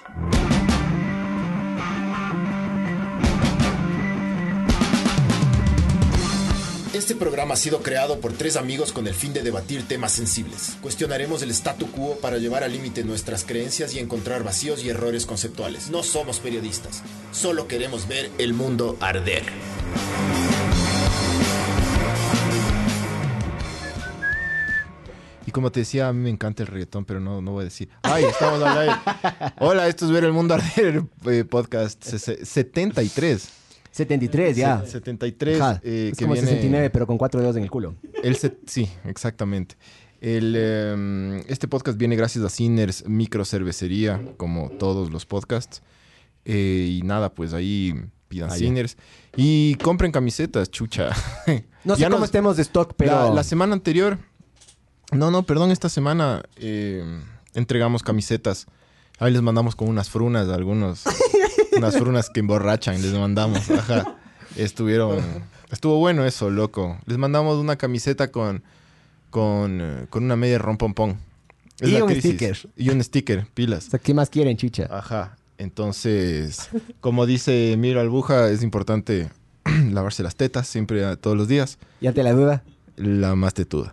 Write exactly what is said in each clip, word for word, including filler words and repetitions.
Este programa ha sido creado por tres amigos con el fin de debatir temas sensibles. Cuestionaremos el statu quo para llevar al límite nuestras creencias y encontrar vacíos y errores conceptuales. No somos periodistas, solo queremos ver el mundo arder. Y como te decía, a mí me encanta el reggaetón, pero no, no voy a decir. ¡Ay, estamos al aire! Hola, esto es Ver el Mundo Arder, eh, podcast setenta y tres. setenta y tres ya. Se, setenta y tres. Ajá, Eh, es que como viene, sesenta y nueve, pero con cuatro dedos en el culo. El set, sí, exactamente. El, eh, este podcast viene gracias a Sinners Micro Cervecería, como todos los podcasts. Eh, y nada, pues ahí pidan ah, Sinners. Y compren camisetas, chucha. No sé Ya cómo nos- estemos de stock, pero... La, la semana anterior... No, no, perdón, esta semana eh, entregamos camisetas. Ahí les mandamos con unas frunas, algunos... unas frunas que emborrachan, les mandamos. Ajá. Estuvieron... Estuvo bueno eso, loco. Les mandamos una camiseta con... Con, eh, con una media rompompón. Es Y la un crisis. sticker. Y un sticker, pilas. O sea, ¿qué más quieren, chucha? Ajá. Entonces, como dice Emilio Albuja, es importante lavarse las tetas siempre, a- todos los días. ¿Ya te la duda? La más tetuda.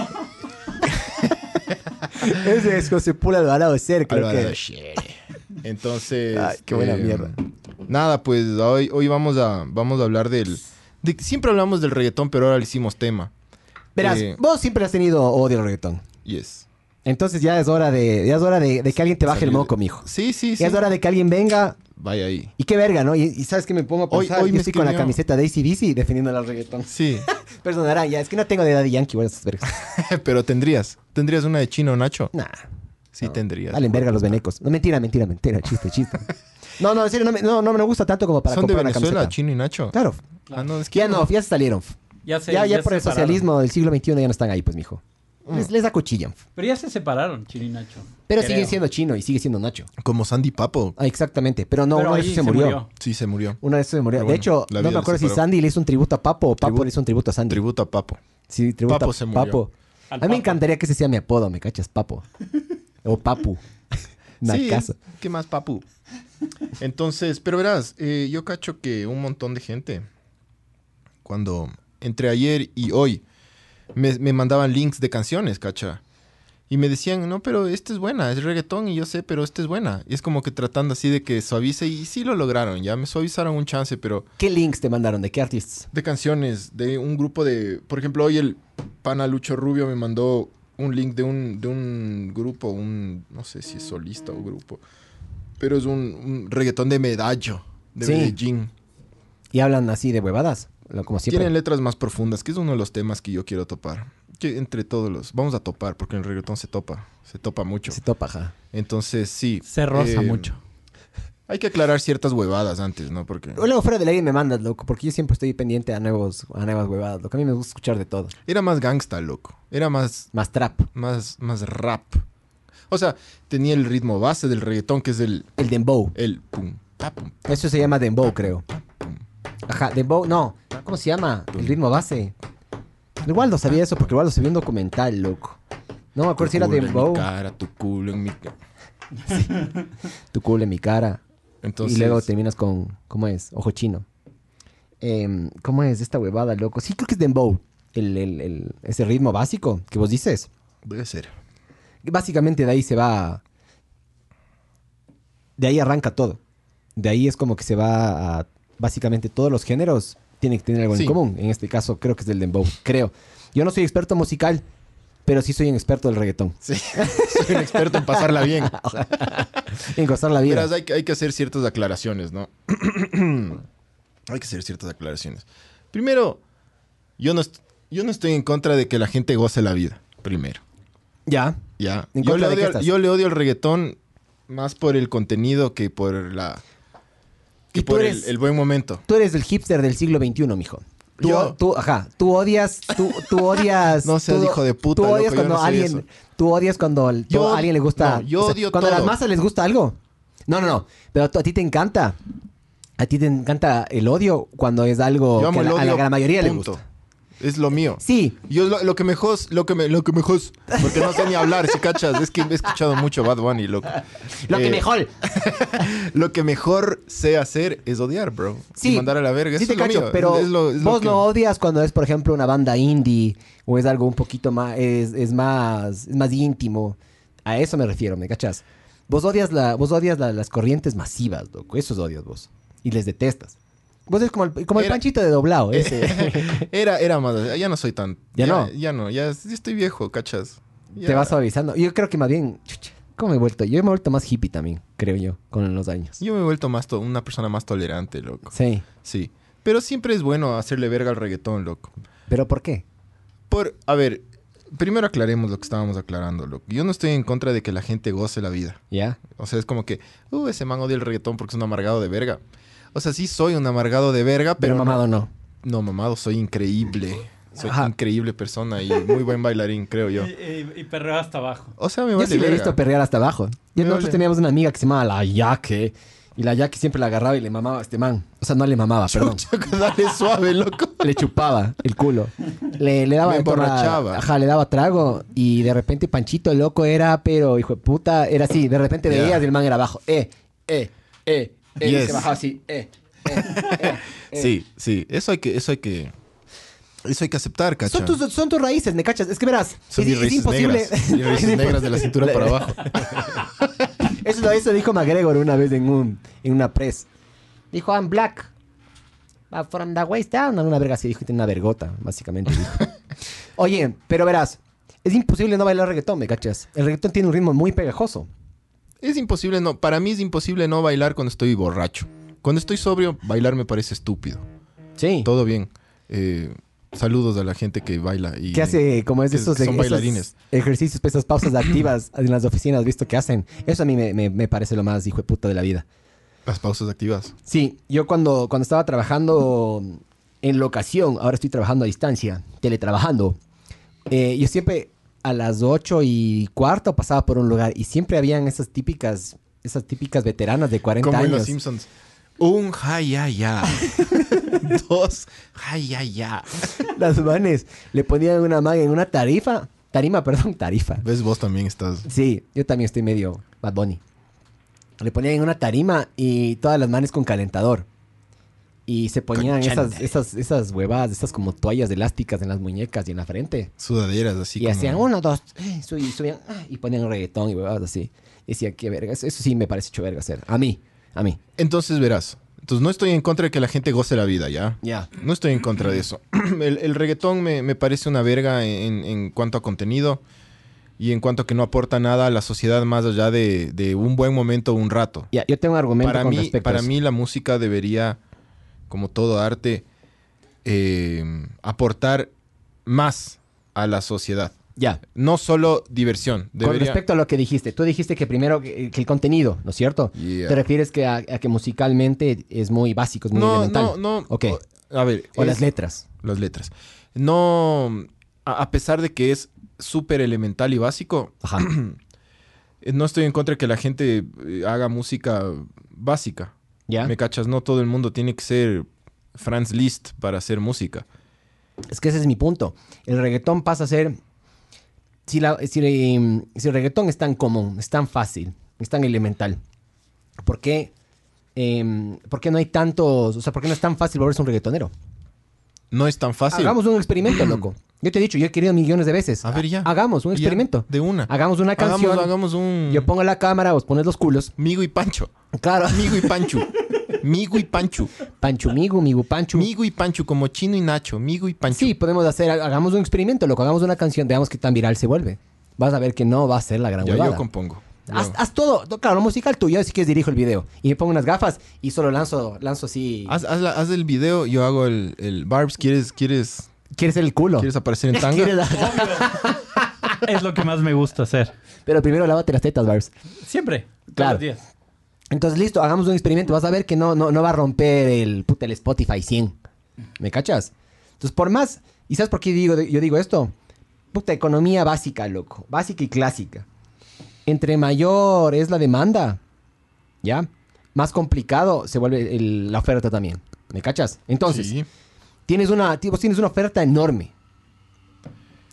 Ese es José Pula Alvarado de ser, creo Alvarado que... Shere. Entonces... Ay, qué buena eh, mierda. Nada, pues hoy, hoy vamos, a, vamos a hablar del... de- siempre hablamos del reggaetón, pero ahora le hicimos tema. Verás, Eh, vos siempre has tenido odio al reggaetón. Yes. Entonces ya es hora de... Ya es hora de, de que alguien te baje Salir el de- moco, mijo. Sí, sí, sí. Ya es hora de que alguien venga... Vaya ahí. Y qué verga, ¿no? Y, y ¿sabes qué me pongo a Hoy- pensar? hoy Yo me estoy con la escribió- camiseta de A C D C defendiendo al reggaetón. Sí. Perdonarán, ya, es que no tengo de Daddy Yankee, bueno, esas vergas. Pero tendrías. ¿Tendrías una de Chino Nacho? Nah. Sí, No. tendrías. Valen verga los venecos. No, mentira, mentira, mentira. Chiste, chiste. No, no, en serio, no me, no, no me gusta tanto como para ¿Son de comprar una Venezuela, camiseta. Chino y Nacho? Claro. Ah, no, es que Ya no, ya se salieron. Ya, se, Ya, ya se por el separaron. socialismo del siglo veintiuno ya no están ahí, pues, mijo. Mm. Les, les acuchillan. Pero ya se separaron, Chino y Nacho. Pero Creo. sigue siendo chino y sigue siendo Nacho. Como Sandy Papo. Ah, exactamente. Pero no, Pero uno de ahí esos se murió. Sí, se murió. Una de esos se murió. Pero De bueno, hecho, la no vida me lo acuerdo si separó. Sandy le hizo un tributo a Papo o Papo Tribu- le hizo un tributo a Sandy. Tributo a Papo. Sí, tributo Papo a se murió. Papo. Al A mí me Papo. encantaría que ese sea mi apodo, ¿me cachas? Papo. O Papu. Sí, Nacazo. ¿qué más, Papu? Entonces, pero verás, eh, yo cacho que un montón de gente, cuando entre ayer y hoy, me, me mandaban links de canciones, cacha. Y me decían, no, pero esta es buena, es reggaetón y yo sé, pero esta es buena. Y es como que tratando así de que suavice y sí lo lograron, ya me suavizaron un chance, pero ¿Qué links te mandaron? ¿De qué artistas? de canciones, de un grupo de, por ejemplo, hoy el pana Lucho Rubio me mandó un link de un, de un grupo, un, no sé si es solista o grupo, pero es un, un reggaetón de Medallo, de Sí. Medellín. Y hablan así de huevadas, lo- como siempre. Tienen letras más profundas, que es uno de los temas que yo quiero topar. Que entre todos los, vamos a topar, porque en el reggaetón se topa, se topa mucho. Se topa, ja. Entonces, sí. Se roza eh, mucho. Hay que aclarar ciertas huevadas antes, ¿no? Porque Luego fuera del aire me mandas, loco, porque yo siempre estoy pendiente a nuevos, a nuevas huevadas, loco. A mí me gusta escuchar de todo. era más gangsta, loco. Era más, Más trap. más, más rap. O sea, tenía el ritmo base del reggaetón, que es el, El dembow. el pum, pa, pum. Eso se llama dembow, creo. Ajá, dembow, no. ¿Cómo se llama? El ritmo base. El Waldo sabía eso porque el Waldo se vio un documental, loco. No me acuerdo si Tu era culo en dembow. mi cara, tu culo en mi cara. Tu culo en mi cara. Entonces, Y luego terminas con, ¿cómo es? Ojo chino. Em, ¿Cómo es esta huevada, loco? Sí, creo que es dembow. El, el, el- ese ritmo básico que vos dices. debe ser. Básicamente de ahí se va... De ahí arranca todo. De ahí es como que se va a... Básicamente todos los géneros tienen que tener algo Sí. en común. En este caso creo que es del dembow. Creo. Yo no soy experto musical, pero sí soy un experto del reggaetón. Sí, soy un experto en pasarla bien. En gozar la vida. Verás, hay, que- hay que hacer ciertas aclaraciones, ¿no? Hay que hacer ciertas aclaraciones. Primero, yo no, est- yo no estoy en contra de que la gente goce la vida. Primero. Ya. Ya. ¿En Yo le, contra de qué odio, estás? yo le odio el reggaetón más por el contenido que por la... Que Y tú por eres- el, el buen momento. Tú eres el hipster del siglo veintiuno, mijo. Tú, Yo- tú, ajá, tú odias, tú, tú odias. No seas tú- hijo de puta, Tú odias loco, yo cuando no soy alguien, eso. tú odias cuando el- Yo- a alguien le gusta. no, yo odio cuando a todo. las masas les gusta algo. No, no, no. Pero tú- a ti te encanta. A ti te encanta el odio cuando es algo Yo que amo a el la, a la odio, gran mayoría punto. le gusta. Es lo mío. Sí. Yo lo, lo que mejor, lo que me, lo que mejor, porque no sé ni hablar, si cachas, es que he escuchado mucho Bad Bunny, loco. Lo que Eh, mejor. Lo que mejor sé hacer es odiar, bro. Sí. Y mandar a la verga. Sí Eso te es lo cacho, mío. pero Es lo- es lo vos que- no odias cuando es, por ejemplo, una banda indie o es algo un poquito más, es, es más, es más íntimo. A eso me refiero, ¿me cachas? Vos odias, la, vos odias la- las corrientes masivas, loco. Esos odias vos. Y les detestas. Vos es como el, como el Era- panchito de doblado, ese. Era, era más. Ya no soy tan. ¿Ya no? Ya no. Ya, ya estoy viejo, cachas. Ya. Te vas suavizando. Yo creo que más bien... chucha, ¿cómo me he vuelto? Yo me he vuelto más hippie también, creo yo, con los años. Yo me he vuelto más to- una persona más tolerante, loco. Sí. Sí. Pero siempre es bueno hacerle verga al reggaetón, loco. ¿Pero por qué? Por, a ver, primero aclaremos lo que estábamos aclarando, loco. Yo no estoy en contra de que la gente goce la vida. ¿Ya? O sea, es como que, uh, ese man odia el reggaetón porque es un amargado de verga. O sea, sí soy un amargado de verga, Pero, pero... mamado no. No, mamado, soy increíble. Soy Ajá. increíble persona y muy buen bailarín, creo yo. Y, y, y perreo hasta abajo. O sea, me Yo vale sí le he verga. visto perrear hasta abajo. Y Me nosotros vale. teníamos una amiga que se llamaba La Yaque. Y la Yaque siempre la agarraba y le mamaba a este man. O sea, no le mamaba, perdón. Chucha, dale suave, loco. Le chupaba el culo. Le, le daba... Me emborrachaba. toma- Ajá, le daba trago. Y de repente Panchito, el loco, era, pero hijo de puta, era así. De repente Ya. veías y el man era abajo. Eh, eh, eh, eh. Y Yes. se bajaba así. Eh, eh, eh, eh. Sí, sí. Eso hay que... Eso hay que... Eso hay que aceptar, cacha. Son tus, son tus raíces, ¿me cachas? Es que verás, Son es, mis es raíces imposible. negras. Mis raíces Es negras de la cintura para abajo. Eso, lo- eso dijo McGregor una vez en, un, en una press. Dijo, I'm black. But from the waist down. Una verga así dijo, tiene una vergota, básicamente. Dijo. Oye, pero verás, es imposible no bailar reggaetón, ¿me cachas? El reggaetón tiene un ritmo muy pegajoso. Es imposible no... Para mí es imposible no bailar cuando estoy borracho. Cuando estoy sobrio, bailar me parece estúpido. Sí. Todo bien. Eh, saludos a la gente que baila y... Que hace como es que- esos, que son esos bailarines. ejercicios, pues, esas pausas activas en las oficinas, visto que hacen. Eso a mí me, me- me parece lo más hijo de puta de la vida. Las pausas activas. Sí, yo cuando, cuando estaba trabajando en locación, ahora estoy trabajando a distancia, teletrabajando, eh, yo siempre a las ocho y cuarto pasaba por un lugar y siempre habían esas típicas, esas típicas veteranas de cuarenta Como en Los años. Simpsons. Un ya. Dos ya. Las manes le ponían una maga en una tarifa, tarima, perdón, tarifa. ¿Ves? Vos también estás... Sí, yo también estoy medio Bad Bunny. Le ponían en una tarima y todas las manes con calentador. Y se ponían Con esas, chándal. esas, esas huevadas, esas como toallas elásticas en las muñecas y en la frente. Sudaderas así y como... hacían uno, dos, eh, subían, subían, ah, y ponían reggaetón y huevadas así. Y decía, qué verga, eso, eso sí me parece hecho verga hacer. A mí, a mí. Entonces verás. Entonces no estoy en contra de que la gente goce la vida, ¿ya? Ya. No estoy en contra de eso. El, el reggaetón me, me parece una verga en, en cuanto a contenido y en cuanto a que no aporta nada a la sociedad más allá de, de un buen momento o un rato. Ya, yo tengo un argumento Para con mí, respecto a para eso. mí la música debería, como todo arte, eh, aportar más a la sociedad. Ya. No solo diversión. Con Debería... respecto a lo que dijiste, tú dijiste que primero que, que el contenido, ¿no es cierto? Yeah. Te refieres que a, a que musicalmente es muy básico, es muy No, elemental. no, no. Ok. O- a ver. O es- las letras. Las letras. No, a, a pesar de que es súper elemental y básico, Ajá. eh, no estoy en contra de que la gente eh, haga música básica. ¿Ya? ¿Me cachas? No todo el mundo tiene que ser Franz Liszt para hacer música. Es que ese es mi punto. El reggaetón pasa a ser... Si, la, si, eh, si el reggaetón es tan común, es tan fácil, es tan elemental, ¿por qué, eh, ¿por qué no hay tantos... O sea, ¿por qué no es tan fácil volverse un reggaetonero? No es tan fácil. Hagamos un experimento, loco. Yo te he dicho, yo he querido millones de veces. A ver, ya. Hagamos un Ya, experimento. de una. Hagamos una Hagamos- canción. hagamos un- Yo pongo la cámara, vos pones los culos. Migo y Pancho. Claro. Migo y Pancho. Migo y Pancho. Pancho Migu, Migu Pancho. Migo y Pancho, como Chino y Nacho. Migo y Pancho. Sí, podemos hacer, hagamos un experimento, loco. Hagamos una canción, veamos qué tan viral se vuelve. Vas a ver que no va a ser la gran Ya, huevada. yo compongo. Yo- Haz, haz todo, no, claro, lo musical tuyo, así que dirijo el video. Y me pongo unas gafas y solo lanzo, lanzo así. Haz, haz la- haz el video, yo hago el, el Barbs. ¿Quieres, quieres, ¿Quieres ser el culo? ¿Quieres aparecer en tanga? ¿Quieres- Es lo que más me gusta hacer. Pero primero lávate las tetas, Barbs. Siempre. Claro. Todos los días. Entonces, listo, hagamos un experimento. Vas a ver que no, no, no va a romper el, puta, el Spotify cien. ¿Me cachas? Entonces, por más... ¿Y sabes por qué digo, yo digo esto? Puta, economía básica, loco. Básica y clásica. Entre mayor es la demanda, ¿ya? Más complicado se vuelve el- la oferta también. ¿Me cachas? Entonces, Sí. tienes una, vos tienes una oferta enorme.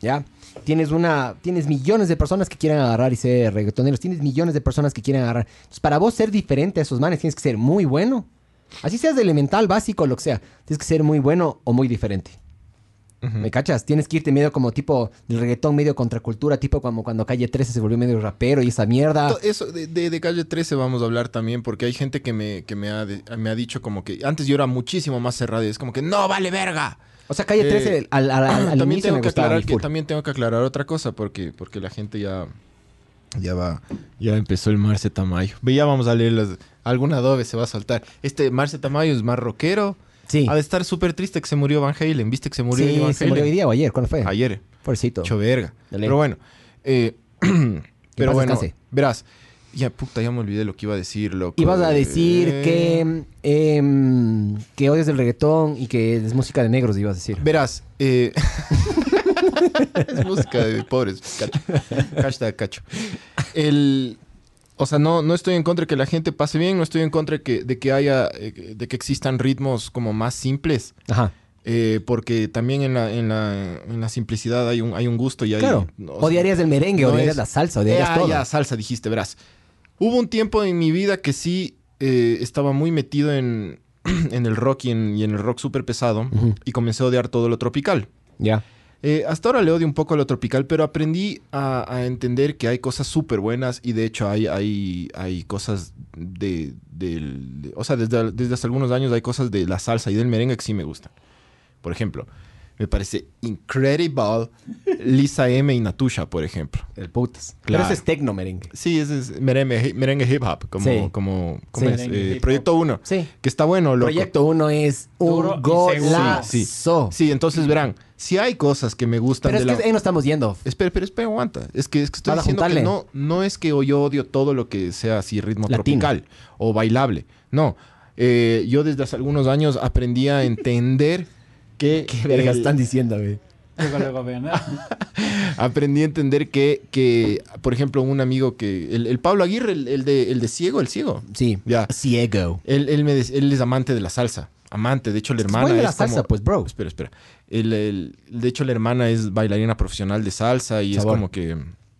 ¿ya? Tienes una, tienes millones de personas que quieren agarrar y ser reggaetoneros. Tienes millones de personas que quieren agarrar. Entonces, para vos ser diferente a esos manes, tienes que ser muy bueno. Así seas de elemental, básico, lo que sea. Tienes que ser muy bueno o muy diferente. Ujú. ¿Me cachas? Tienes que irte medio como tipo del reggaetón, medio contracultura, tipo como cuando Calle trece se volvió medio rapero y esa mierda. To- Eso de, de, de Calle trece vamos a hablar también, porque hay gente que me, que me, ha, de- me ha dicho como que antes yo era muchísimo más cerrado y es como que no vale verga. O sea, Calle Eh, trece al, al, al, al también inicio tengo me que gustaba aclarar mi que full. también tengo que aclarar otra cosa porque, porque la gente ya ya va ya empezó el Marce Tamayo. Ve, ya vamos a leer las, algún adobe se va a soltar. Este Marce Tamayo es más rockero. Sí, Ha de estar súper triste que se murió Van Halen. ¿Viste que se murió sí, Van se Halen? murió hoy día o ayer. ¿Cuándo fue? Ayer. Pobrecito. Hecho verga. Dale. Pero bueno, eh, pero paz bueno, descanse. verás. Ya, puta, ya me olvidé lo que iba a decir, loco. Ibas a decir Eh, que, em, que odias el reggaetón y que es música de negros, ibas a decir. Verás, eh... es música de pobres, cacho. Hashtag cacho. El... O sea, no, no estoy en contra de que la gente pase bien, no estoy en contra de que, de que haya, eh, de que existan ritmos como más simples, Ajá. eh, porque también en la, en la, en la simplicidad hay un, hay un gusto y hay... Claro. no, Odiarías el merengue, no odiarías es- la salsa, odiarías Ah, todo. ya, salsa dijiste, verás. Hubo un tiempo en mi vida que sí eh, estaba muy metido en, en el rock y en, y en el rock súper pesado Ujú. y comencé a odiar todo lo tropical. Ya. Eh, hasta ahora le odio un poco a lo tropical, pero aprendí a, a entender que hay cosas súper buenas y de hecho hay, hay, hay cosas de, del- de- O sea, desde, desde hace algunos años hay cosas de la salsa y del merengue que sí me gustan. Por ejemplo, me parece incredible Lisa M y Natusha, por ejemplo. El putas. Claro. Pero eso es tecno merengue. Sí, ese es merengue, merengue hip hop, como, Sí. como, ¿cómo Sí. es? Merengue Eh, hip hop. Proyecto uno, Sí. que está bueno, loco. Proyecto uno es Duro un y golazo. Sí, sí. Sí, entonces verán, si hay cosas que me gustan Pero es de que la... ahí no estamos yendo. Espera, espera, espera, aguanta. Es que, es que estoy Para diciendo juntarle. que no, no es que yo odio todo lo que sea así ritmo Latino. tropical o bailable. No. Eh, yo desde hace algunos años aprendí a entender que... ¿Qué verga el- están diciendo, güey? Luego, luego vean. Aprendí a entender que, que, por ejemplo, un amigo que... El, el Pablo Aguirre, el, el de, el de Ciego, el Ciego. Sí. Ya. Ciego. Él, él, me, des- él es amante de la salsa. Amante. De hecho, la Es hermana bueno es la salsa, como- pues, bro. Espera, espera. El- el- de hecho, la hermana es bailarina profesional de salsa y Sabor. es como que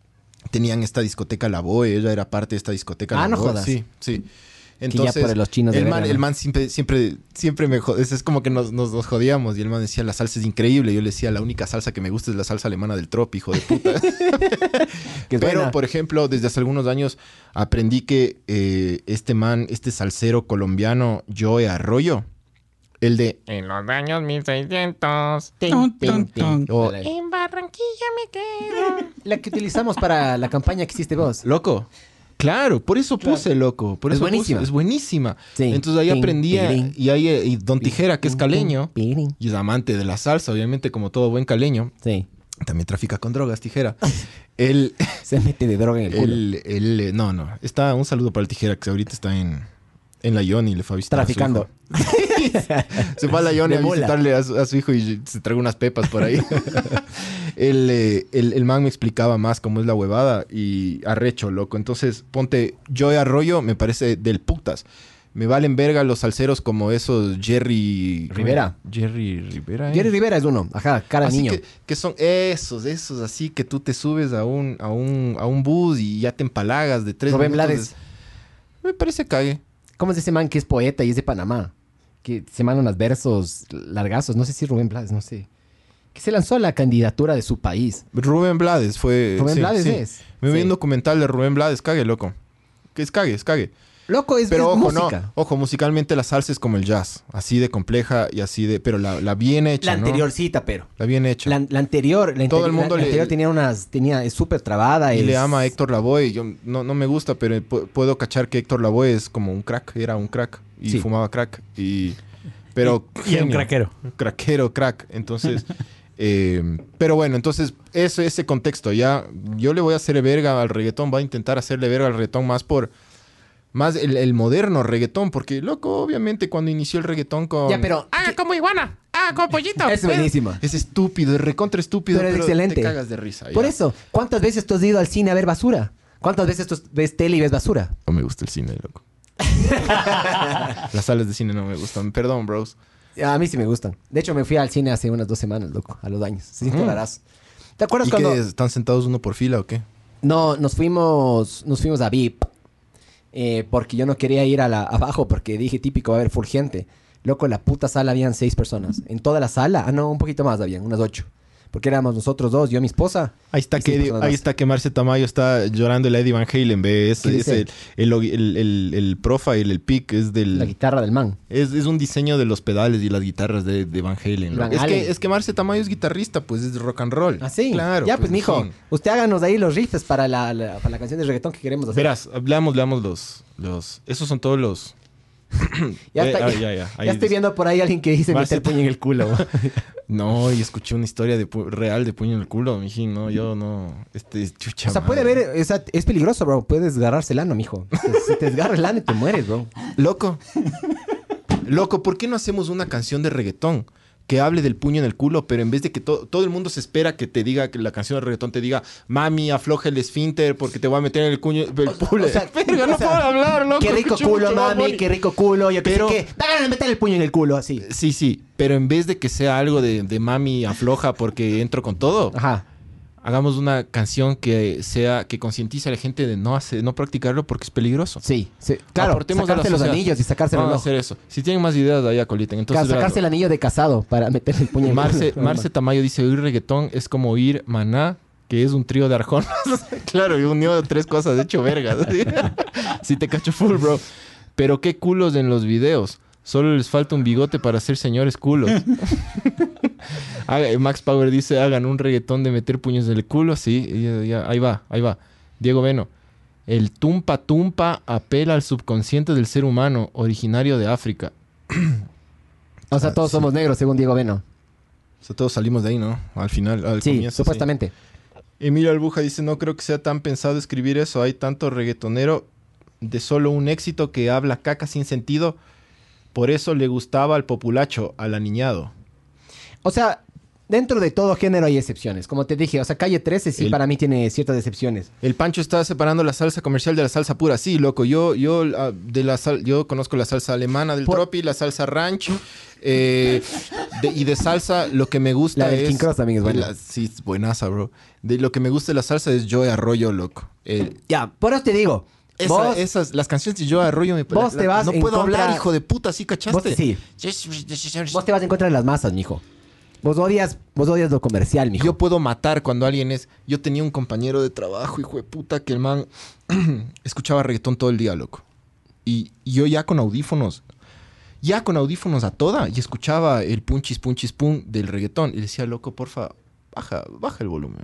tenían esta discoteca La Boe. Ella era parte de esta discoteca Ah, La no Boe. jodas. Sí, sí. ya Entonces, por los chinos de el man, verga, el ¿no? man siempre, siempre, siempre me jod- es, es como que nos, nos, nos jodíamos y el man decía, la salsa es increíble. Yo le decía, la única salsa que me gusta es la salsa alemana del trop, hijo de puta. Que es Pero, buena. por ejemplo, desde hace algunos años aprendí que eh, este man, este salsero colombiano, Joe Arroyo, el de En los años mil seiscientos, Tun, tun, tun. o Dale. En Barranquilla me quedo. La que utilizamos para la campaña que hiciste vos. Loco. Claro, por eso puse, loco. Por Es eso puse, buenísima. es buenísima. Sí. Entonces ahí Tin, aprendí a- tirin. y ahí eh, y Don Tijera, que es caleño Pirin. y es amante de la salsa, obviamente como todo buen caleño, Sí. también trafica con drogas, Tijera. él, Se mete de droga en el culo. él, él, eh, no, no. Está un saludo para el Tijera que ahorita está en en la Ioni y le fue a visitar Traficando. a su hijo. Se fue a la Ioni De a mula. visitarle a su, a su hijo y se tragó unas pepas por ahí. el, eh, el, el man me explicaba más cómo es la huevada y arrecho, loco. Entonces, ponte, Joey Arroyo me parece del putas. Me valen verga los salseros como esos Jerry... Rivera. Jerry Rivera. ¿eh? Jerry Rivera es uno. Ajá, cara Así niño. que, que son esos, esos así que tú te subes a un, a un, a un bus y ya te empalagas de tres Rubén minutos de- Blades. Me parece cague. ¿Cómo es ese man que es poeta y es de Panamá? Que se manda unos versos largazos. No sé si Rubén Blades, no sé. Que se lanzó a la candidatura de su país. Rubén Blades fue... Rubén sí, Blades sí. es. Me vi Sí. un documental de Rubén Blades, cague, loco. Que es cague, es cague. Loco, es, Pero es ojo, música. no. Ojo, musicalmente la salsa es como el jazz. Así de compleja y así de... Pero la, la bien hecha, La ¿no? anteriorcita, pero. La bien hecha. La, la anterior, la, Todo el anteri- mundo la, la le- anterior tenía unas, tenía, es súper trabada. Y es- le ama a Héctor Lavoe. Yo no, no me gusta, pero pu- puedo cachar que Héctor Lavoe es como un crack. Era un crack. Y Sí. fumaba crack. Y... Pero... Y era un genio. craquero. Un craquero, crack. Entonces... eh, pero bueno, entonces... Eso, ese contexto. Ya... Yo le voy a hacer verga al reggaetón. Voy a intentar hacerle verga al reggaetón más por... Más el, el moderno reggaetón. Porque, loco, obviamente cuando inició el reggaetón con... Ya, pero. ¡Haga como iguana! ¡Haga como pollito! Es buenísima. Es estúpido, es recontra estúpido. Pero es Pero, excelente. te cagas de risa. Por ya. eso, ¿cuántas veces tú has ido al cine a ver basura? ¿Cuántas veces tú ves tele y ves basura? No me gusta el cine, loco. Las salas de cine no me gustan. Perdón, bros. A mí sí me gustan. De hecho, me fui al cine hace unas dos semanas, loco, a los años. Se siente Ujú. rarazo. ¿Te acuerdas ¿Y cuando...? qué? ¿Están sentados uno por fila o qué? No, nos fuimos, nos fuimos a V I P. Eh, porque yo no quería ir a la, abajo porque dije, típico, va a haber full gente. Loco, en la puta sala habían seis personas. En toda la sala, ah, no, un poquito más habían, unas ocho. Porque éramos nosotros dos, yo y mi esposa. Ahí está, y que seis Eddie- personas ahí más. está que Marce Tamayo está llorando el Eddie Van Halen, ve. Es, ¿Qué es dice? el, el, el, el, el profile, el pic, es del... La guitarra del man. Es, es un diseño de los pedales y las guitarras de, de Van Halen. Van es, Halen. que, es que Marce Tamayo es guitarrista, pues es de rock and roll. ¿Ah, sí? Claro. Ya, pues, mijo, sí. usted háganos ahí los riffs para la, la- para la canción de reggaetón que queremos hacer. Verás, leamos, leamos los, los... Esos son todos los... Ya, Eh, está, ah, ya, ya, ya, ya ahí estoy dice. viendo por ahí a alguien que dice Marce- meter puño en el culo. No, y escuché una historia de pu- real de puño en el culo, mijín. No, yo no... Este, chucha O sea, puede madre. haber, o sea, es peligroso, bro. Puedes desgarrarse el ano, mijo. Si te desgarra el ano y te mueres, bro. Loco. Loco, ¿por qué no hacemos una canción de reggaetón que hable del puño en el culo, pero en vez de que to- todo el mundo se espera que te diga, que la canción de reggaetón te diga, mami, afloja el esfínter porque te voy a meter en el cuño, el culo? O sea, Verga, no o sea, puedo hablar, loco. Qué rico escucho culo, mucho Bad mami, Bunny. qué rico culo. Yo Pero- pero... sé qué. Da ganas de meter el puño en el culo, así. Sí, sí, pero en vez de que sea algo de, de mami, afloja porque entro con todo, Ajá. hagamos una canción que sea, que concientice a la gente de no hacer, no practicarlo porque es peligroso. Sí, sí. Claro, Aportemos a la sacarse los sociedad. anillos y sacarse el Vamos a reloj. hacer eso. Si tienen más ideas, ahí acoliten. Entonces, Claro, sacarse el verás, anillo de casado para meter el puño en el Marce, culo. Marce Tamayo dice, oír reggaetón es como oír Maná, que es un trío de arjonas. Claro, y unió tres cosas, de hecho, vergas. Sí te cacho full, bro. Pero qué culos en los videos. Solo les falta un bigote para ser señores culos. Haga- Max Power dice, hagan un reggaetón de meter puños en el culo. Sí, ya- ya, ahí va, ahí va. Diego Beno. El tumpa tumpa apela al subconsciente del ser humano, originario de África. O sea, todos Sí. somos negros, según Diego Beno. O sea, todos salimos de ahí, ¿no? Al final, al Sí, comienzo. supuestamente. Sí. Emilio Albuja dice, no creo que sea tan pensado escribir eso. Hay tanto reggaetonero de solo un éxito que habla caca sin sentido. Por eso le gustaba al populacho, al aniñado. O sea, dentro de todo género hay excepciones. Como te dije, o sea, Calle trece sí El- para mí tiene ciertas excepciones. El Pancho está separando la salsa comercial de la salsa pura. Sí, loco. Yo, yo, ah, de la sal- yo conozco la salsa alemana del Por- tropi, la salsa ranch. eh, de- y de salsa lo que me gusta La del es... King Cross también es buena. la- sí, es buenaza, bro. De lo que me gusta de la salsa es Joe Arroyo, loco. Eh, Ya, por eso te digo. esa- vos, esas, las canciones de Joe Arroyo me vos la- te vas No en puedo contra- hablar, hijo de puta, ¿sí vos, cachaste? sí, vos te vas en contra de las masas, mijo. Vos odias, vos odias lo comercial, mijo. Yo puedo matar cuando alguien es... Yo tenía un compañero de trabajo, hijo de puta, que el man escuchaba reggaetón todo el día, loco. Y, y yo ya con audífonos, ya con audífonos a toda, y escuchaba el punchis, punchis, pum del reggaetón. Y decía, loco, porfa, baja, baja el volumen.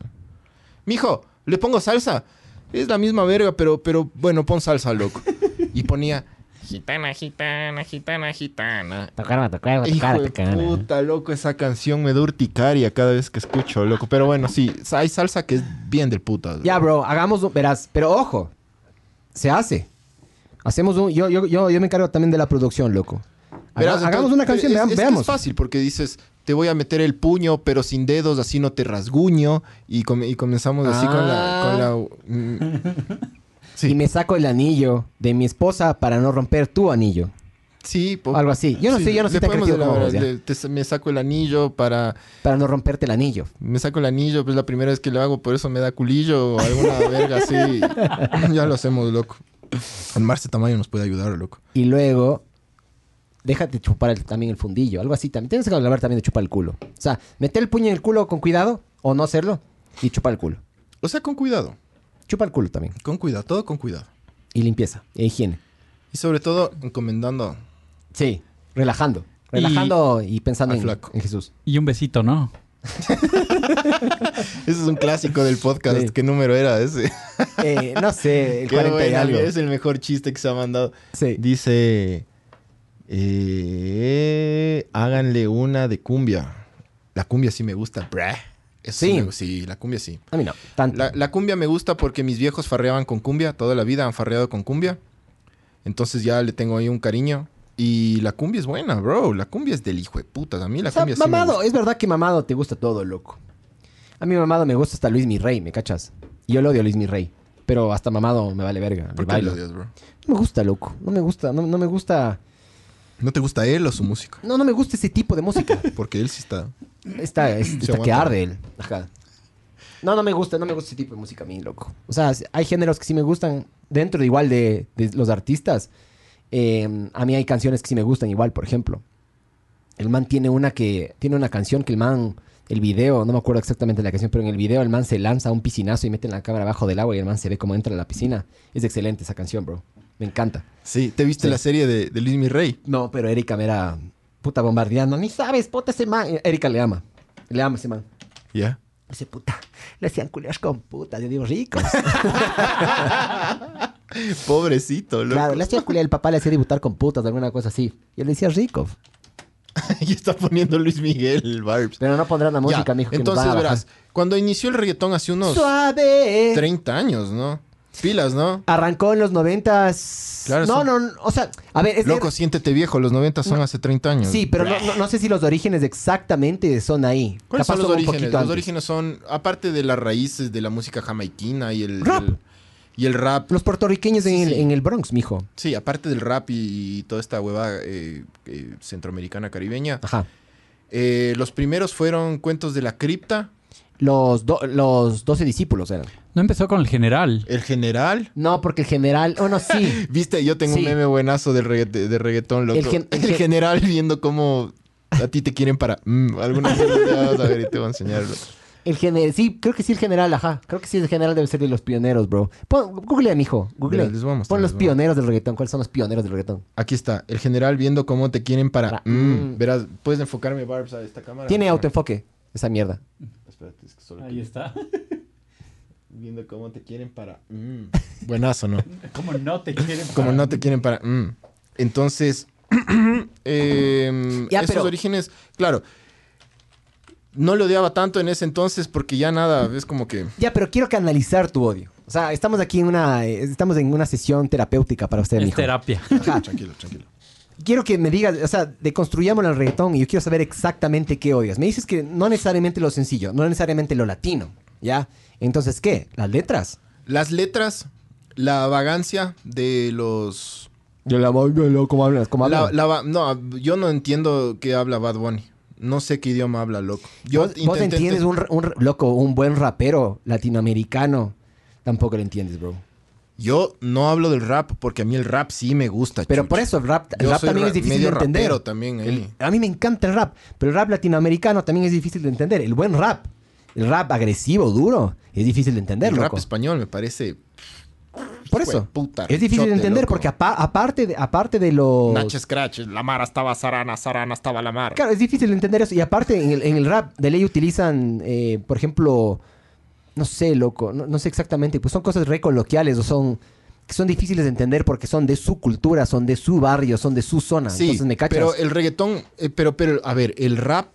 Mijo, le pongo salsa. Es la misma verga, pero, pero bueno, pon salsa, loco. Y ponía... Gitana, gitana, gitana, gitana. Tocar, tocar, Hijo tocar, de tocar. puta, loco, esa canción me da urticaria cada vez que escucho, loco. Pero bueno, sí, hay salsa que es bien del puta. Ya, bro, hagamos, un- verás, pero ojo, se hace. Hacemos un, yo, yo, yo, yo me encargo también de la producción, loco. Haga- Verás, hagamos entonces, una canción, es, veam- es que veamos. es fácil porque dices, te voy a meter el puño, pero sin dedos, así no te rasguño. Y, com- y comenzamos así con la... Con la mm, sí. Y me saco el anillo de mi esposa para no romper tu anillo. Sí, po- Algo así. Yo no sé, yo no soy le tan podemos creativo como elaborar, vos, ya. le- te- me saco el anillo para... Para no romperte el anillo. Me saco el anillo, pues la primera vez que lo hago, por eso me da culillo o alguna verga así. Ya lo hacemos, loco. El Marce Tamayo nos puede ayudar, loco. Y luego, déjate chupar el- también el fundillo. Algo así también. Tienes que hablar también de chupar el culo. O sea, meter el puño en el culo con cuidado o no hacerlo y chupar el culo. O sea, con cuidado. Chupa el culo también. Con cuidado, todo con cuidado. Y limpieza. E higiene. Y sobre todo, encomendando Sí. Relajando. Relajando y, pensando al en, flaco. en Jesús. Y un besito, ¿no? Ese es un clásico del podcast. Sí. ¿Qué número era ese? Eh, no sé, el Qué cuarenta y buena, algo. Es el mejor chiste que se ha mandado. Sí. Dice... eh, háganle una de cumbia. La cumbia sí me gusta. Brah. Eso Sí. me gu- sí, la cumbia sí. A mí no. Tanto. La, la cumbia me gusta porque mis viejos farreaban con cumbia. Toda la vida han farreado con cumbia. Entonces ya le tengo ahí un cariño. Y la cumbia es buena, bro. La cumbia es del hijo de putas. A mí la O sea, cumbia sí me mamado. gusta. Es verdad que mamado te gusta todo, loco. A mí mamado me gusta hasta Luis Mi Rey, ¿me cachas? Y yo lo odio a Luis Mi Rey. Pero hasta mamado me vale verga. ¿Por le qué lo bailo. odias, bro? No me gusta, loco. No me gusta. No, no me gusta. ¿No te gusta él o su música? No, no me gusta ese tipo de música. Porque él sí está... Está, es- está que aguanta. arde él. Ajá. No, no me gusta, no me gusta ese tipo de música a mí, loco. O sea, hay géneros que sí me gustan dentro de igual de, de los artistas. Eh, a mí hay canciones que sí me gustan igual, por ejemplo. El man tiene una que tiene una canción que el man, el video, no me acuerdo exactamente la canción, pero en el video el man se lanza a un piscinazo y mete la cámara abajo del agua y el man se ve cómo entra a la piscina. Es excelente esa canción, bro. Me encanta. Sí, ¿te viste Sí. la serie de, de Luis Mi Rey? No, pero Erika me era puta bombardeando. Ni sabes, puta ese man. Erika le ama. Le ama ese man. ¿Ya? Dice, puta, le hacían culiar con puta. Yo digo, ricos. Pobrecito, loco. Claro, le hacía culiar, el papá le hacía debutar con putas, alguna cosa así. Y él le decía rico. Y está poniendo Luis Miguel, Barbs. Pero no pondrán la música, Ya, mijo, que nos entonces van a verás, bajar. cuando inició el reggaetón hace unos Suave. treinta años, ¿no? Pilas, ¿no? Arrancó en los noventas. Claro, no, son- no, no, o sea, a ver, es Loco, siéntete viejo, los noventa son hace treinta años. Sí, pero no, no, no sé si los orígenes exactamente son ahí. ¿Cuáles Capaz son los un orígenes? poquito Los antes. orígenes son, aparte de las raíces de la música jamaiquina y el Rap. el- y el rap. Los puertorriqueños en, Sí, el, sí. en el Bronx, mijo. Sí, aparte del rap y, y toda esta hueva eh, eh, centroamericana caribeña. Ajá. eh, los primeros fueron Cuentos de la Cripta, Los, do- los doce discípulos eran. No empezó con el general. El General. No, porque el general. Oh, no, sí. Viste, yo tengo Sí. un meme buenazo del reggae- de, reggaetón, loco. El El, gen- el gen- General viendo cómo a ti te quieren para... Mm, alguna vez vas a ver y te voy a enseñar. loco. El general. Sí, creo que sí, el general, ajá. Creo que sí, el general debe ser de los pioneros, bro. Pon, googlea, mijo. Googlea. Mira, les voy a mostrar, Pon los les voy a- pioneros del reggaetón. ¿Cuáles son los pioneros del reggaetón? Aquí está, el General viendo cómo te quieren para... Para- Mm, mm. verás, ¿puedes enfocarme, Barbs, a esta cámara? Tiene Ah, autoenfoque, esa mierda. Espérate, es que solo Ahí está. viendo cómo te quieren para... mm. Buenazo, ¿no? ¿Cómo no te quieren? Como para- no te quieren para... mm. Entonces, em, Ya, esos pero- orígenes, claro, no lo odiaba tanto en ese entonces porque ya nada, es como que... Ya, pero quiero canalizar tu odio. O sea, estamos aquí en una, eh, estamos en una sesión terapéutica para usted, Es mijo. terapia. Ajá. Tranquilo, tranquilo. Quiero que me digas, o sea, deconstruyamos el reggaetón y yo quiero saber exactamente qué odias. Me dices que no necesariamente lo sencillo, no necesariamente lo latino, ¿ya? Entonces, ¿qué? ¿Las letras? Las letras, la vagancia de los... Yo la voy, ¿cómo hablas? ¿Cómo La, hablas? la va- no, yo no entiendo qué habla Bad Bunny. No sé qué idioma habla, loco. Yo ¿Vos, vos intenté- entiendes un, ra- un ra- loco, un buen rapero latinoamericano? Tampoco lo entiendes, bro. Yo no hablo del rap porque a mí el rap sí me gusta. Pero chucha. por eso el rap, el Yo rap soy también ra- es difícil de medio entender. rapero también ahí. El- a mí me encanta el rap, pero el rap latinoamericano también es difícil de entender. El buen rap, el rap agresivo, duro, es difícil de entender, El rap loco. español me parece... Por hijo de eso, puta, es difícil de richote, entender loco. porque apa- aparte, de, aparte de los... Nach Scratch, la Mara estaba Sarana, Sarana estaba la Mara. Claro, es difícil de entender eso. Y aparte, en el, en el rap de ley utilizan, eh, por ejemplo, no sé, loco, no, no sé exactamente, pues son cosas re coloquiales o son que son difíciles de entender porque son de su cultura, son de su barrio, son de su zona. Sí, Entonces me cachas. pero el reggaetón, eh, pero, pero, a ver, el rap,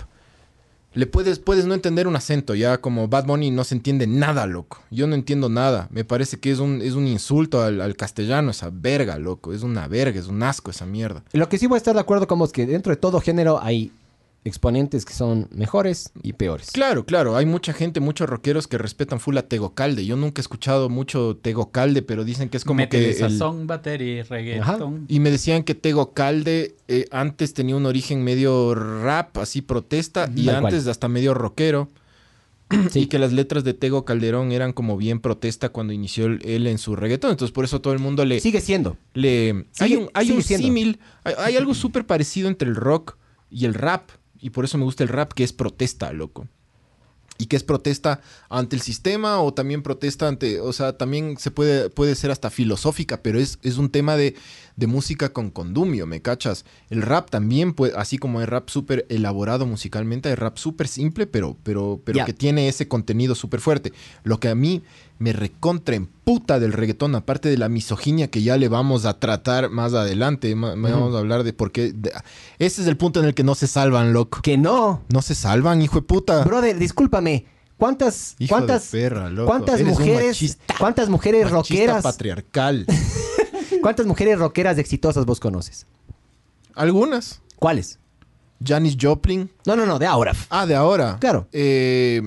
le puedes, puedes no entender un acento, ya como Bad Bunny no se entiende nada, loco. Yo no entiendo nada. Me parece que es un, es un insulto al, al castellano, esa verga, loco. Es una verga, es un asco esa mierda. Lo que sí voy a estar de acuerdo con vos es que dentro de todo género hay exponentes que son mejores y peores. Claro, claro, hay mucha gente, muchos rockeros que respetan full a Tego Calde. Yo nunca he escuchado mucho Tego Calde, pero dicen que es como Métele que... el- sazón, batería y reggaetón. Y me decían que Tego Calde eh, antes tenía un origen medio rap, así protesta, y Tal cual. antes hasta medio rockero. Sí. Y que las letras de Tego Calderón eran como bien protesta cuando inició el- él en su reggaetón. Entonces por eso todo el mundo le... Sigue siendo. le hay Sigue- un, hay sigue un siendo. símil, hay, hay algo súper parecido entre el rock y el rap. Y por eso me gusta el rap, que es protesta, loco. Y que es protesta ante el sistema o también protesta ante... O sea, también se puede, puede ser hasta filosófica, pero es, es un tema de, de música con condumio, ¿me cachas? El rap también, puede, así como hay rap súper elaborado musicalmente, hay rap súper simple, pero, pero, pero Ya. que tiene ese contenido súper fuerte. Lo que a mí me recontra en puta del reggaetón, aparte de la misoginia que ya le vamos a tratar más adelante, ma- ma- vamos a hablar de por qué... de- ese es el punto en el que no se salvan, loco. Que no. No se salvan, hijo de puta. Brother, discúlpame. ¿Cuántas, Hijo cuántas, de perra, loco. cuántas Eres un mujeres, machista. cuántas mujeres Machista rockeras, patriarcal. cuántas mujeres rockeras exitosas vos conoces? Algunas. ¿Cuáles? Janis Joplin. No, no, no, de ahora. Ah, de ahora. Claro. Eh,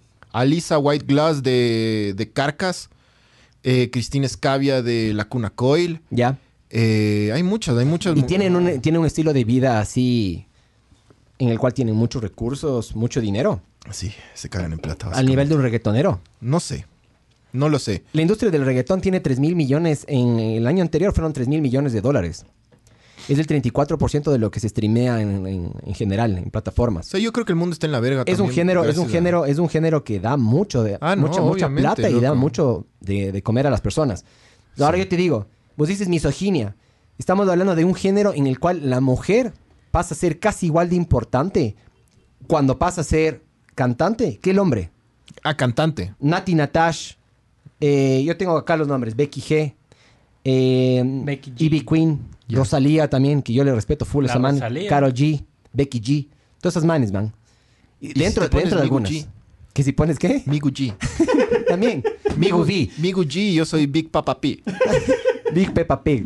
Alisa White Glass de, de Carcass. Eh, Cristina Scavia de La Cuna Coil. Ya. Eh, hay muchas, hay muchas. Y mu- tienen un, tienen un estilo de vida así en el cual tienen muchos recursos, mucho dinero, Sí, se cagan en plata. al nivel de un reggaetonero. No sé. No lo sé. La industria del reggaetón tiene tres mil millones. En el año anterior fueron tres mil millones de dólares. Es el treinta y cuatro por ciento de lo que se streamea en, en, en general, en O plataformas. sea, yo creo que el mundo está en la verga Es un también, género, es un gracias a- género, es un género que da mucho de Ah, no, mucha, mucha obviamente, plata y da loco. mucho de, de comer a las personas. Ahora yo te digo, vos dices misoginia. Estamos hablando de un género en el cual la mujer pasa a ser casi igual de importante cuando pasa a ser cantante que el hombre. Ah, cantante. Nati Natash, eh, yo tengo acá los nombres, Becky G, eh, Becky G. Ivy Queen, Ya. Rosalía también, que yo le respeto full a La esa man, Rosalía. Karol G, Becky G, todas esas manes, man. Y si dentro, te pones dentro de Migu algunas. G? ¿Que si pones qué? Migu G. También. Migu V, Migu G y yo soy Big Papa P. Big Peppa Pig.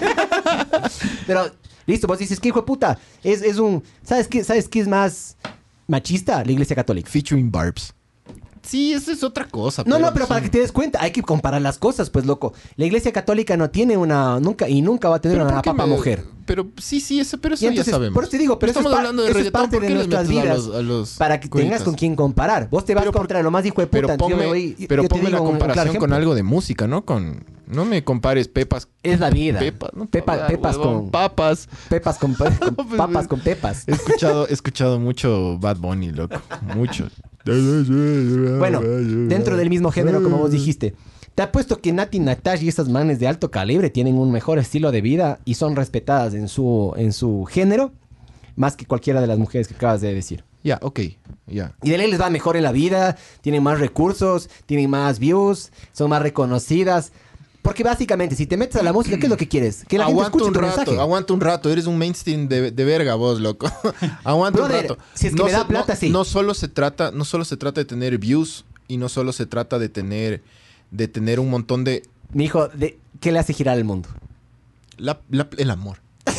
Pero, listo, vos dices que hijo de puta, es, es un... ¿Sabes qué, ¿Sabes qué es más machista? La Iglesia Católica. Featuring Barbs. Sí, eso es otra cosa. No, no, pero son- para que te des cuenta, hay que comparar las cosas, pues, loco. La Iglesia Católica no tiene una... Nunca, y nunca va a tener ¿Pero una por qué papa me- mujer. Pero sí, sí, eso, pero eso Y entonces, ya sabemos. por eso te digo, pero eso estamos es par- hablando de eso es reggaetón, parte ¿por de qué les nuestras metes a vidas los- a los para que cuentas? tengas con quién comparar. Vos te vas Pero por- contra lo más hijo de puta. Pero entonces yo ponme, me voy- yo- pero yo te ponme la digo un- un claro comparación con ejemplo. algo de música, ¿no? Con... No me compares pepas. Es la vida. Pepas, ¿no? Pepa- Ah, pepas huevón, con... Papas. Pepas con, pe- con Pues, papas eh. con pepas. He escuchado, he escuchado mucho Bad Bunny, loco. Mucho. Bueno, dentro del mismo género, como vos dijiste. Te apuesto que Nati Natash y esas manes de alto calibre tienen un mejor estilo de vida y son respetadas en su, en su género más que cualquiera de las mujeres que acabas de decir. Ya, ok. Ya. Y de ley les va mejor en la vida, tienen más recursos, tienen más views, son más reconocidas. Porque básicamente, si te metes a la música, ¿qué es lo que quieres? Que la Aguanta gente escuche un tu rato, mensaje. aguanta un rato. Eres un mainstream de, de verga vos, loco. Aguanta Brother, un rato. si es que me da se- plata, no, sí. No solo se trata, no solo se trata de tener views y no solo se trata de tener, de tener un montón de Mi hijo, de, ¿qué le hace girar el mundo? la- la- el amor.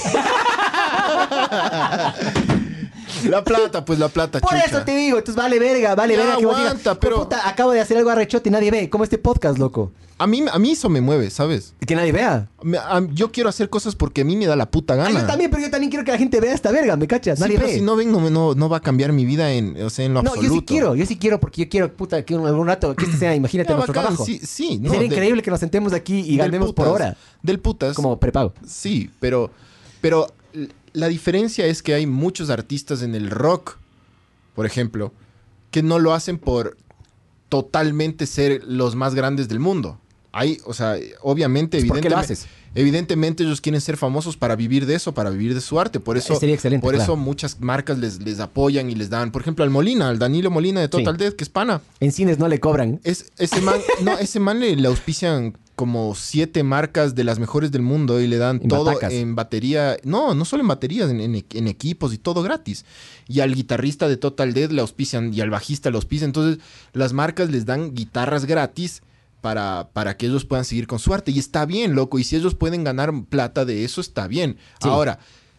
La plata, pues la plata, Por chucha. eso te digo, entonces vale verga, vale Ya, verga que vos digas, aguanta, "Oh, pero- puta, acabo de hacer algo arrechote y nadie ve, como este podcast, loco. A mí, a mí eso me mueve, ¿sabes? Y que nadie vea. Me- a- yo quiero hacer cosas porque a mí me da la puta Ah, gana. yo también, pero yo también quiero que la gente vea esta verga, ¿me cachas? Sí, Nadie pero ve. si no ven, no, me- no, no va a cambiar mi vida en, o sea, en lo No, absoluto. yo sí quiero, yo sí quiero, porque yo quiero, puta, que un- algún rato, que este sea, imagínate, Ya, nuestro bacán, trabajo. Sí, sí. Y no, sería de- increíble que nos sentemos aquí y del ganemos por putas, hora, Del putas. como prepago. Sí, pero, pero l- la diferencia es que hay muchos artistas en el rock, por ejemplo, que no lo hacen por totalmente ser los más grandes del mundo. Hay, o sea, obviamente, Pues, ¿por qué lo evidentemente, haces? evidentemente ellos quieren ser famosos para vivir de eso, para vivir de su arte. Por eso, Sería excelente, por claro. eso muchas marcas les, les apoyan y les dan, por ejemplo, al Molina, al Danilo Molina de Total Sí. Death, que es pana. En cines no le cobran. Es, ese man, no, ese man le, le auspician como siete marcas de las mejores del mundo y le dan En todo batacas. en batería. No, no solo en baterías, en, en- en equipos y todo gratis. Y al guitarrista de Total Death le auspician y al bajista le auspician. Entonces, las marcas les dan guitarras gratis para, para que ellos puedan seguir con su arte. Y está bien, loco. Y si ellos pueden ganar plata de eso, está bien. Sí. Ahora,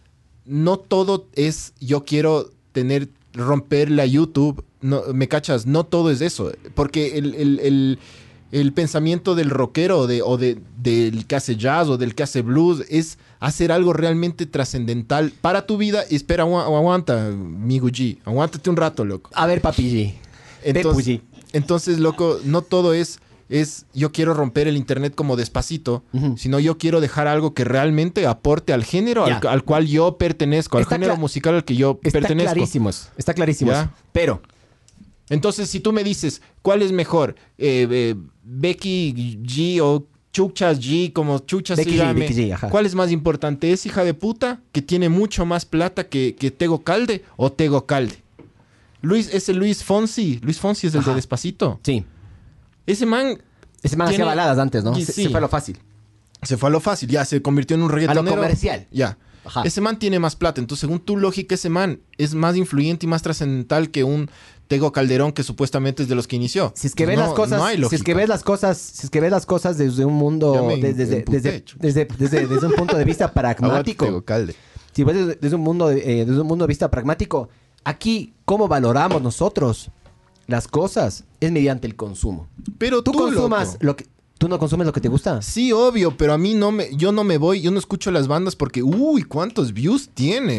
no todo es yo quiero tener, romper la YouTube. No, ¿me cachas? No todo es eso. Porque el, el- el- el pensamiento del rockero o de, o de- del que hace jazz o del que hace blues es hacer algo realmente trascendental para tu vida. Y espera, agua- aguanta, Migu G. Aguántate un rato, loco. A ver, papi G. Entonces, Pepu G. entonces, loco, no todo es, es yo quiero romper el internet como Despacito, Ujú. sino yo quiero dejar algo que realmente aporte al género Ya. al, al cual yo pertenezco, al Está género cla- musical al que yo Está pertenezco. clarísimo, eso, está clarísimo. Ya. eso. Pero, Entonces, si tú me dices, ¿cuál es mejor? Eh, eh, Becky G o Chuchas G, como Chuchas Becky se G, llame. Becky G, ajá. ¿Cuál es más importante? ¿Es hija de puta que tiene mucho más plata que, que Tego Calde o Tego Calde? Luis, ese Luis Fonsi. Luis Fonsi es el Ajá. de Despacito. sí. Ese man Ese man hacía Tiene- baladas antes, ¿no? y Se, sí. se fue a lo fácil. se fue a lo fácil, ya se convirtió en un reggaetonero. comercial. Ya. Ajá. Ese man tiene más plata. Entonces, según tu lógica, ese man es más influyente y más trascendental que un Tego Calderón que supuestamente es de los que inició. Si es que Pues ves no- las cosas, no hay si es que lógica. ves las cosas, si es que ves las cosas desde un Ya mundo, me de- desde, emputé, desde, chucha. desde, desde, desde un punto de vista Aguante, pragmático. Tego Calde. Si ves desde, desde un mundo, de- eh, desde un mundo de vista pragmático, aquí cómo valoramos nosotros las cosas es mediante el consumo. Pero Tú, tú, consumas loco. lo que tú no consumes lo que te gusta. Sí, obvio, pero a mí no me, yo no me voy, yo no escucho las bandas porque, uy, ¿cuántos views tiene?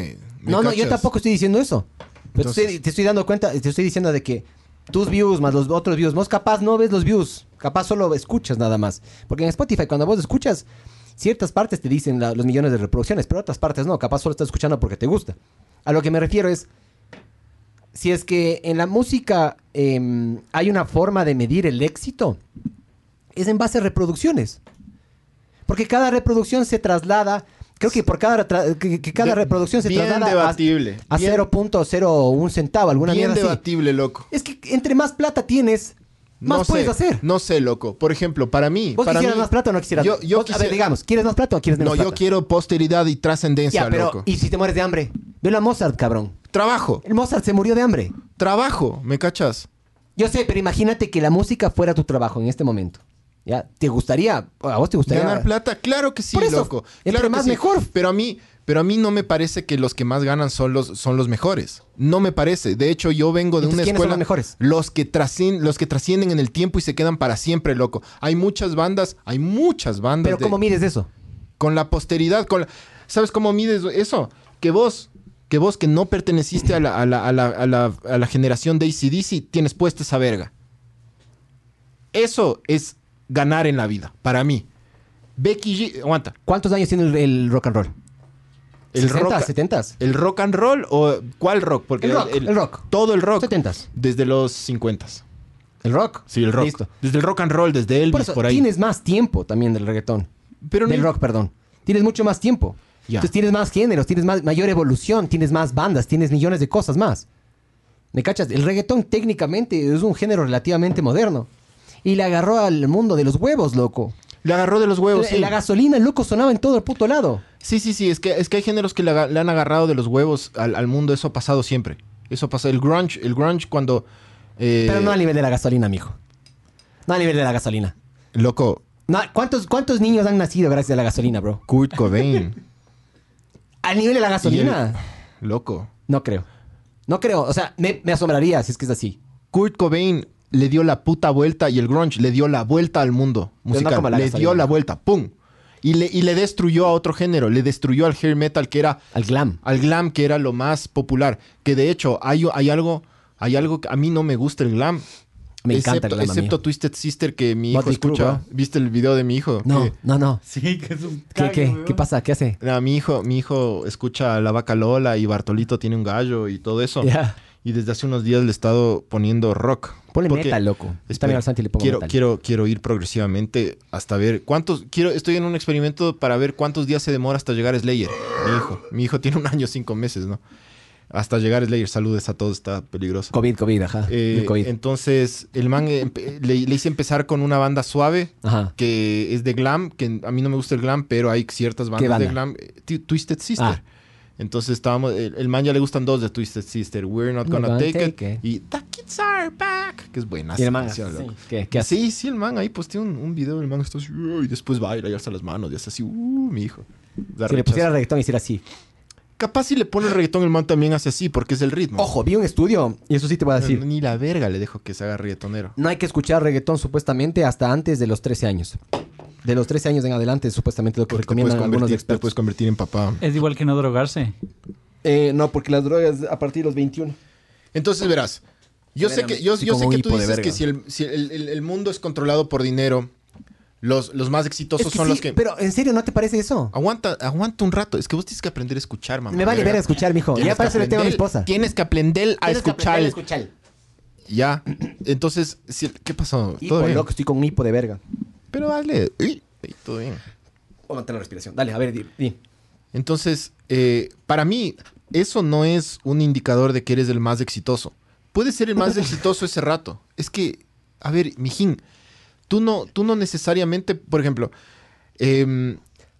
¿Me No, no, yo cachas? tampoco estoy diciendo eso. Pero Entonces- te, estoy, te estoy dando cuenta, te estoy diciendo de que tus views más los otros views, vos capaz no ves los views, capaz solo escuchas nada más. Porque en Spotify cuando vos escuchas, ciertas partes te dicen la- los millones de reproducciones, pero otras partes no, capaz solo estás escuchando porque te gusta. A lo que me refiero es, si es que en la música em, hay una forma de medir el éxito, es en base a reproducciones. Porque cada reproducción se traslada, creo que por cada, retra- que, que cada De- reproducción se bien traslada a- debatible. a Bien- cero punto cero uno centavo, alguna Bien mierda así. debatible, loco. Es que entre más plata tienes, más No puedes sé, hacer. No sé, loco. Por ejemplo, para mí... ¿Vos para quisieras mí- más plata o no quisieras? Yo, yo Vos, A ver, quisiera- digamos, ¿quieres más plata o quieres menos No, plata? yo quiero posteridad y trascendencia, Ya, pero loco. ¿y si te mueres de hambre? Velo a Mozart, cabrón. Trabajo. El Mozart se murió de hambre. Trabajo, ¿me cachas? Yo sé, pero imagínate que la música fuera tu trabajo en este momento. ¿Ya? ¿Te gustaría? ¿A vos te gustaría? ¿Ganar plata? Claro que sí, Por eso, loco. entre Claro que más sí. mejor. Pero a mí, pero a mí no me parece que los que más ganan son los, son los mejores. No me parece. De hecho, yo vengo de Entonces, una ¿quiénes son escuela. los mejores? Los que trascienden, los que trascienden en el tiempo y se quedan para siempre, loco. Hay muchas bandas, hay muchas bandas. Pero de- ¿cómo mides eso? con la posteridad, con la- ¿sabes cómo mides eso? Que vos, que vos que no perteneciste a la, a la, a la, a la, a la generación de A C D C, tienes puesta esa verga. Eso es ganar en la vida, para mí. Becky G, aguanta. ¿Cuántos años tiene el, el rock and roll? El ¿sesenta, rock, setenta? ¿El rock and roll o cuál rock? Porque El rock, el rock. Todo el rock. setenta. Desde los cincuenta. ¿El rock? Sí, el rock. Listo. Desde el rock and roll, desde Elvis, Por eso, por ahí. tienes más tiempo también del reggaetón. Pero no- del rock, perdón. Tienes mucho más tiempo. Ya. Entonces tienes más géneros, tienes más, mayor evolución, tienes más bandas, tienes millones de cosas más. ¿Me cachas? El reggaetón técnicamente es un género relativamente moderno. Y le agarró al mundo de los huevos, loco. Le agarró de los huevos, la, sí. la gasolina, el loco, sonaba en todo el puto lado. Sí, sí, sí, es que, es que hay géneros que le, aga- le han agarrado de los huevos al, al mundo, eso ha pasado siempre. Eso pasa, el grunge, el grunge cuando... eh, Pero no a nivel de la gasolina, mijo. No a nivel de la gasolina. Loco, No, ¿cuántos, ¿Cuántos niños han nacido gracias a la gasolina, bro? Kurt Cobain. ¿Al nivel de la gasolina? Loco. No creo. No creo. O sea, me, me asombraría si es que es así. Kurt Cobain le dio la puta vuelta y el grunge le dio la vuelta al mundo no musical. como la le gasolina. dio la vuelta, ¡pum! Y le, y le destruyó a otro género, le destruyó al hair metal que era... Al glam. Al glam que era lo más popular. Que de hecho hay, hay algo... Hay algo que a mí no me gusta el glam. Me encanta excepto, el glam a mí. Excepto Twisted Sister que mi hijo Motley Crue, escucha. bro. ¿Viste el video de mi hijo? No, Que- no, no. Sí, que es un ¿Qué, cague, qué? weón. ¿Qué pasa? ¿Qué hace? Ah, mi hijo, mi hijo escucha La Vaca Lola y Bartolito tiene un gallo y todo eso. Ya. Y desde hace unos días le he estado poniendo rock. Ponle Porque- metal, loco. Espera, También al Santi le pongo quiero, metal. quiero, quiero ir progresivamente hasta ver cuántos... Quiero, estoy en un experimento para ver cuántos días se demora hasta llegar a Slayer. Mi hijo. Mi hijo tiene un año, cinco meses, ¿no? Hasta llegar a Slayer. Saludes a todos, está peligroso. COVID, COVID, ajá. Eh, El COVID. entonces, el man eh, empe- le, le hice empezar con una banda suave Ajá. que es de glam, que a mí no me gusta el glam, pero hay ciertas bandas banda? de glam. eh, T- Twisted Sister. Ah. Entonces estábamos, el, el man ya le gustan dos de Twisted Sister, We're Not Not Gonna, Gonna take, Take it, It. y The Kids Are Back, que es buena. Y el man, canción, sí. loco. ¿Qué, qué hace? Sí, sí, el man ahí posteó un, un video, el man está así, "Uh", y después baila y alza las manos, y hace así, uh, mi hijo. Da Si le rechazo. pusiera reggaetón y hiciera así. Capaz si le pone el reggaetón, el man también hace así, porque es el ritmo. Ojo, vi un estudio, y eso sí te voy a decir. Ni la verga le dejo que se haga reggaetonero. No hay que escuchar reggaetón supuestamente hasta antes de los trece años. De los trece años en adelante, supuestamente lo que Porque te puedes, recomiendan algunos convertir, te expertos. puedes convertir en papá. Es igual que no drogarse. Eh, no, porque las drogas a partir de los veintiuno. Entonces verás, yo sé que, yo, Estoy yo como sé un que tú hipo de dices verga. que si, el, si el, el- el mundo es controlado por dinero, los, los más exitosos Es que son sí, los que... Pero, ¿en serio no te parece eso? Aguanta, aguanta un rato. Es que vos tienes que aprender a escuchar, mamá. Me vale verga. ver a escuchar, mijo. Tienes Ya que para eso le tengo a mi aprender- esposa. Tienes que aprender a Tienes que escuchar. aprender a escuchar. Ya. Entonces, si- ¿qué pasó? Hipo, Todo bien. loco, estoy con un hipo de verga. Pero dale. Uy, uy, todo bien. Voy a mantener la respiración. Dale, a ver, di. di. Entonces, eh, para mí, eso no es un indicador de que eres el más exitoso. Puedes ser el más exitoso ese rato. Es que, a ver, mijín, tú no, tú no necesariamente, por ejemplo, em,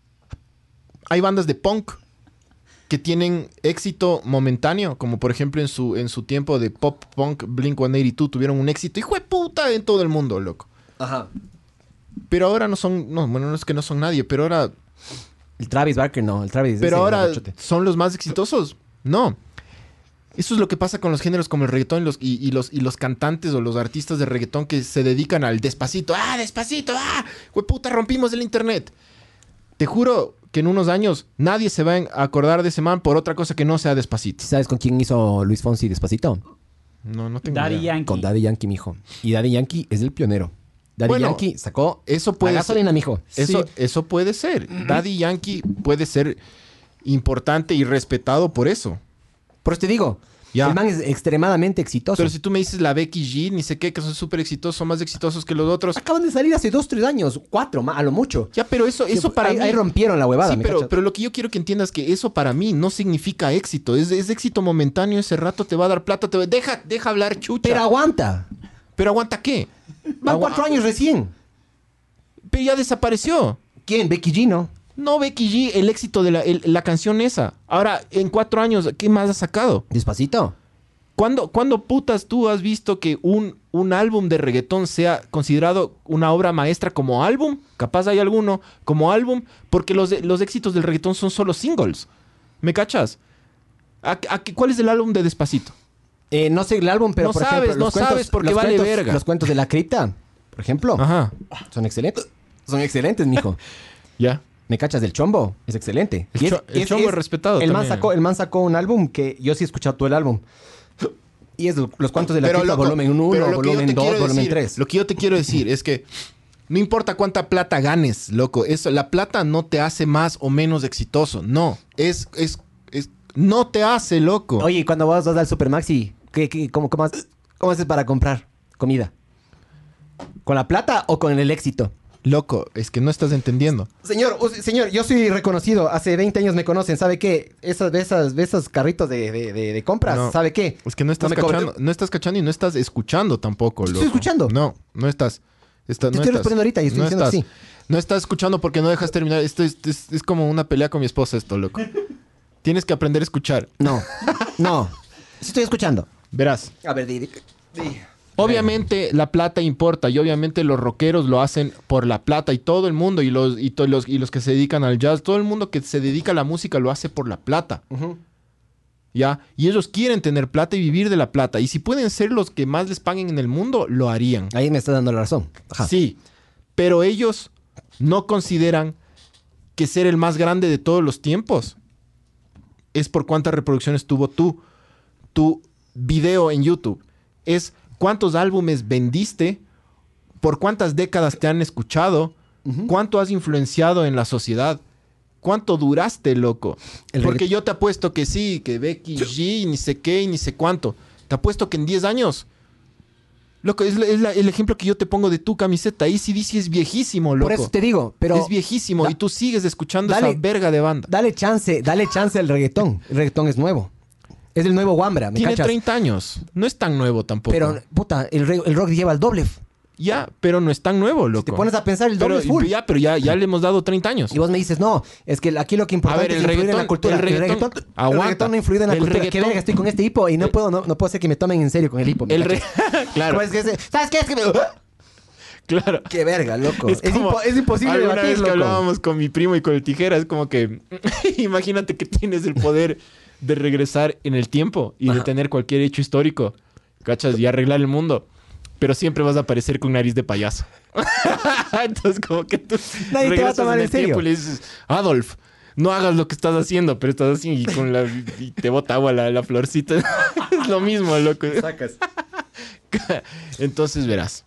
hay bandas de punk que tienen éxito momentáneo, como por ejemplo en su, en su tiempo de pop punk Blink ciento ochenta y dos tuvieron un éxito hijo de puta en todo el mundo, loco. Ajá. Pero ahora no son, no, bueno, no es que no son nadie, pero ahora El Travis Barker no, el Travis. Pero ese ahora borrachote. son los más exitosos. No. Eso es lo que pasa con los géneros como el reggaetón y los, y, y los, y los cantantes o los artistas de reggaetón que se dedican al despacito. ¡Ah, despacito! ¡Ah! ¡Hueputa, rompimos el internet! Te juro que en unos años nadie se va a acordar de ese man por otra cosa que no sea Despacito. ¿Sabes con quién hizo Luis Fonsi Despacito? No, no tengo Daddy idea. Yankee. Con Daddy Yankee, mijo. Y Daddy Yankee es el pionero. Daddy Bueno, Yankee sacó Eso la puede gasolina, ser. mijo. Eso, Sí. eso puede ser. Daddy Yankee puede ser importante y respetado por eso. Por eso te digo, Ya. el man es extremadamente exitoso. Pero si tú me dices la Becky G, ni sé qué, que son súper exitosos, son más exitosos que los otros. Acaban de salir hace dos, tres años, cuatro, ma- a lo mucho. Ya, pero eso, eso para ahí, mí... ahí rompieron la huevada, Sí, ¿me pero, cachas? pero lo que yo quiero que entiendas es que eso para mí no significa éxito. Es, es éxito momentáneo. Ese rato te va a dar plata. Te va... deja, deja hablar, chucha. Pero aguanta. Pero aguanta qué. Van Agua- cuatro años recién. Pero ya desapareció. ¿Quién? Becky G, ¿no? No, Becky G, el éxito de la, el- la canción esa. Ahora, en cuatro años, ¿qué más ha sacado? Despacito. ¿Cuándo, cuándo putas tú has visto que un, un álbum de reggaetón sea considerado una obra maestra como álbum? Capaz hay alguno como álbum, porque los, de- los éxitos del reggaetón son solo singles. ¿Me cachas? ¿A, a qué- ¿Cuál es el álbum de Despacito? Eh, no sé el álbum, pero No por sabes, ejemplo, no los cuentos, sabes porque los vale cuentos- verga. Los cuentos de la cripta, por ejemplo, Ajá, son excelentes. Son excelentes, mijo. ya. ¿Me cachas? Del Chombo. Es excelente. El Y es- Cho- el Chombo es respetado El man, también. sacó, el man sacó un álbum que yo sí he escuchado todo el álbum. Y es Los Cuentos de la Cripta, loco, volumen pero uno, lo que yo volumen te dos, quiero volumen decir- tres. Lo que yo te quiero decir es que no importa cuánta plata ganes, loco. Eso, la plata no te hace más o menos exitoso. No. Es, es, es, no te hace, loco. Oye, y cuando vas, vas al Supermaxi, ¿qué, qué, cómo, cómo, haces, ¿cómo haces para comprar comida? ¿Con la plata o con el éxito? Loco, es que no estás entendiendo. Señor, us- señor, yo soy reconocido. Hace veinte años me conocen. ¿Sabe qué? Esas, esas, esos carritos de, de, de- de compras, No. ¿sabe qué? Es que no estás me cobre- cachando, no estás cachando y no estás escuchando tampoco, Te loco. estoy escuchando. No, no estás. Está- Te no estoy estás. respondiendo ahorita y estoy no diciendo estás. que sí. No estás escuchando porque no dejas terminar. Esto es, es- es como una pelea con mi esposa esto, loco. Tienes que aprender a escuchar. No, no. Sí estoy escuchando. Verás. A ver, di, di- di. Obviamente la plata importa y obviamente los rockeros lo hacen por la plata y todo el mundo y los, y to- los, y los que se dedican al jazz, todo el mundo que se dedica a la música lo hace por la plata. Ujú. ¿Ya? Y ellos quieren tener plata y vivir de la plata. Y si pueden ser los que más les paguen en el mundo, lo harían. Ahí me está dando la razón. Ajá. Sí, pero ellos no consideran que ser el más grande de todos los tiempos es por cuántas reproducciones tuvo tú, tu video en YouTube. Es cuántos álbumes vendiste, por cuántas décadas te han escuchado, cuánto has influenciado en la sociedad. ¿Cuánto duraste, loco? El Porque regga- yo te apuesto que sí, que Becky G, ni sé qué, y ni sé cuánto. Te apuesto que en diez años... Loco, es, la- es la- el ejemplo que yo te pongo de tu camiseta. A C D C es viejísimo, loco. Por eso te digo, pero es viejísimo da- y tú sigues escuchando dale- esa verga de banda. dale chance, dale chance al reggaetón. El reggaetón es nuevo. Es el nuevo Wambra, ¿me Tiene cachas? treinta años. No es tan nuevo tampoco. Pero, puta, el, re- el rock lleva el doble. Ya, pero no es tan nuevo, loco. Te pones a pensar, el doble pero, es full. Ya, pero ya, ya le hemos dado treinta años. Y vos me dices, no, es que aquí lo que importa A ver, es el influir en reggaetón- la cultura. el reggaetón- el aguanta. reggaetón no ha influido en la El cultura. Qué reggaetón- verga, estoy con este hipo y no puedo, no, no puedo hacer que me tomen en serio con el hipo. ¿me El re- cachas? claro, ¿Cómo es que es? ¿Sabes qué? Es que me... claro. Qué verga, loco. Es, como impo- es imposible alguna debatir, vez que loco. hablábamos con mi primo y con el tijera, es como que imagínate que tienes el poder de regresar en el tiempo y Ajá. de tener cualquier hecho histórico, ¿cachas? Y arreglar el mundo. Pero siempre vas a aparecer con nariz de payaso. Entonces, como que tú Nadie te va a regresas tomar en en el serio. tiempo y le dices, Adolf, no hagas lo que estás haciendo, pero estás así y, con la, y te bota agua la, la florcita. Es lo mismo, loco. Sacas. Entonces, verás.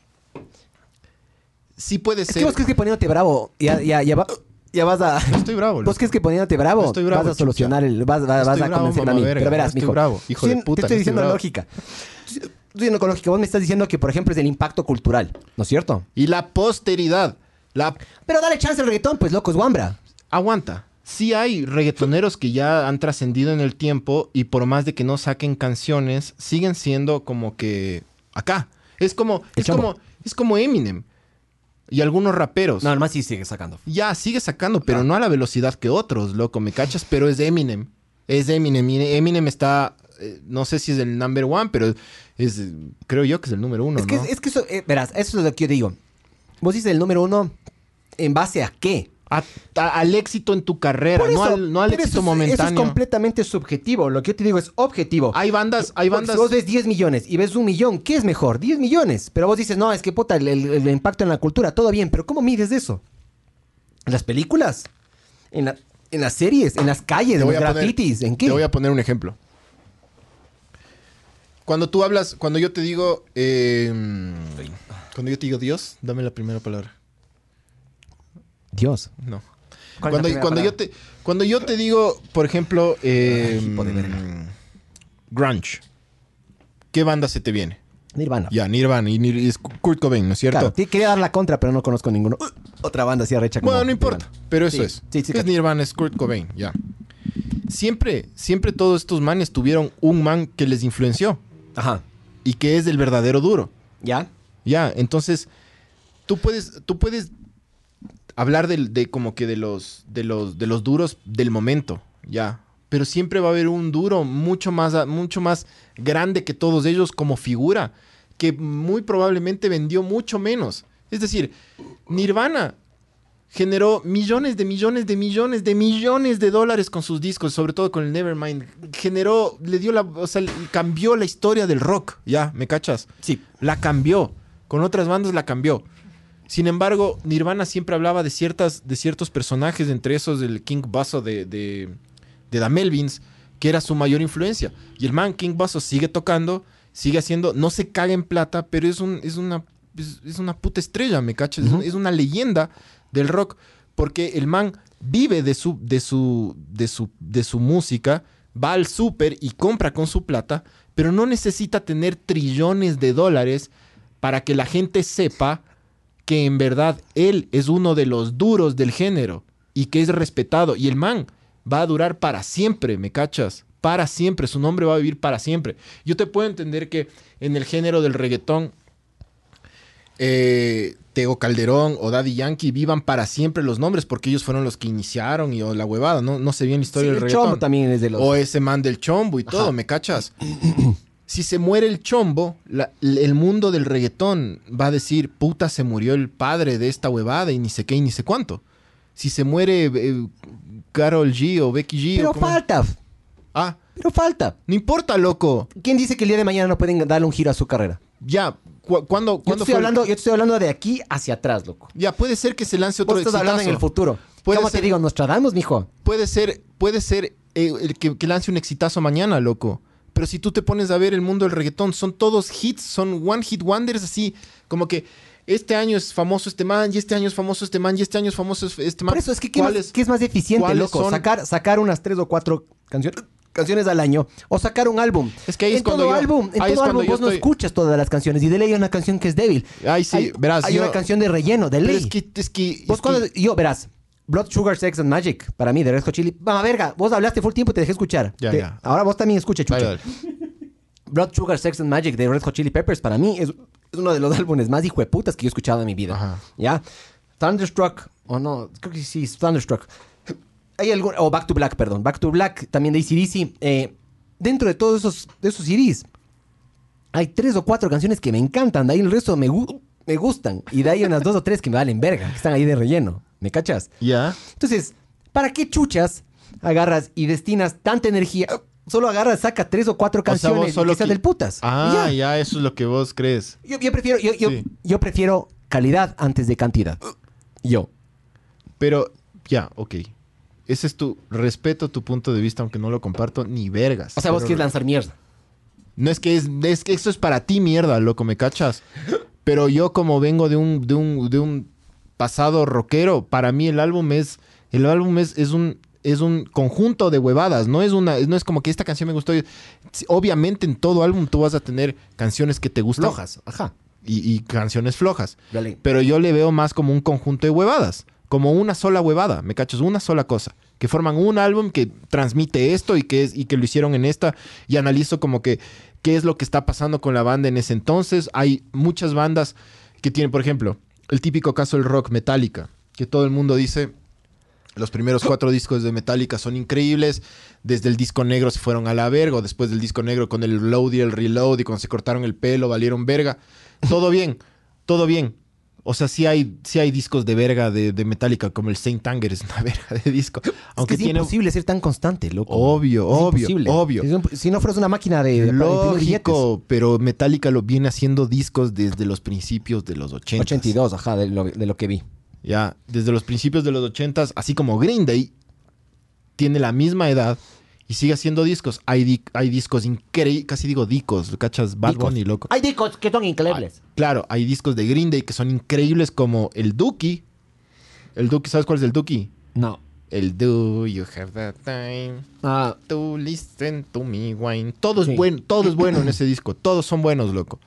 Sí puede Es ser... que vos crees que poniéndote bravo, ya, ya, ya, va- ya vas a... Estoy bravo, loco. ¿Vos crees que poniéndote bravo, Estoy bravo, vas a solucionar el... Vas, vas- vas Estoy a bravo, convencerme a mí? mamá verga. Pero verás, Estoy mijo. bravo, hijo de Sí, puta, Te estoy estoy diciendo bravo. lógica. Estoy diciendo con lógica. Vos me estás diciendo que, por ejemplo, es el impacto cultural, ¿no es cierto? Y la posteridad. La... Pero dale chance al reggaetón, pues, loco, es Wambra. Aguanta. Sí hay reggaetoneros que ya han trascendido en el tiempo y por más de que no saquen canciones, siguen siendo como que acá. Es como, El es Chombo. como, es como Eminem y algunos raperos. No, además sí sigue sacando. Ya, sigue sacando, pero no a la velocidad que otros, loco, ¿me cachas? Pero es Eminem. Es Eminem. Y Eminem está, eh, no sé si es el number one, pero es, eh, creo yo que es el número uno, Es que, ¿no? es que eso, eh, verás, eso es lo que yo digo. Vos dices el número uno, ¿en base a qué? A- a- al éxito en tu carrera, Por no eso, al, no al pero éxito eso es- momentáneo. Eso es completamente subjetivo. Lo que yo te digo es objetivo. Hay bandas, hay Porque bandas... Si vos ves diez millones y ves un millón, ¿qué es mejor? diez millones. Pero vos dices, no, es que puta, el, el- el impacto en la cultura, todo bien. Pero ¿cómo mides eso? ¿En las películas? ¿En, la- En las series, en las calles, Te en voy los a poner- grafitis, ¿en qué? Te voy a poner un ejemplo. Cuando tú hablas, cuando yo te digo, eh, cuando yo te digo Dios, dame la primera palabra. Dios. No. ¿Cuál es la Cuando, primera cuando yo palabra? te, cuando yo te digo, por ejemplo, eh, Ay, hijo de verga. grunge, ¿qué banda se te viene? Nirvana. Ya, Nirvana y Nir- es Kurt Cobain, ¿no es cierto? Claro, te- quería dar la contra, pero no conozco ninguno. Uh, otra banda así arrecha como Bueno, no importa, Nirvana. pero eso Sí, es. sí, sí, ¿Qué es cacho. Nirvana? Es Kurt Cobain, ya. Siempre, siempre todos estos manes tuvieron un man que les influenció Ajá. y que es el verdadero duro. ¿Ya? Ya, entonces tú puedes, tú puedes hablar del- de, como que de los, de los, de los duros del momento, ya. Pero siempre va a haber un duro mucho más, a- mucho más grande que todos ellos como figura, que muy probablemente vendió mucho menos. Es decir, Nirvana generó millones de millones de millones de millones de dólares con sus discos, sobre todo con el Nevermind. Generó, le dio la, o sea, cambió la historia del rock, ya, ¿me cachas? Sí. La cambió. Con otras bandas la cambió. Sin embargo, Nirvana siempre hablaba de, ciertas, de ciertos personajes, entre esos el King Basso de, de, de The Melvins, que era su mayor influencia. Y el man King Basso sigue tocando, sigue haciendo, no se caga en plata, pero es, un, es, una, es, es una puta estrella, ¿me cachas? Es un- Es, una leyenda del rock, porque el man vive de su, de su, de su, de su música, va al súper y compra con su plata, pero no necesita tener trillones de dólares para que la gente sepa que en verdad él es uno de los duros del género y que es respetado. Y el man va a durar para siempre, ¿me cachas? Para siempre, su nombre va a vivir para siempre. Yo te puedo entender que en el género del reggaetón, eh, Tego Calderón o Daddy Yankee vivan para siempre los nombres porque ellos fueron los que iniciaron y o la huevada, no, no sé bien la historia Sí, del el reggaetón. Chombo también es de los... O ese man del chombo y todo, Ajá. ¿me cachas? Si se muere el chombo, la- el mundo del reggaetón va a decir, puta, se murió el padre de esta huevada y ni sé qué y ni sé cuánto. Si se muere eh, Karol G o Becky G... Pero o como- falta, Ah, pero falta. no importa, loco. ¿Quién dice que el día de mañana no pueden darle un giro a su carrera? Ya, cu- ¿cuándo, Yo te, cuándo estoy fue el- hablando, yo te estoy hablando de aquí hacia atrás, loco. Ya, puede ser que se lance otro Vos estás hablando en exitazo. el futuro. Puede ¿Cómo ser- te digo? Nostradamus, mijo. Puede ser, puede ser eh, el que, que lance un exitazo mañana, loco. Pero si tú te pones a ver el mundo del reggaetón, son todos hits, son one hit wonders así, como que este año es famoso este man, y este año es famoso este man, y este año es famoso este man. Por eso es que ¿qué, más, ¿Cuáles- qué es más eficiente, cuáles loco? son? Sacar, sacar unas tres o cuatro canciones, canciones al año o sacar un álbum. Es que ahí es en cuando todo yo- álbum, en ahí es todo cuando álbum yo vos no estoy- escuchas todas las canciones y de ley hay una canción que es débil. Ay, sí, hay, verás, hay yo- una canción de relleno, de Pero ley. es que, es que, Vos es cuando, que- yo, verás, Blood Sugar Sex and Magic, para mí, de Red Hot Chili. Vamos, verga, vos hablaste full tiempo y te dejé escuchar. Ya, Te- ya. Ahora vos también escucha, chucho. Dale, dale. Blood Sugar Sex and Magic de Red Hot Chili Peppers, para mí, es, es uno de los álbumes más hijueputas que yo he escuchado en mi vida. Ajá. ¿Ya? Thunderstruck, o no, creo que sí, es Thunderstruck. Hay algún, o Back to Black, perdón. Back to Black, también de A C D C. Eh, dentro de todos esos, de esos C Ds, hay tres o cuatro canciones que me encantan. De ahí el resto me, gu- me gustan. Y de ahí unas dos o tres que me valen verga, que están ahí de relleno. ¿Me cachas? Ya. Entonces, ¿para qué chuchas agarras y destinas tanta energía? Solo agarras, saca tres o cuatro O sea, canciones vos solo que sean qui- del putas. Ah, Y ya. ya. eso es lo que vos crees. Yo, yo prefiero, yo, yo, Sí. yo prefiero calidad antes de cantidad. Yo. Pero, ya, ok. Ese es tu respeto, tu punto de vista, aunque no lo comparto ni vergas. O sea, vos Pero- quieres lanzar mierda. No es que es, es que eso es para ti mierda, loco, ¿me cachas? Pero yo como vengo de un, de un, de un pasado rockero, para mí el álbum es, el álbum es, es un, es un conjunto de huevadas, no es una, no es como que esta canción me gustó. Sí, obviamente en todo álbum tú vas a tener canciones que te gustan. Flojas. Ajá. Y, y canciones flojas. Dale. Pero yo le veo más como un conjunto de huevadas. Como una sola huevada, ¿me cachas? Una sola cosa. Que forman un álbum que transmite esto y que, es, y que lo hicieron en esta. Y analizo como que qué es lo que está pasando con la banda en ese entonces. Hay muchas bandas que tienen, por ejemplo, el típico caso del rock, Metallica. Que todo el mundo dice, los primeros cuatro discos de Metallica son increíbles. Desde el disco negro se fueron a la verga. O después del disco negro con el load y el reload. Y cuando se cortaron el pelo valieron verga. Todo bien, todo bien. O sea, sí hay, sí hay discos de verga de, de Metallica, como el Saint Anger es una verga de disco. Aunque es que es tiene... imposible ser tan constante, loco. Obvio, Es obvio, imposible. obvio. Si no- Si no fueras una máquina de... de imprimir billetes. Lógico, pero Metallica lo viene haciendo discos desde los principios de los ochenta. ochenta y dos, ajá, de lo, de lo que vi. Ya, desde los principios de los ochentas, así como Green Day, tiene la misma edad y sigue haciendo discos. Hay, di- hay discos increíbles, casi digo dicos, ¿cachas? Bad Dicos. Bunny, loco. Hay discos que son increíbles. Ah, claro, hay discos de Green Day que son increíbles como el Dookie. El Dookie, ¿sabes cuál es el Dookie? No. El Do You Have That Time Ah, to Listen to Me Wine. Todo es Sí. bueno, todo es bueno en ese disco. Todos son buenos, loco.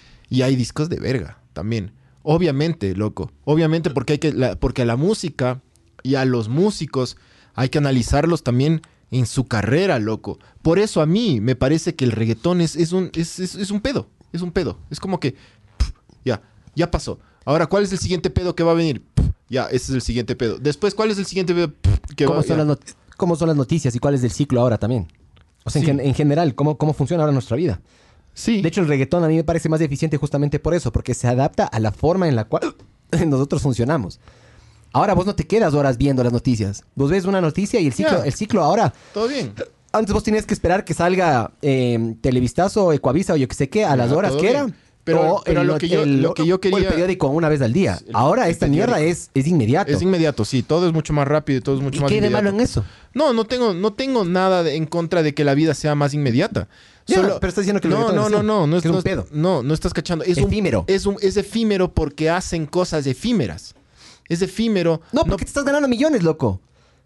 Y hay discos de verga también. Obviamente, loco. Obviamente porque hay que la, porque a la música y a los músicos hay que analizarlos también en su carrera, loco. Por eso a mí me parece que el reggaetón es, es un, es, es- es un pedo. Es un pedo. Es como que pf, ya, ya pasó. Ahora, ¿cuál es el siguiente pedo que va a venir? Pf, ya, ese es el siguiente pedo. Después, ¿cuál es el siguiente pedo? Pf, que ¿cómo, va- son ya. las not- ¿Cómo son las noticias y cuál es el ciclo ahora también? O sea, en Sí. gen- en, general, ¿cómo, ¿cómo funciona ahora nuestra vida? Sí. De hecho, el reggaetón a mí me parece más eficiente justamente por eso, porque se adapta a la forma en la cual nosotros funcionamos. Ahora vos no te quedas horas viendo las noticias. Vos ves una noticia y el ciclo, Ya. el ciclo ahora... todo bien. Antes vos tenías que esperar que salga eh, Televistazo, Ecuavisa o yo que sé qué, a las Ya, horas todo que bien. era. Pero- o pero el lo not- que yo- el- lo que yo o el quería- periódico una vez al día. El- Ahora el esta mierda periódico. es, es inmediato. Es inmediato, sí. Todo es mucho más rápido y todo es mucho ¿Y más qué hay de inmediato. malo en eso? No, no tengo, no tengo nada de- en contra de que la vida sea más inmediata. Ya, pero estás diciendo que el no, reggaetón no, es no, así, no, no, que es un no, pedo. no, no estás cachando. Es Efímero. Un, es, un, es efímero porque hacen cosas efímeras. Es efímero. No, porque te estás ganando millones, loco.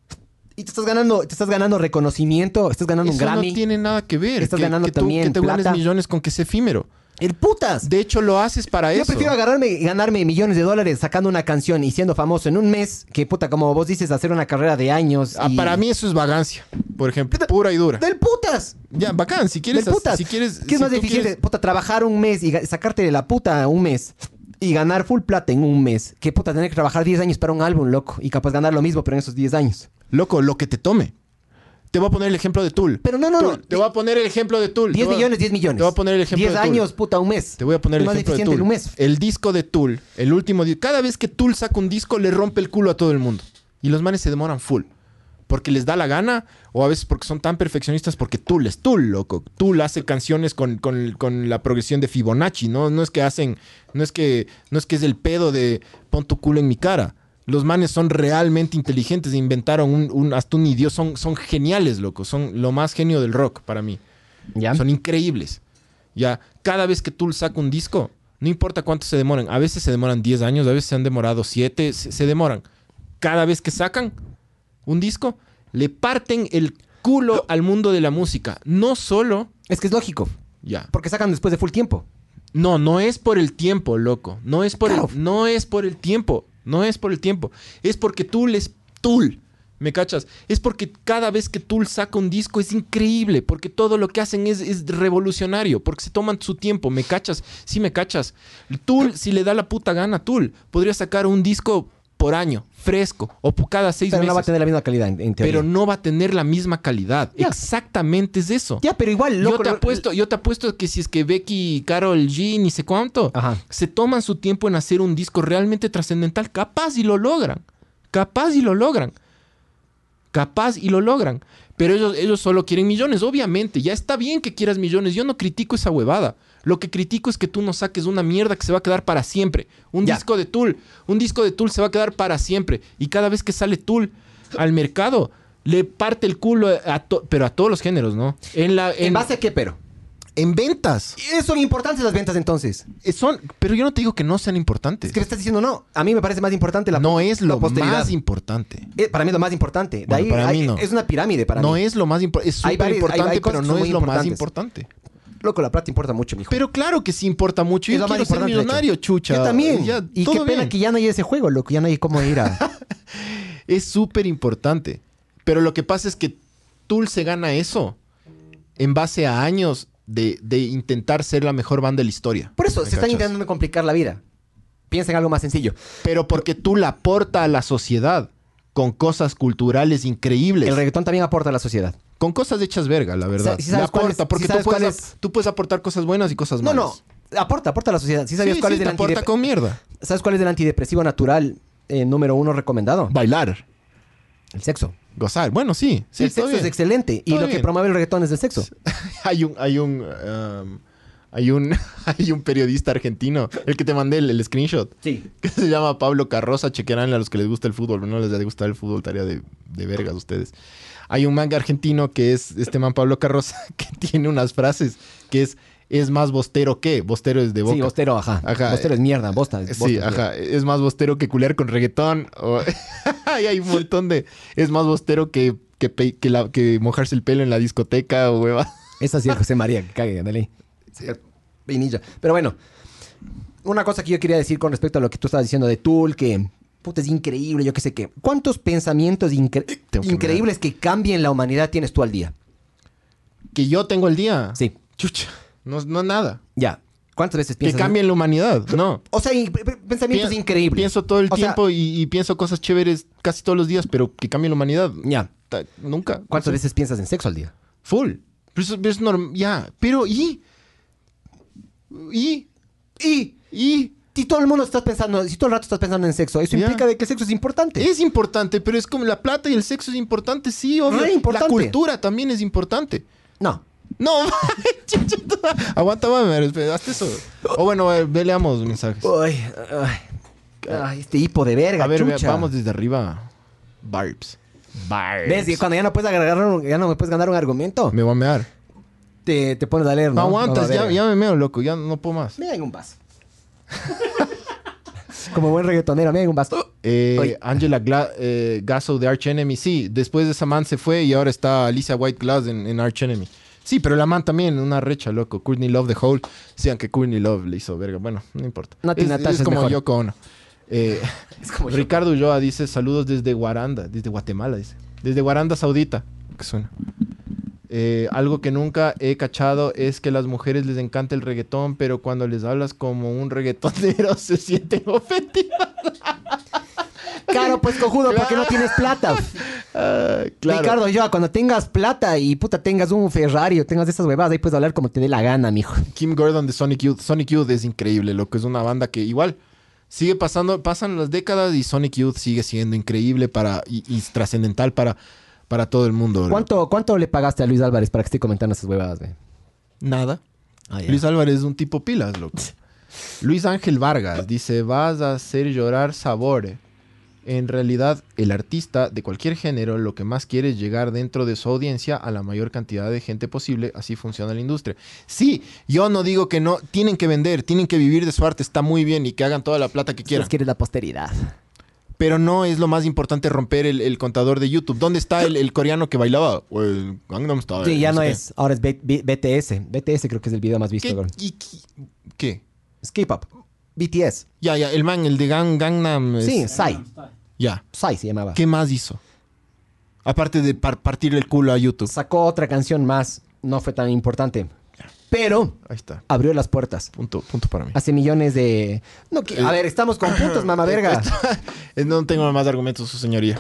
Y te estás ganando, te estás ganando reconocimiento, estás ganando un eso Grammy. no tiene nada que ver. Estás que, ganando que tú- también que te ganes plata. millones con que es efímero. ¡El putas! De hecho, lo haces para Yo eso. prefiero agarrarme y ganarme millones de dólares sacando una canción y siendo famoso en un mes que, puta, como vos dices, hacer una carrera de años. Ah, y- para mí eso es vagancia, por ejemplo. Pura y dura. ¡Del putas! Ya, bacán. Si quieres, Del putas. si quieres, ¿Qué es si más tú difícil? quieres- de, puta, trabajar un mes y ga- sacarte de la puta un mes y ganar full plata en un mes. Que puta, tener que trabajar diez años para un álbum, loco. Y capaz ganar lo mismo, pero en esos diez años. Loco, lo que te tome. Te voy a poner el ejemplo de Tool. Pero no, no, Tool, no. Te voy a poner el ejemplo de Tool. diez Te voy a- millones, diez millones. Te voy a poner el ejemplo diez de Tool. años, puta, un mes. Te voy a poner el Es más ejemplo de eficiente Tool. en un mes. El disco de Tool, el último disco. Cada vez que Tool saca un disco, le rompe el culo a todo el mundo. Y los manes se demoran full. Porque les da la gana, o a veces porque son tan perfeccionistas, porque Tool es Tool, loco. Tool hace canciones con, con- con la progresión de Fibonacci, ¿no? No es que hacen, no es que, no es que es el pedo de pon tu culo en mi cara. Los manes son realmente inteligentes, inventaron un, un- hasta un idioma, son, son geniales, loco. Son lo más genio del rock para mí. ¿Ya? Son increíbles. Ya, cada vez que Tool saca un disco, no importa cuánto se demoran, a veces se demoran diez años, a veces se han demorado siete, se, se demoran. Cada vez que sacan un disco, le parten el culo al mundo de la música. No solo, Es que es lógico. ya. Porque sacan después de full tiempo. No, no es por el tiempo, loco. No es por Claro. el, no es por el tiempo. No es por el tiempo. Es porque Tool es Tool. ¿Me cachas? Es porque cada vez que Tool saca un disco es increíble. Porque todo lo que hacen es, es revolucionario. Porque se toman su tiempo. ¿Me cachas? Sí, me cachas. Tool, si le da la puta gana a Tool, podría sacar un disco por año, fresco. O por cada seis Pero meses. no va a tener la misma calidad, en, en teoría. Pero no va a tener la misma calidad. Ya. Exactamente es eso. Ya, pero igual, loco. Yo te lo- apuesto, yo te apuesto que si es que Becky, Karol G, ni sé cuánto, Ajá. se toman su tiempo en hacer un disco realmente trascendental, capaz y lo logran. Capaz y lo logran. Capaz y lo logran. Pero ellos, ellos solo quieren millones, obviamente. Ya está bien que quieras millones. Yo no critico esa huevada. Lo que critico es que tú no saques una mierda que se va a quedar para siempre. Un Ya. disco de Tool. Un disco de Tool se va a quedar para siempre. Y cada vez que sale Tool al mercado, le parte el culo a to- pero a todos los géneros, ¿no? En la ¿En en, base a qué, pero? en ventas. Eh, Son importantes las ventas entonces. Eh, Son, pero yo no te digo que no sean importantes. Es que me estás diciendo no. A mí me parece más importante la no es la lo posteridad. más importante. Eh, para mí es lo más importante. De Bueno, ahí para hay- mí no. Es una pirámide para no mí. es lo más importante. Es Hay súper varias- hay- importante, hay cosas pero que no son es muy lo más importantes. importante. Loco, la plata importa mucho, mijo. Pero claro que sí importa mucho. Es Yo lo más quiero ser importante, de millonario, hecho. chucha. Yo también. Ya, y todo qué pena bien. que ya no hay ese juego, loco. Ya no hay cómo ir a... Es súper importante. Pero lo que pasa es que Tool se gana eso en base a años de, de intentar ser la mejor banda de la historia. Por eso, ¿Me se están cachas? intentando complicar la vida. Piensa en algo más sencillo. Pero porque Tool aporta a la sociedad con cosas culturales increíbles. El reggaetón también aporta a la sociedad. Con cosas hechas verga, la verdad. ¿Sí sabes Le cuál aporta, es- porque sí tú, sabes puedes, cuál ap- es? tú puedes aportar cosas buenas y cosas No, malas. no. Aporta, aporta a la sociedad. ¿Sí sabías Sí, cuál sí, es te el aporta antidep- con mierda. ¿Sabes cuál es el antidepresivo natural eh, número uno recomendado? Bailar, El sexo. gozar. Bueno, sí. sí el todo sexo es bien. excelente. Y Todo lo que bien. promueve el reggaetón es el sexo. hay un, hay un, um, hay un, hay un periodista argentino, el que te mandé el, el screenshot, Sí. que se llama Pablo Carroza. Chequearán a los que les gusta el fútbol, pero no les gusta el fútbol, tarea de, de vergas ustedes. Hay un manga argentino que es este man Pablo Carroza que tiene unas frases que es es más bostero que, bostero es de boca. Sí, bostero, ajá. Ajá. Bostero es mierda, bosta. Es bosta Sí, es ajá. mierda. Es más bostero que culiar con reggaetón. O... y hay un montón de... Es más bostero que, que, pe... que, la... que mojarse el pelo en la discoteca o hueva. Esa sí es José María, que cague, dale. Pinilla. Pero bueno, una cosa que yo quería decir con respecto a lo que tú estabas diciendo de Tool, que puta es increíble, yo qué sé qué. ¿Cuántos pensamientos incre... Tengo que increíbles que cambien la humanidad tienes tú al día? Que yo tengo el día. Sí. Chucha. No, no nada. Ya. ¿Cuántas veces Que piensas? cambien la humanidad. No. O sea, y- p- pensamientos Pien- increíbles. Pienso todo el O sea, tiempo y, y pienso cosas chéveres casi todos los días, pero que cambien la humanidad. Ya. Ta- Nunca. ¿Cuántas No sé. veces piensas en sexo al día? Full. Pero eso, pero es normal. Ya. Pero ¿y? ¿Y? Y, ¿Y? si todo el mundo estás pensando, si todo el rato estás pensando en sexo, eso Ya. implica de que el sexo es importante. Es importante, pero es como la plata y el sexo es importante, sí, obvio. Re importante. La cultura también es importante. No. No, chucha, aguanta, mami, espera, hazte eso. O bueno, a ver, ve, leamos mensajes. Ay, ay, ay, este hipo de verga, A ver, ve, chucha. vamos desde arriba. Barbs. Barbs. ¿Ves? Y cuando ya no puedes agarrar un- ya no me puedes ganar un argumento, Me voy a mear. te, te pones a leer, ¿no? No aguantas, No, a ya, ver. ya me meo, loco, ya no puedo más. Me en un vaso. Como buen reggaetonero, me en un vaso. Eh, Oye. Angela Gla eh, Gasso de Arch Enemy, sí. Después de esa man se fue y ahora está Alicia White Glass en, en Arch Enemy. Sí, pero la man también, una recha, loco. Courtney Love, The Hole. Sí, aunque Courtney Love le hizo verga. Bueno, no importa. Nati es, Natasha es es como mejor. Yoko Ono. Eh, Es como yo. Ricardo Ulloa dice, saludos desde Guaranda. Desde Guatemala, dice. Desde Guaranda Saudita. ¿Qué suena? Eh, algo que nunca he cachado es que a las mujeres les encanta el reggaetón, pero cuando les hablas como un reggaetonero se sienten ofendidas. Claro, pues cojudo, porque no tienes plata. Ah, claro. Ricardo, yo, cuando tengas plata y puta tengas un Ferrari o tengas esas huevadas, ahí puedes hablar como te dé la gana, mijo. Kim Gordon de Sonic Youth. Sonic Youth es increíble, lo que es una banda que igual sigue pasando, pasan las décadas y Sonic Youth sigue siendo increíble para y, y trascendental para, para todo el mundo. ¿Cuánto, ¿Cuánto le pagaste a Luis Álvarez para que esté comentando esas huevadas, güey? Nada. Ah, ya. Luis Álvarez es un tipo pilas, loco. Luis Ángel Vargas dice, vas a hacer llorar sabor. En realidad, el artista de cualquier género lo que más quiere es llegar dentro de su audiencia a la mayor cantidad de gente posible. Así funciona la industria. Sí, yo no digo que no. Tienen que vender, tienen que vivir de su arte. Está muy bien y que hagan toda la plata que quieran. Quieres quieres la posteridad. Pero no es lo más importante romper el, el contador de YouTube. ¿Dónde está el, el coreano que bailaba? O el Gangnam Style. Sí, ya no sé qué. es. Ahora es B- B- BTS. B T S creo que es el video más visto. ¿Qué? ahora. ¿Y qué? ¿Qué? Es K-pop. B T S. Ya, ya, el man, el de Gang, Gangnam. es- Sí, Psy. Ya. Psy se llamaba. ¿Qué más hizo? Aparte de par- partir el culo a YouTube. Sacó otra canción más. No fue tan importante. Pero Ahí está. abrió las puertas. Punto, punto para mí. Hace millones de... No, que- a ver, estamos con puntos, mamá verga. Eh, No tengo más argumentos, su señoría.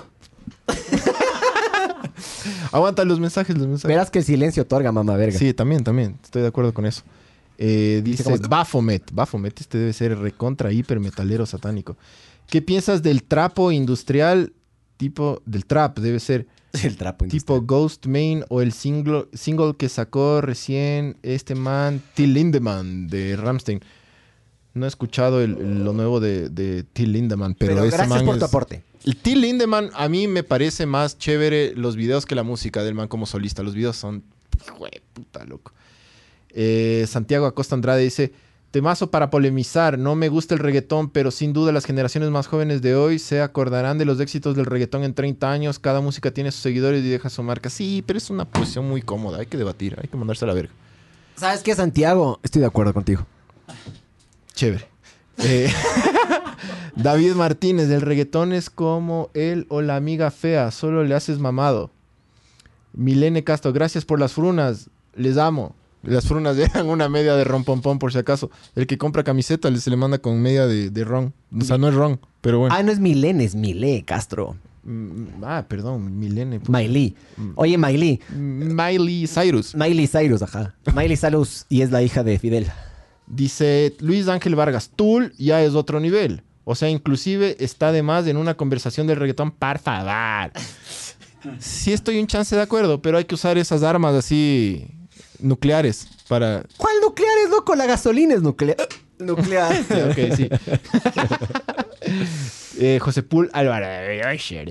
Aguanta los mensajes, los mensajes. Verás que el silencio otorga, mamá verga. Sí, también, también. Estoy de acuerdo con eso. Eh, dice cómo es? Baphomet. Baphomet, este debe ser recontra hiper metalero satánico. ¿Qué piensas del trapo industrial tipo del trap? Debe ser El trapo. tipo Ghost Main o el single, single que sacó recién este man, Till Lindemann de Rammstein. No he escuchado el- el- lo nuevo de, de Till Lindemann, pero, Pero ese gracias man por es- tu aporte. El Till Lindemann a mí me parece más chévere los videos que la música del man como solista. Los videos son... Jue puta, loco. Eh, Santiago Acosta Andrade dice... Temazo para polemizar. No me gusta el reggaetón, pero sin duda las generaciones más jóvenes de hoy se acordarán de los éxitos del reggaetón en treinta años. Cada música tiene sus seguidores y deja su marca. Sí, pero es una posición muy cómoda. Hay que debatir. Hay que mandarse a la verga. ¿Sabes qué, Santiago? Estoy de acuerdo contigo. Chévere. Eh, David Martínez, el reggaetón es como él o la amiga fea, solo le haces mamado. Milene Castro, gracias por las frunas, les amo. Las frunas eran una media de ron pom pom por si acaso. El que compra camiseta le- se le manda con media de, de ron. O sea, no es ron, pero bueno. Ah, no es Milene, es Milé, Castro. Mm, Ah, perdón, Milene. puta. Miley. Oye, Miley. Mm, Miley Cyrus. Miley Cyrus, ajá. Miley Cyrus y es la hija de Fidel. Dice Luis Ángel Vargas, Tool ya es otro nivel. O sea, inclusive está de más en una conversación del reggaetón, por favor. Sí estoy un chance de acuerdo, pero hay que usar esas armas así nucleares para... ¿Cuál nuclear es, loco? La gasolina es nuclear. Nuclear. Ok, sí. eh, José Pul Álvarez.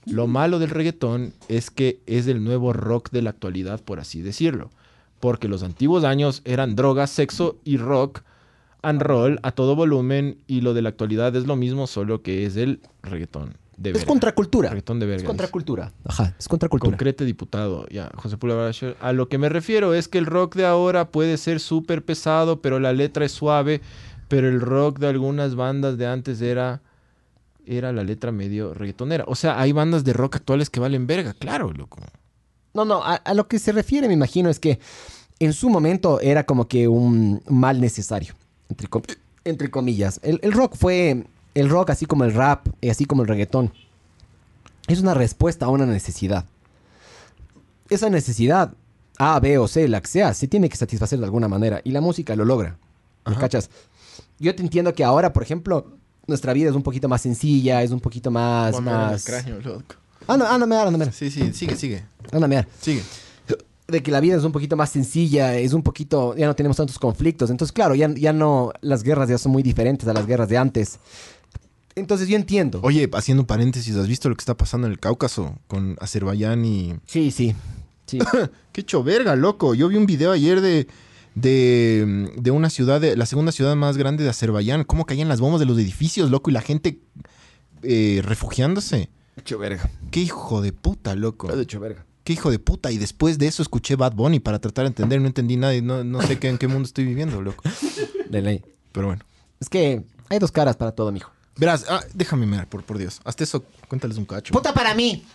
Lo malo del reggaetón es que es el nuevo rock de la actualidad, por así decirlo. Porque los antiguos años eran drogas, sexo y rock and roll a todo volumen, y lo de la actualidad es lo mismo, solo que es el reggaetón de Es verga. contracultura. Reggaetón de verga. Es contracultura. Ajá, es contracultura. Concrete, diputado. Ya, José Pula Baracher. A lo que me refiero es que el rock de ahora puede ser súper pesado, pero la letra es suave. Pero el rock de algunas bandas de antes era, era la letra medio reggaetonera. O sea, hay bandas de rock actuales que valen verga, claro, loco. No, no, a, a lo que se refiere, me imagino, es que en su momento era como que un mal necesario, entre, com- entre comillas. El, el rock fue, el rock así como el rap, y así como el reggaetón, es una respuesta a una necesidad. Esa necesidad, A, B o C, la que sea, se tiene que satisfacer de alguna manera, y la música lo logra. ¿Me Ajá. cachas? Yo te entiendo que ahora, por ejemplo, nuestra vida es un poquito más sencilla, es un poquito más... Voy a mear en el más... cráneo, loco. Anda, anda, anda, anda, Sí, sí, sigue, sigue. anda, anda. Sigue. De que la vida es un poquito más sencilla, es un poquito, ya no tenemos tantos conflictos. Entonces, claro, ya, ya no, las guerras ya son muy diferentes a las guerras de antes. Entonces, yo entiendo. Oye, haciendo un paréntesis, ¿has visto lo que está pasando en el Cáucaso con Azerbaiyán y... Sí, sí, sí. Qué hecho verga, loco. Yo vi un video ayer de, de, de una ciudad, de, la segunda ciudad más grande de Azerbaiyán. Cómo caían las bombas de los edificios, loco, y la gente eh, refugiándose. Hecho verga. Qué hijo de puta, loco. Hecho verga. Qué hijo de puta. Y después de eso escuché Bad Bunny para tratar de entender. No entendí nada y no, no sé qué, en qué mundo estoy viviendo, loco. De ley. Pero bueno. Es que hay dos caras para todo, mijo. Verás, ah, déjame mirar, por, por Dios. Hasta eso, cuéntales un cacho. ¡Puta para mí!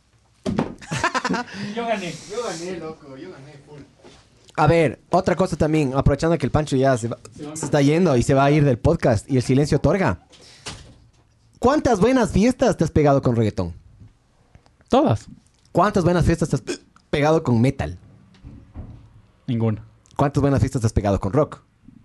Yo gané. Yo gané, loco. Yo gané full. A ver, otra cosa también, aprovechando que el Pancho ya se, va- se está yendo y se va a ir del podcast y el silencio otorga. ¿Cuántas buenas fiestas te has pegado con reggaetón? Todas. ¿Cuántas buenas fiestas te has pe- pegado con metal? Ninguna. ¿Cuántas buenas fiestas te has pegado con rock?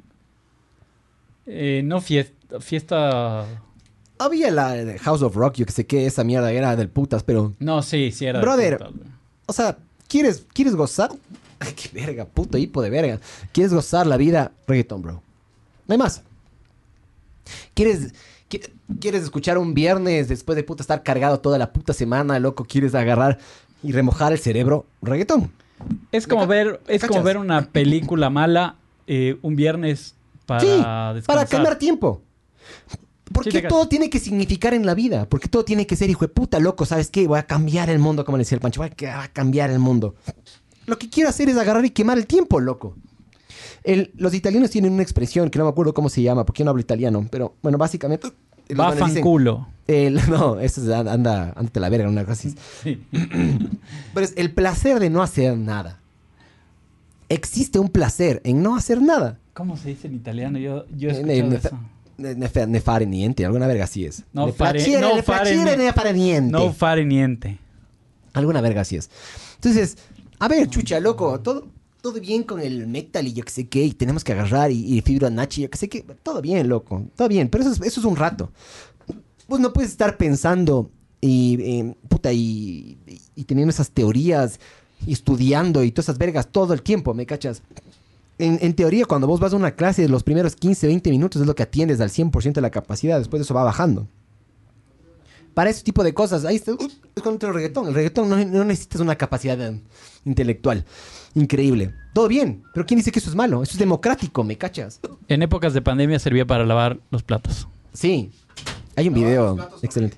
Eh, no fiesta. Fiesta. Había la de House of Rock, yo que sé qué, esa mierda era del putas, pero... No, sí, sí era. de Brother. putas, güey. O sea, ¿quieres, ¿quieres gozar? Ay, qué verga, puto hipo de verga. ¿Quieres gozar la vida? Reggaeton, bro. No hay más. ¿Quieres, qui- ¿Quieres escuchar un viernes después de puta estar cargado toda la puta semana, loco? ¿Quieres agarrar y remojar el cerebro? Reggaetón. Es como Me ca- ver, es como ¿cachas? ver una película mala eh, un viernes para Sí, descansar. para quemar tiempo. ¿Por Sí, qué te todo cacho. tiene que significar en la vida? ¿Por qué todo tiene que ser hijo de puta, loco? ¿Sabes qué? Voy a cambiar el mundo, como le decía el Pancho. Voy a ca- a cambiar el mundo. Lo que quiero hacer es agarrar y quemar el tiempo, loco. El- los italianos tienen una expresión que no me acuerdo cómo se llama, porque yo no hablo italiano. Pero, bueno, básicamente... los Va manes dicen, fanculo. el- no, eso es anda, anda, ándate la verga, una cosa así. Sí. Pero es el placer de no hacer nada. Existe un placer en no hacer nada. ¿Cómo se dice en italiano? Yo, yo he Ne- escuchado ne- eso. Ne, ne, fa- ne fare niente, alguna verga así es. No ne fare- piacere, no ne fare piacere, ni- ne fare niente. No fare niente. Alguna verga así es. Entonces, a ver, chucha, loco, todo, todo bien con el metal y yo que sé qué, y tenemos que agarrar y, y Fibonacci, yo que sé qué, todo bien, loco, todo bien, pero eso es, eso es un rato. Pues no puedes estar pensando y, eh, puta, y, y, y teniendo esas teorías y estudiando y todas esas vergas todo el tiempo, ¿me cachas? En, en teoría, cuando vos vas a una clase, los primeros quince, veinte minutos es lo que atiendes al cien por ciento de la capacidad. Después de eso va bajando. Para ese tipo de cosas, ahí está, uh, es cuando entra el reggaetón. El reggaetón no, no necesitas una capacidad eh, intelectual increíble. Todo bien, pero ¿quién dice que eso es malo? Eso es democrático, ¿me cachas? En épocas de pandemia servía para lavar los platos. Sí. Hay un video excelente.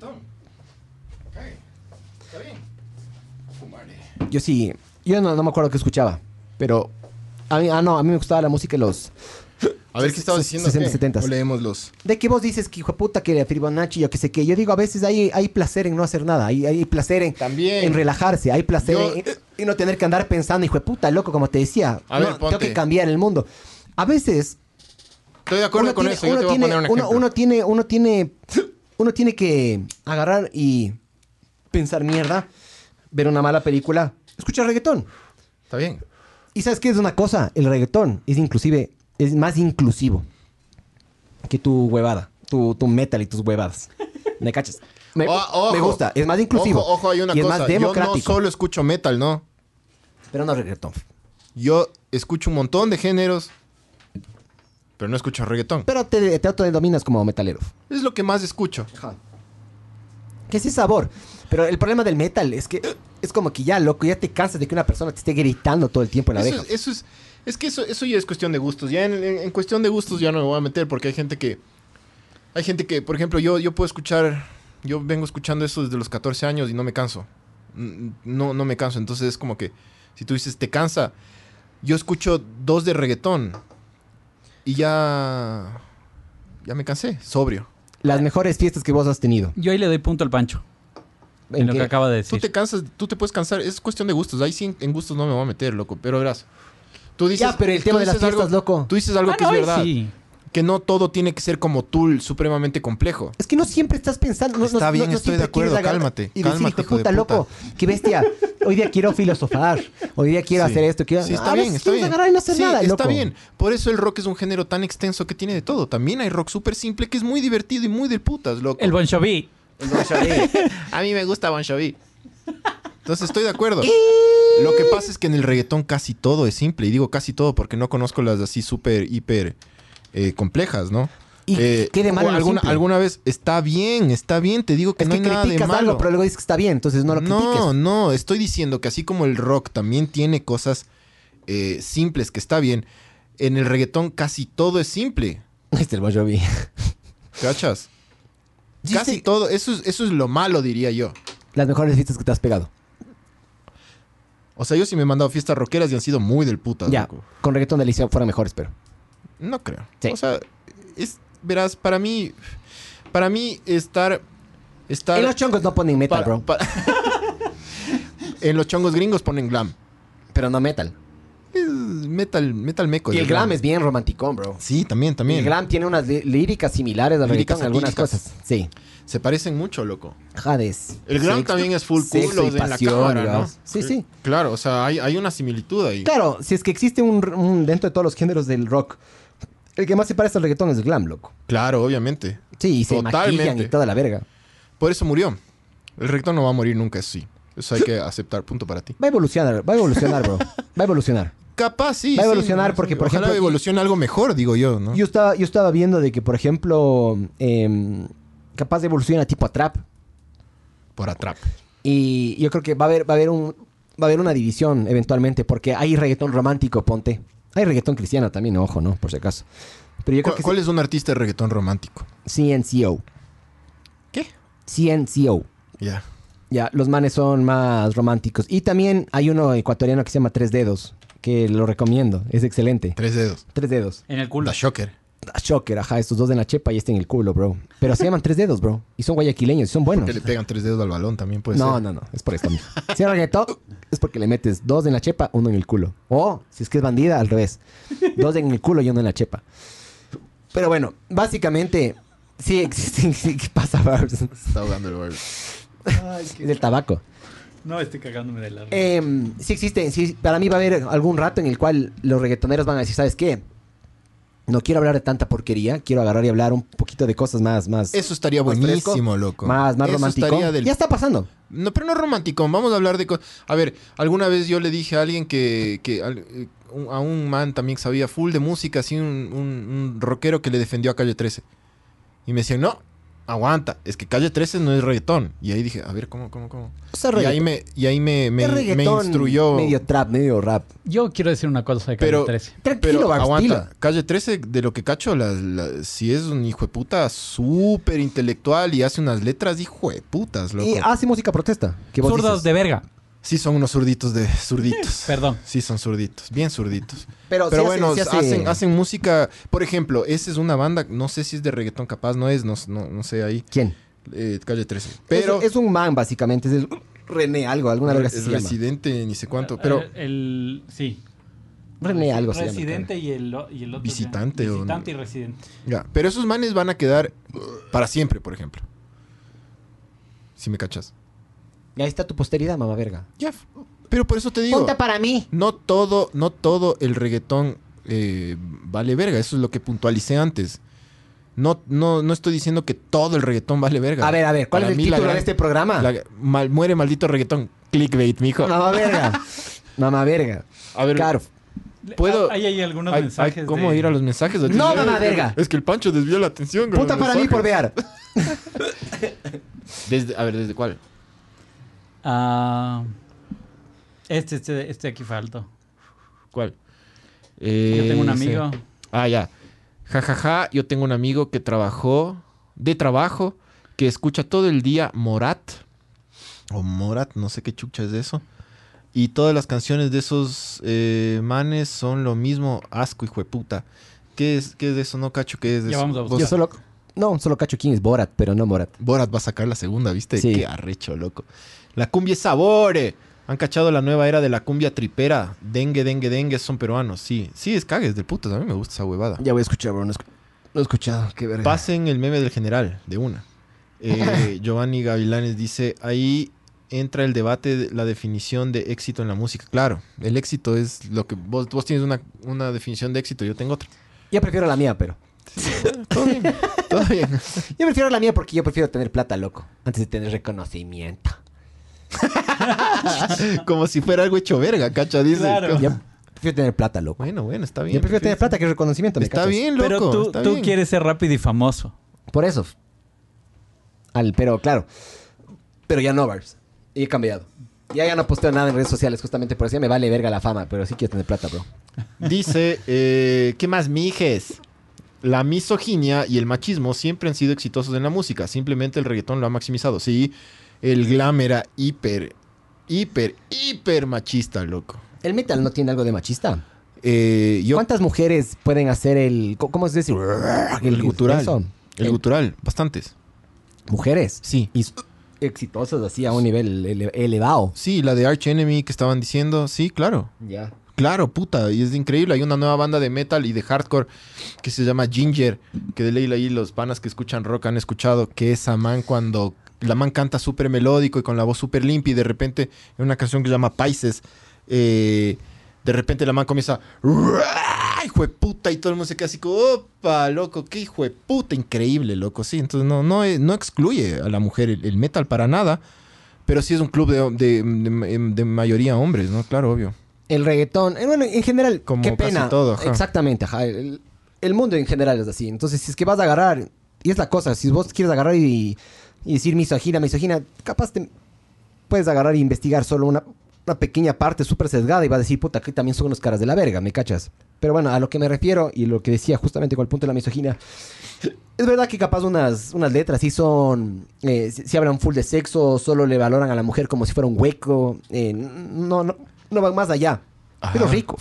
Yo sí, yo no, no me acuerdo qué escuchaba, pero a mí, ah, no, a mí me gustaba la música de los... A ver, ¿qué estabas diciendo? sesenta, ¿Qué? setenta. O leemos los... De que vos dices que hijo de puta que Fibonacci, yo que sé qué. Yo digo, a veces hay, hay placer en no hacer nada. Hay, hay placer en, También. en relajarse. Hay placer Yo- en, en no tener que andar pensando, hijo de puta, loco, como te decía. A no, ver, tengo ponte. que cambiar el mundo. A veces Estoy de acuerdo uno con tiene, eso. Yo uno te voy a tiene- poner un uno- ejemplo. uno tiene, uno tiene, uno tiene que agarrar y pensar mierda, ver una mala película, escuchar reggaetón. Está bien. Y ¿sabes qué es una cosa? El reggaetón es inclusive, es más inclusivo que tu huevada, tu, tu metal y tus huevadas. ¿Me cachas? Me, O- ojo. me gusta, es más inclusivo. Ojo, ojo, hay una y es cosa. más Yo no democrático. solo escucho metal, ¿no? Pero no reggaetón. Yo escucho un montón de géneros, pero no escucho reggaetón. Pero te, te autodenominas como metalero. Es lo que más escucho. Que ese sabor. Pero el problema del metal es que es como que ya, loco, ya te cansas de que una persona te esté gritando todo el tiempo en la Eso, oreja. es- eso es... Es que eso, eso ya es cuestión de gustos. Ya en, en- en cuestión de gustos ya no me voy a meter porque hay gente que... Hay gente que, por ejemplo, yo, yo puedo escuchar... Yo vengo escuchando eso desde los catorce años y no me canso. Mm, No, no me canso. Entonces es como que... Si tú dices, te cansa... Yo escucho dos de reggaetón. Y ya... Ya me cansé. Sobrio. Las mejores fiestas que vos has tenido. Yo ahí le doy punto al Pancho. En, ¿En lo qué? que acaba de Tú decir. te cansas, tú te puedes cansar. Es cuestión de gustos. Ahí sí en, en gustos no me voy a meter, loco. Pero verás. Tú dices, Ya, pero el tú tema de las dices algo- fiestas, loco. Tú dices algo Ah, que no, es ahí verdad. sí. Que no todo tiene que ser como Tool, supremamente complejo. Es que no siempre estás pensando. No, Está no- bien, no estoy de siempre quieres acuerdo, agarrar cálmate, Y decir, cálmate, hijo de hijo de puta, puta. loco, qué bestia. Hoy día quiero filosofar. Hoy día quiero Sí. hacer esto. Quiero... Sí, está A bien, veces está quieres bien. agarrar y no hacer Sí, nada, está loco. bien. Por eso el rock es un género tan extenso que tiene de todo. También hay rock súper simple que es muy divertido y muy del putas, loco. El Bon Jovi. A mí me gusta Bon Jovi. Entonces estoy de acuerdo. Lo que pasa es que en el reggaetón casi todo es simple. Y digo casi todo porque no conozco las así súper, hiper eh, complejas, ¿no? ¿Y Eh, qué de malo en lo alguna, simple? alguna vez está bien, está bien. Te digo que Es no que hay nada de criticas malo. algo, pero luego dices que está bien. Entonces no lo No, critiques. no, estoy diciendo que así como el rock también tiene cosas eh, simples, que está bien, en el reggaetón casi todo es simple, Este es el Bon Jovi. ¿cachas? Sí, Casi sí. todo, eso es, eso es lo malo, diría yo. Las mejores fiestas que te has pegado. O sea, yo sí me he mandado fiestas rockeras y han sido muy del putas, Ya, loco. con reggaetón de Alicia fueron mejores, pero. No creo. Sí. O sea, es, verás, para mí, para mí estar... estar En los chongos no ponen metal, para- bro. pa- en los chongos gringos ponen glam. Pero no metal. Es metal, metal meco. Y es el glam es bien romanticón, bro. Sí, también, también. El glam tiene unas lí- líricas similares al Líricas reggaetón en algunas satíricas. cosas. Sí. Se parecen mucho, loco. Jades. El glam Sexo- también es full sexo culos y en la pasión, cámara, ¿no? digamos. Sí, sí. Claro, o sea, hay, hay una similitud ahí. Claro, si es que existe un, un- dentro de todos los géneros del rock, el que más se parece al reggaetón es el glam, loco. Claro, obviamente. Sí, y se Totalmente. maquillan y toda la verga. Por eso murió. El reggaetón no va a morir nunca, eso sí. Eso hay que aceptar. Punto para ti. Va a evolucionar, va a evolucionar, bro. Va a evolucionar. Capaz, sí. Va a sí, evolucionar no, porque, sí. por Ojalá ejemplo, evolucione algo mejor, digo yo, ¿no? Yo estaba, yo estaba viendo de que, por ejemplo, em, capaz de evolucionar tipo a trap. Por atrap. Y yo creo que va a haber, va a haber un, va a haber una división eventualmente, porque hay reggaetón romántico, ponte. Hay reggaetón cristiano también, ojo, ¿no? Por si acaso. Pero yo creo ¿Cuál, que cuál es un artista de reggaetón romántico? C N C O. ¿Qué? C N C O. Ya. Ya, los manes son más románticos. Y también hay uno ecuatoriano que se llama Tres Dedos, que lo recomiendo. Es excelente. Tres dedos. Tres Dedos. En el culo. Da Shocker. Ah, Shocker, ajá, estos dos en la chepa y este en el culo, bro. Pero se llaman Tres Dedos, bro. Y son guayaquileños y son buenos. Que le pegan tres dedos al balón también puede No, ser. no, no. Es por esto, mijo. Si es reggaetón, es porque le metes dos en la chepa, uno en el culo. O, si es que es bandida, al revés. Dos en el culo y uno en la chepa. Pero bueno, básicamente, sí existen... Sí, ¿qué pasa, Barbs? Se está ahogando el barrio. Es el tabaco. No, estoy cagándome de la risa. Eh, sí existe, sí, para mí va a haber algún rato en el cual los reggaetoneros van a decir, ¿sabes qué? No quiero hablar de tanta porquería, quiero agarrar y hablar un poquito de cosas más, más, Eso estaría más fresco, buenísimo, loco. más, más Eso romántico. estaría del- Ya está pasando. No, pero no romántico. Vamos a hablar de cosas. A ver, alguna vez yo le dije a alguien que, que al- eh, un- a un man también que sabía full de música, así un, un, un rockero que le defendió a Calle trece. Y me decía, no, aguanta, es que Calle trece no es reggaetón. Y ahí dije, a ver, ¿cómo, cómo, cómo? O sea, Y ahí reggaetón- me, y ahí me, me, es me reggaetón instruyó. medio trap, medio rap. Yo quiero decir una cosa de Calle Pero, trece. Tranquilo, pero Barbs, aguanta. dilo. Calle trece, de lo que cacho, la, la- si es un hijo de puta súper intelectual y hace unas letras, hijo de putas, loco. Y hace música protesta. Que vos Zurdos dices. de verga. Sí, son unos zurditos de zurditos. Perdón. Sí, son zurditos, bien zurditos. Pero, Pero sí bueno, hace- sí hace- hacen, hacen música. Por ejemplo, esa es una banda, no sé si es de reggaetón, capaz no es, no, no, no sé ahí. ¿Quién? eh, Calle trece. Pero es, es un man, básicamente. Es el René algo, alguna verga así es se llama. residente, ni sé cuánto. Pero Eh, el, sí. René algo se llama. Residente y el, y el otro. Visitante que- o- Visitante y residente. ya, pero esos manes van a quedar para siempre, por ejemplo. Si me cachas. Y ahí está tu posteridad, mamá verga. Ya. Pero por eso te digo. Ponte para mí. No todo, no todo el reggaetón eh, vale verga. Eso es lo que puntualicé antes. No, no, no estoy diciendo que todo el reggaetón vale verga. A ver, a ver, ¿cuál Para es el mí la título gran- de este programa? la- mal- muere maldito reggaetón. Clickbait, mijo. Mamá verga. Mamá verga. A ver, Claro. ¿puedo? Ahí hay algunos Hay- mensajes. hay- ¿Cómo de- ir a los mensajes? No, Es que- mamá verga. Es que el Pancho desvió la atención. con Puta los para mí por mensajes. vear. Desde, a ver, ¿desde cuál? Ah, este, este, este aquí faltó. ¿Cuál? Yo tengo un Eh, amigo. sí. Ah, ya. Ja, ja, ja. Yo tengo un amigo que trabajó de trabajo, que escucha todo el día Morat. O Morat, no sé qué chucha es eso. Y todas las canciones de esos eh, manes son lo mismo. Asco, hijo de puta. ¿Qué es, qué es de eso? No cacho, ¿qué es de Ya eso? vamos a buscar. Vos- Yo solo... No, solo cacho quién es Borat, pero no Morat. Borat va a sacar la segunda, ¿viste? Sí. Qué arrecho, loco. La cumbia es sabore. Han cachado la nueva era de la cumbia tripera. Dengue, dengue, dengue, son peruanos. Sí, sí, es cagues del puto. A mí me gusta esa huevada. Ya voy a escuchar, bro. No, escu- no he escuchado. Qué verga. Pasen el meme del general, de una. Eh, Giovanni Gavilanes dice, ahí entra el debate, de la definición de éxito en la música. Claro, el éxito es lo que... Vos, vos tienes una, una definición de éxito, yo tengo otra. Yo prefiero la mía, pero... Todo bien, todo bien. Yo prefiero la mía porque yo prefiero tener plata, loco. Antes de tener reconocimiento. Como si fuera algo hecho verga, cacha, dice. Claro. Yo prefiero tener plata, loco. Bueno, bueno, está bien. Yo prefiero tener plata que reconocimiento, ¿me Está cachas? bien, loco. Pero tú, está tú bien. quieres ser rápido y famoso. Por eso. Al, pero claro. Pero ya no, Barbs. Y he cambiado. Ya ya no posteo nada en redes sociales justamente por eso ya me vale verga la fama. Pero sí quiero tener plata, bro. Dice, eh, ¿qué más, mijes? La misoginia y el machismo siempre han sido exitosos en la música. Simplemente el reggaetón lo ha maximizado. Sí, el glam era hiper, hiper, hiper machista, loco. ¿El metal no tiene algo de machista? Eh, yo, ¿Cuántas mujeres pueden hacer el... co- ¿Cómo es decir? el gutural. eso? El El- gutural, bastantes. Mujeres. Sí. Y s- exitosas así a un nivel ele- elevado. Sí, la de Arch Enemy que estaban diciendo. Sí, claro. Ya. Claro, puta, y es increíble. Hay una nueva banda de metal y de hardcore que se llama Ginger, que de ley ahí los panas que escuchan rock han escuchado, que esa man cuando la man canta súper melódico y con la voz súper limpia y de repente en una canción que se llama Paises, eh, de repente la man comienza, "Ruah", hijo de puta, y todo el mundo se queda así como, opa, loco, qué hijo de puta, increíble, loco, sí. Entonces no, no, eh, no excluye a la mujer el, el metal para nada, pero sí es un club de, de- de- de mayoría hombres, ¿no? Claro, obvio. El reggaetón, eh, bueno, en general, Como qué casi pena. todo, ajá. Exactamente, ajá. El, el mundo en general es así. Entonces, si es que vas a agarrar, y es la cosa, si vos quieres agarrar y, y decir misogina, misogina, capaz te puedes agarrar e investigar solo una, una pequeña parte súper sesgada y vas a decir, puta, aquí también son unos caras de la verga, ¿me cachas? Pero bueno, a lo que me refiero y lo que decía justamente con el punto de la misoginia, es verdad que capaz unas, unas letras sí son, eh, si, si hablan full de sexo, solo le valoran a la mujer como si fuera un hueco, eh, no, no, no van más allá. Pero Ajá. rico.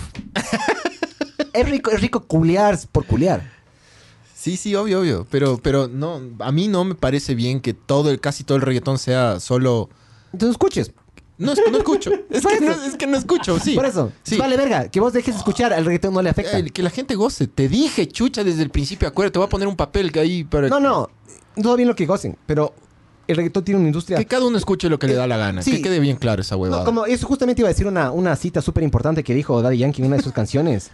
es rico, es rico culiar por culiar. Sí, sí, obvio, obvio. Pero, pero no, a mí no me parece bien que todo el, casi todo el reggaetón sea solo. Entonces escuches. No, es- no escucho. Es que no, es que no escucho, sí. Por eso. Sí. Vale verga. Que vos dejes de escuchar, al reggaetón no le afecta. El- que la gente goce. Te dije, chucha, desde el principio. Acuérdate, te voy a poner un papel que ahí para No, no. Todo bien lo que gocen. Pero el reggaetón tiene una industria... que cada uno escuche lo que le da la gana. Sí. Que quede bien claro esa huevada. No, como eso justamente iba a decir una, una cita súper importante que dijo Daddy Yankee en una de sus canciones.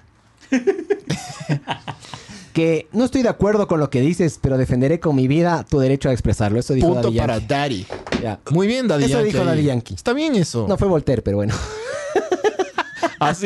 Que no estoy de acuerdo con lo que dices, pero defenderé con mi vida tu derecho a expresarlo. Eso dijo Punto Daddy para Yankee. Daddy. Ya. Muy bien, Daddy Eso Yankee. dijo ahí. Daddy Yankee. Está bien eso. No fue Voltaire, pero bueno. Así.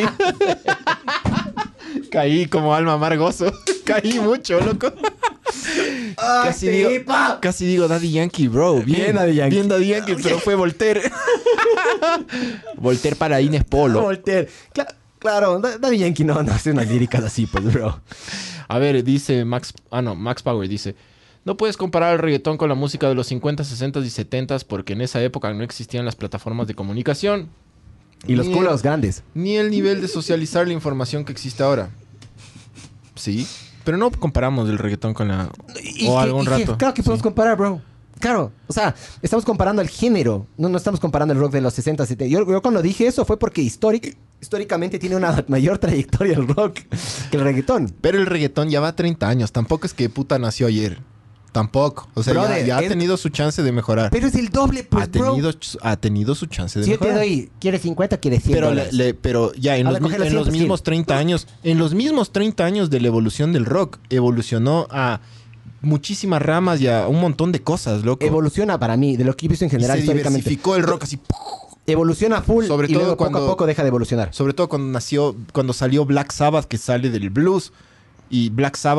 Caí como alma amargoso. Caí mucho, loco. Casi digo, casi digo Daddy Yankee, bro. Bien, Bien, Daddy Yankee. Bien Daddy Yankee, pero fue Voltaire. Voltaire para Inés Polo. Voltaire. Cla- claro, Da- Daddy Yankee no, no hace unas líricas así, pues, bro. A ver, dice Max... Ah, no, Max Power dice... No puedes comparar el reggaetón con la música de los cincuenta, sesenta y setenta porque en esa época no existían las plataformas de comunicación. Y los Ni culos el- grandes. Ni el nivel de socializar la información que existe ahora. Sí, pero no comparamos el reggaetón con la... Y o que- algún y que- rato. Claro que podemos Sí. comparar, bro. Claro, o sea, estamos comparando el género, no, no estamos comparando el rock de los sesenta, setenta. Yo, yo cuando dije eso fue porque históric- históricamente tiene una mayor trayectoria el rock que el reggaetón. Pero el reggaetón ya va a treinta años. Tampoco es que puta nació ayer. Tampoco. O sea, ya- Brother, ya, ha es- tenido su chance de mejorar. Pero es el doble, pues, ha, bro. tenido, ch- ha tenido su chance de Si yo te mejorar. doy, ¿quieres cincuenta, quieres cien Pero, le- dólares? le- pero ya en A los, ver, mi- cógela en los cien por cien. mismos treinta años, en los mismos treinta años de la evolución del rock, evolucionó a muchísimas ramas y a un montón de cosas, loco. Evoluciona para mí, de lo que he visto en y general se históricamente. diversificó el rock así. Evoluciona full Sobre y todo luego poco cuando- a poco deja de evolucionar. Sobre todo cuando nació, cuando salió Black Sabbath, que sale del blues. Y Black Sabbath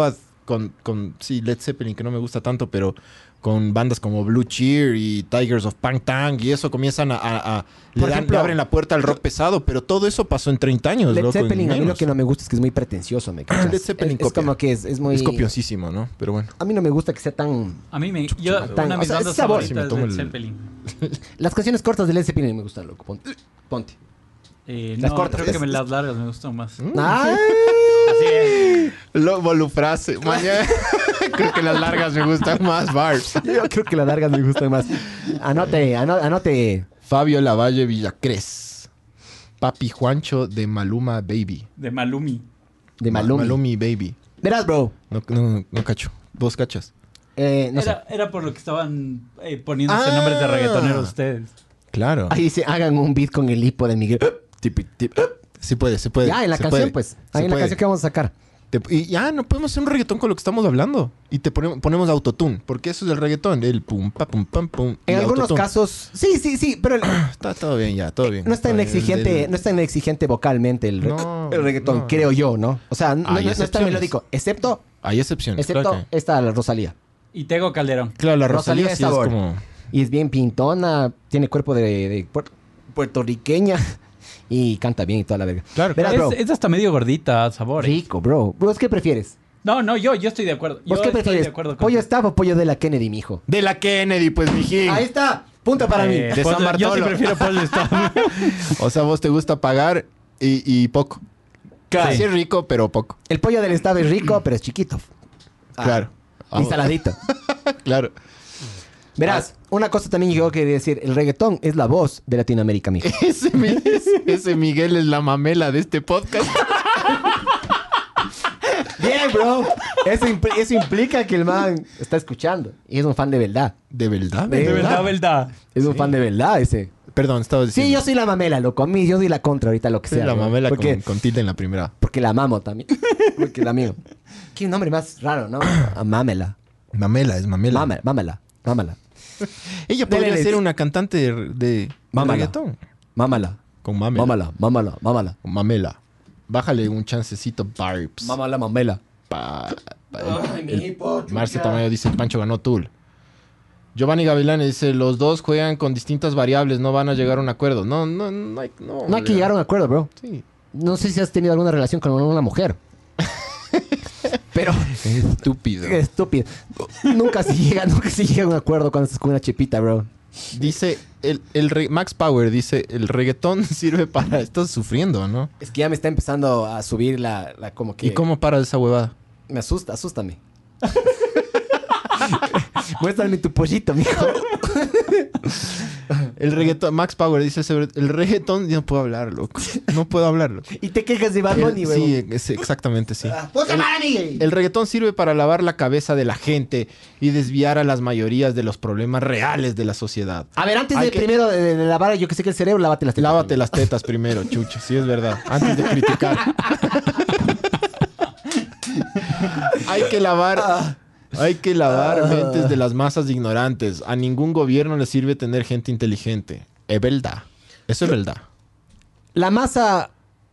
con, con, sí, Led Zeppelin, que no me gusta tanto, pero con bandas como Blue Cheer y Tigers of Pangtang y eso comienzan a... a, a le, Por dan- ejemplo, le abren la puerta al rock pesado, pero todo eso pasó en treinta años, Led loco, en Zeppelin, a mí lo menos. que no me gusta es que es muy pretencioso, ¿me cachas? Led Zeppelin es, es copia. como que es, es muy... Es copioncísimo, ¿no? Pero bueno. A mí no me gusta que sea tan... A mí me... Yo, Tan- una de o mis sea, es bandas sabor. favoritas Si me es tomo Led el- Zeppelin. Las canciones cortas de Led Zeppelin me gustan, loco. Ponte. Ponte. Eh, Las no, cortas. creo que Es- me las largas me gustan más. ¡Ay! Así es. Lo, volufrase. Mañana. Creo que las largas me gustan más, Barbs. Yo creo que las largas me gustan más. Anote, ano- anote. Fabio Lavalle Villacrés. Papi Juancho de Maluma Baby. De Malumi. De Ma- Malumi. Malumi Baby. Verás, bro. No, no, no cacho. ¿Vos cachas? Eh, no era, era por lo que estaban eh, poniéndose Ah. nombres de reggaetoneros ustedes. Claro. sé. Ahí dice, hagan un beat con el hipo de Miguel. Tipi, tipi. Sí puede, se puede. Ya, en la se canción, puede, pues. se Ahí en la puede. canción que vamos a sacar. Te- y ya, no podemos hacer un reggaetón con lo que estamos hablando. Y te ponemos, ponemos autotune. Porque eso es el reggaetón. El pum, pa, pum, pam, pum. y En algunos autotune. casos, sí, sí, sí, pero el- Está todo bien ya, todo bien. no es tan Está bien, exigente, el- no es tan exigente vocalmente el, re- No, el reggaetón, no. creo yo, ¿no? O sea, no, Hay no- no es tan excepciones. melódico, excepto, Hay excepciones. excepto Claro, que- esta la Rosalía. Y Tego Calderón. claro, la Rosalía Rosalía es sí es sabor. como... Y es bien pintona, tiene cuerpo de, de puer- puertorriqueña y canta bien y toda la verga. Claro, Verás, Es, bro, es hasta medio gordita, sabor. rico, bro. ¿Vos qué prefieres? No, no, yo, yo estoy de acuerdo. Yo ¿Vos qué estoy prefieres? de acuerdo con ¿Pollo staff o pollo de la Kennedy, mijo? De la Kennedy, pues, mijín. Ahí está, punto para Eh, mí. De San pollo- yo sí Bartolo. prefiero pollo staff. O sea, vos te gusta pagar y, y poco. Claro. Sí es rico, pero poco. El pollo del staff es rico, pero es chiquito. Ah, Claro. Y saladito. Claro. Verás, una cosa también yo quería decir, el reggaetón es la voz de Latinoamérica, mijo. Ese, mi- ese- ese Miguel es la mamela de este podcast. Bien, bro. Eso, impl- eso implica que el man está escuchando. Y es un fan de verdad. ¿De verdad? De De verdad, verdad. verdad. Es un fan de verdad ese. Perdón, estaba diciendo. Sí, yo soy la mamela, loco. A mí yo soy la contra ahorita, lo que Soy sea. la bro. mamela porque, con, con tilde en la primera. porque la mamo también. Porque la amigo. Qué nombre más raro, ¿no? A Mamela. Mamela, es mamela. Mamela, mámala, mámala. Ella podría Dele, ser dele. una cantante de, de, de Mámala. reggaetón. Mámala. Con mamela. Mámala, mámala, mámala. Con mamela. Bájale un chancecito, Barbs. Mámala, mamela. Pa- pa- Ay, el- mi hipo, chucha. Marce Tamayo dice, el Pancho ganó Tool. Giovanni Gavilán dice, los dos juegan con distintas variables, no van a llegar a un acuerdo. No, no, no hay, no, No hay que llegar a un acuerdo, bro. Sí. No sé si has tenido alguna relación con una mujer. Pero Estúpido. qué estúpido. Nunca se llega, nunca se llega a un acuerdo cuando estás con una chipita, bro. Dice, el, el re- Max Power dice, el reggaetón sirve para... Estás sufriendo, ¿no? Es que ya me está empezando a subir la, la como que... ¿Y cómo para esa huevada? Me asusta, asústame. Muéstrame tu pollito, mijo. El reggaetón, Max Power dice, sobre- el reggaetón, yo no puedo hablar, loco. No puedo hablar, loco. Y te quejas de Bad El- Bunny, güey. sí, es- exactamente, sí. ¡Puta madre! El reggaetón sirve para lavar la cabeza de la gente y desviar a las mayorías de los problemas reales de la sociedad. A ver, antes Hay de que- primero de, de lavar, yo que sé que el cerebro, lávate las tetas. Lávate las tetas primero, chucha, sí es verdad. Antes de criticar. Hay que lavar... Hay que lavar Ah. mentes de las masas ignorantes. A ningún gobierno le sirve tener gente inteligente. Es verdad. Eso es verdad. La masa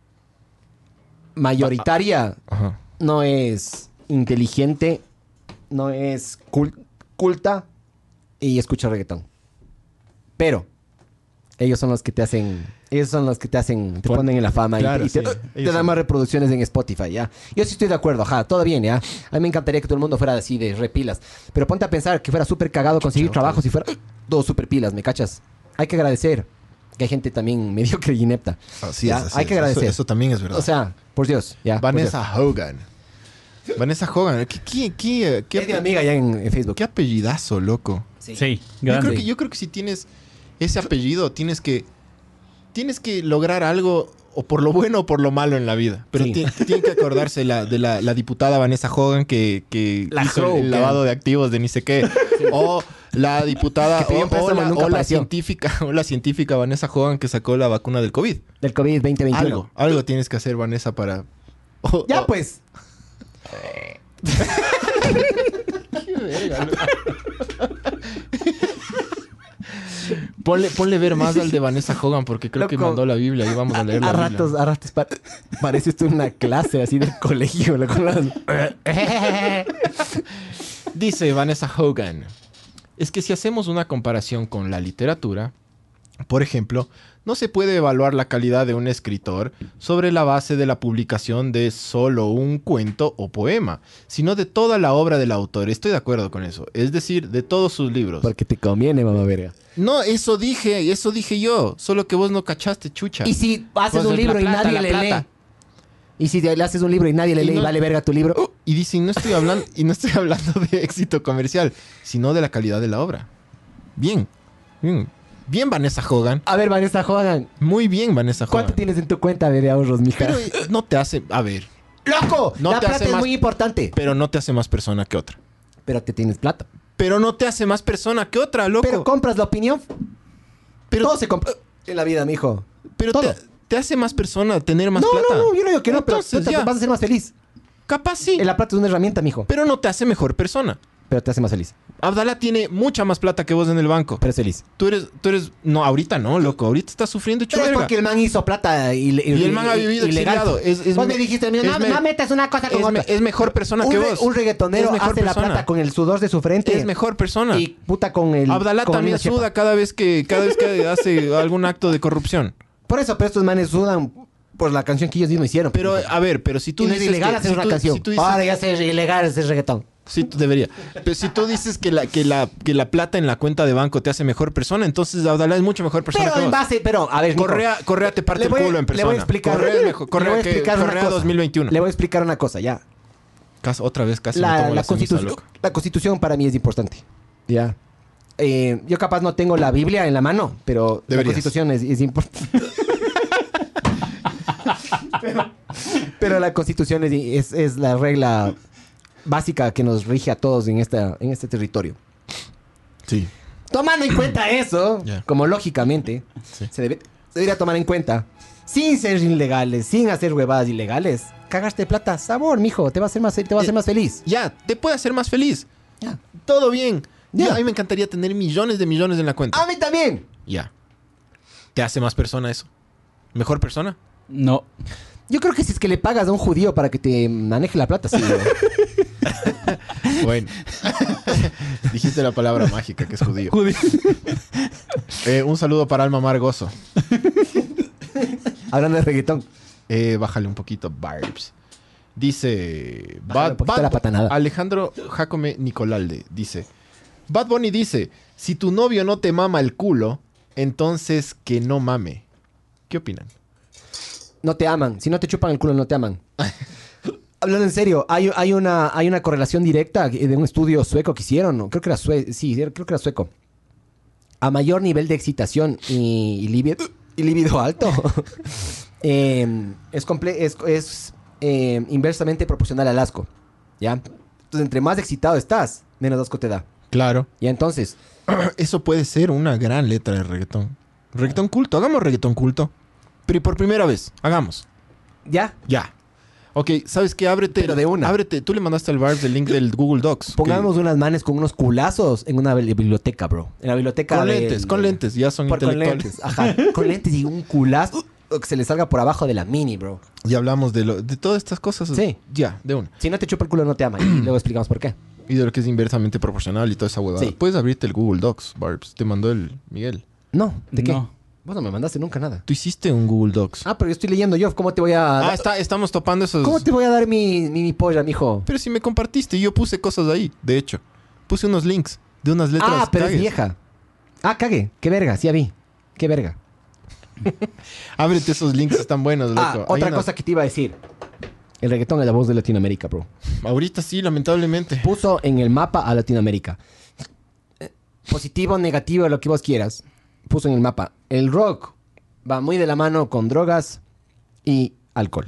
mayoritaria Ajá. no es inteligente, no es cul- culta y escucha reggaetón. Pero ellos son los que te hacen, ellos son los que te hacen, te Pon- ponen en la fama Claro, y te, y te- sí. te Ellos dan son- más reproducciones en Spotify, ¿ya? Yo sí estoy de acuerdo, ajá, todo bien, ¿ya? A mí me encantaría que todo el mundo fuera así de repilas. Pero ponte a pensar que fuera súper cagado conseguir Chucha, trabajo si fuera todo súper pilas, ¿me cachas? Hay que agradecer que hay gente también mediocre y inepta. Así Ya, es, así hay que es. agradecer. Eso, eso también es verdad. O sea, por Dios, ya. por Dios. Vanessa Hogan. Vanessa Hogan. ¿Qué, qué, qué, qué, Es mi amiga ya en, en Facebook. qué apellidazo, loco. Sí, Yo grande. creo, que, yo creo que si tienes ese apellido, tienes que, tienes que lograr algo o por lo bueno o por lo malo en la vida. Pero Sí. ti- tiene que acordarse la, de la, la diputada Vanessa Hogan que, que La hizo el- el Hogan. lavado de activos de ni sé qué. O la diputada Que pidió o, un préstamo o y la, nunca o la apareció. científica o la científica Vanessa Hogan que sacó la vacuna del COVID. Del COVID veinte veintiuno. Algo, algo tienes que hacer, Vanessa, para... o- Ya o- pues. Ponle, ponle ver más al de Vanessa Hogan porque creo que Loco. mandó la Biblia y vamos a leer la A Biblia. ratos, a ratos pa- parece esto una clase así del colegio. loco. Dice Vanessa Hogan, es que si hacemos una comparación con la literatura, por ejemplo, no se puede evaluar la calidad de un escritor sobre la base de la publicación de solo un cuento o poema, sino de toda la obra del autor. Estoy de acuerdo con eso. Es decir, de todos sus libros. Porque te conviene, mamá verga. No, eso dije, eso dije yo. Solo que vos no cachaste, chucha. Y si haces Pues un la libro y plata, nadie la le plata. lee. Y si le haces un libro y nadie le Y lee y no- vale verga tu libro. Y dicen, no estoy hablando, y no estoy hablando de éxito comercial, sino de la calidad de la obra. Bien. Bien, bien Vanessa Hogan. A ver, Vanessa Hogan, Muy bien, Vanessa Hogan. ¿cuánto tienes en tu cuenta de ahorros, mija? Pero eh, no te hace... A ver, ¡Loco! no la te plata hace es más- muy importante. pero no te hace más persona que otra. Pero te tienes plata. Pero no te hace más persona que otra, loco. Pero compras la opinión. Pero- Todo se compra en la vida, mijo. Pero todo. te, te hace más persona tener más no, plata. no, no, yo no digo que no, pero Entonces, puta, ya. vas a ser más feliz. Capaz sí, La plata es una herramienta, mijo. pero no te hace mejor persona. Pero te hace más feliz. Abdala tiene mucha más plata que vos en el banco. Pero es feliz. Tú eres... Tú eres no, ahorita no, loco. Ahorita estás sufriendo Pero es chuverga. porque el man hizo plata y, Y el man ha vivido exiliado. Es- es Vos me- me dijiste, no, es me- no metas una cosa con es, me- otra. es mejor persona un, que re- vos. un reggaetonero Es mejor hace la persona. plata con el sudor de su frente. Es mejor persona. Y puta con el... Abdalá con también una chepa. suda cada vez que cada vez que hace algún acto de corrupción. Por eso, pero estos manes sudan por la canción que ellos mismos hicieron. Pero a ver, pero si tú y no es dices ilegal que, hacer si una tú- canción. si tú dices- Ahora ya es ilegal hacer reggaetón. sí, tú debería. Pero si tú dices que la que la que la plata en la cuenta de banco te hace mejor persona, entonces Abdalá es mucho mejor persona Pero que en vos. base... Pero, a ver, Nico, Correa, Correa te parte le voy, el culo en persona. le voy a explicar... Correa es mejor. le Correa, voy a que- explicar una Correa cosa. dos mil veintiuno. Le voy a explicar una cosa, ya. Cas- otra vez casi me La, tomo la la ceniza, constitución, loco. la constitución para mí es importante. Ya. Eh, yo capaz no tengo la Biblia en la mano, pero Deberías. la constitución es, es importante. pero, pero la constitución es, es, es la regla básica que nos rige a todos en, esta, en este territorio. Sí. Tomando en cuenta eso, Ya. como lógicamente Sí. se, debe- se debería tomar en cuenta, sin ser ilegales, sin hacer huevadas ilegales, cagaste plata, sabor, mijo, te va a hacer más, te va a hacer más feliz. Ya, te puede hacer más feliz. Ya. Todo bien. Ya. Ya, a mí me encantaría tener millones de millones en la cuenta. A mí también. Ya. ¿Te hace más persona eso? ¿Mejor persona? No. Yo creo que si es que le pagas a un judío para que te maneje la plata, sí. güey. Bueno. Dijiste la palabra mágica que es judío. Eh, un saludo para Alma Margoso. Hablando de reggaetón. Eh, bájale un poquito, Barbs. Dice... Bájale un poquito la patanada. Alejandro Jacome Nicolalde dice... Bad Bunny dice... Si tu novio no te mama el culo, entonces que no mame. ¿Qué opinan? No te aman. Si no te chupan el culo, no te aman. Hablando en serio, hay, hay, una, hay una correlación directa de un estudio sueco que hicieron. ¿no? Creo que era sueco. Sí, creo que era sueco. A mayor nivel de excitación y, y, libido, y libido alto, eh, es, comple- es, es eh, inversamente proporcional al asco. ¿Ya? Entonces, entre más excitado estás, menos asco te da. Claro. Y entonces, Eso puede ser una gran letra de reggaetón. Reggaetón culto. Hagamos reggaetón culto. Pero por primera vez. Hagamos. ya, Ya. Ok, ¿sabes qué? Ábrete. Pero de una. Ábrete. Tú le mandaste al Barbs el link del Google Docs. pongamos unos manes con unos culazos en una bibli- biblioteca, bro. En la biblioteca Con del- lentes, con lentes. Ya son Por- con intelectuales. lentes, ajá. Con lentes y un culazo que se le salga por abajo de la mini, bro. Ya hablamos de, lo, de todas estas cosas. Sí. Ya, de una. Si no te chupa el culo, no te ama. Y luego explicamos por qué. Y de lo que es inversamente proporcional y toda esa huevada. Sí. Puedes abrirte el Google Docs, Barbs. Te mandó el Miguel. No, ¿de qué? No. Vos no me mandaste nunca nada. Tú hiciste un Google Docs. Ah, pero yo estoy leyendo yo. ¿Cómo te voy a... Ah, está, estamos topando esos... ¿Cómo te voy a dar mi, mi, mi polla, mijo? Pero si me compartiste, yo puse cosas ahí, de hecho. Puse unos links de unas letras. Ah, pero cagues. es vieja. Ah, cague. Qué verga, sí ya vi. Qué verga. Ábrete esos links, están buenos, loco. Ah, Hay otra una- cosa que te iba a decir. El reggaetón es la voz de Latinoamérica, bro. Ahorita sí, lamentablemente. Puso en el mapa a Latinoamérica. Eh, Positivo, negativo, lo que vos quieras. Puso en el mapa. El rock va muy de la mano con drogas y alcohol.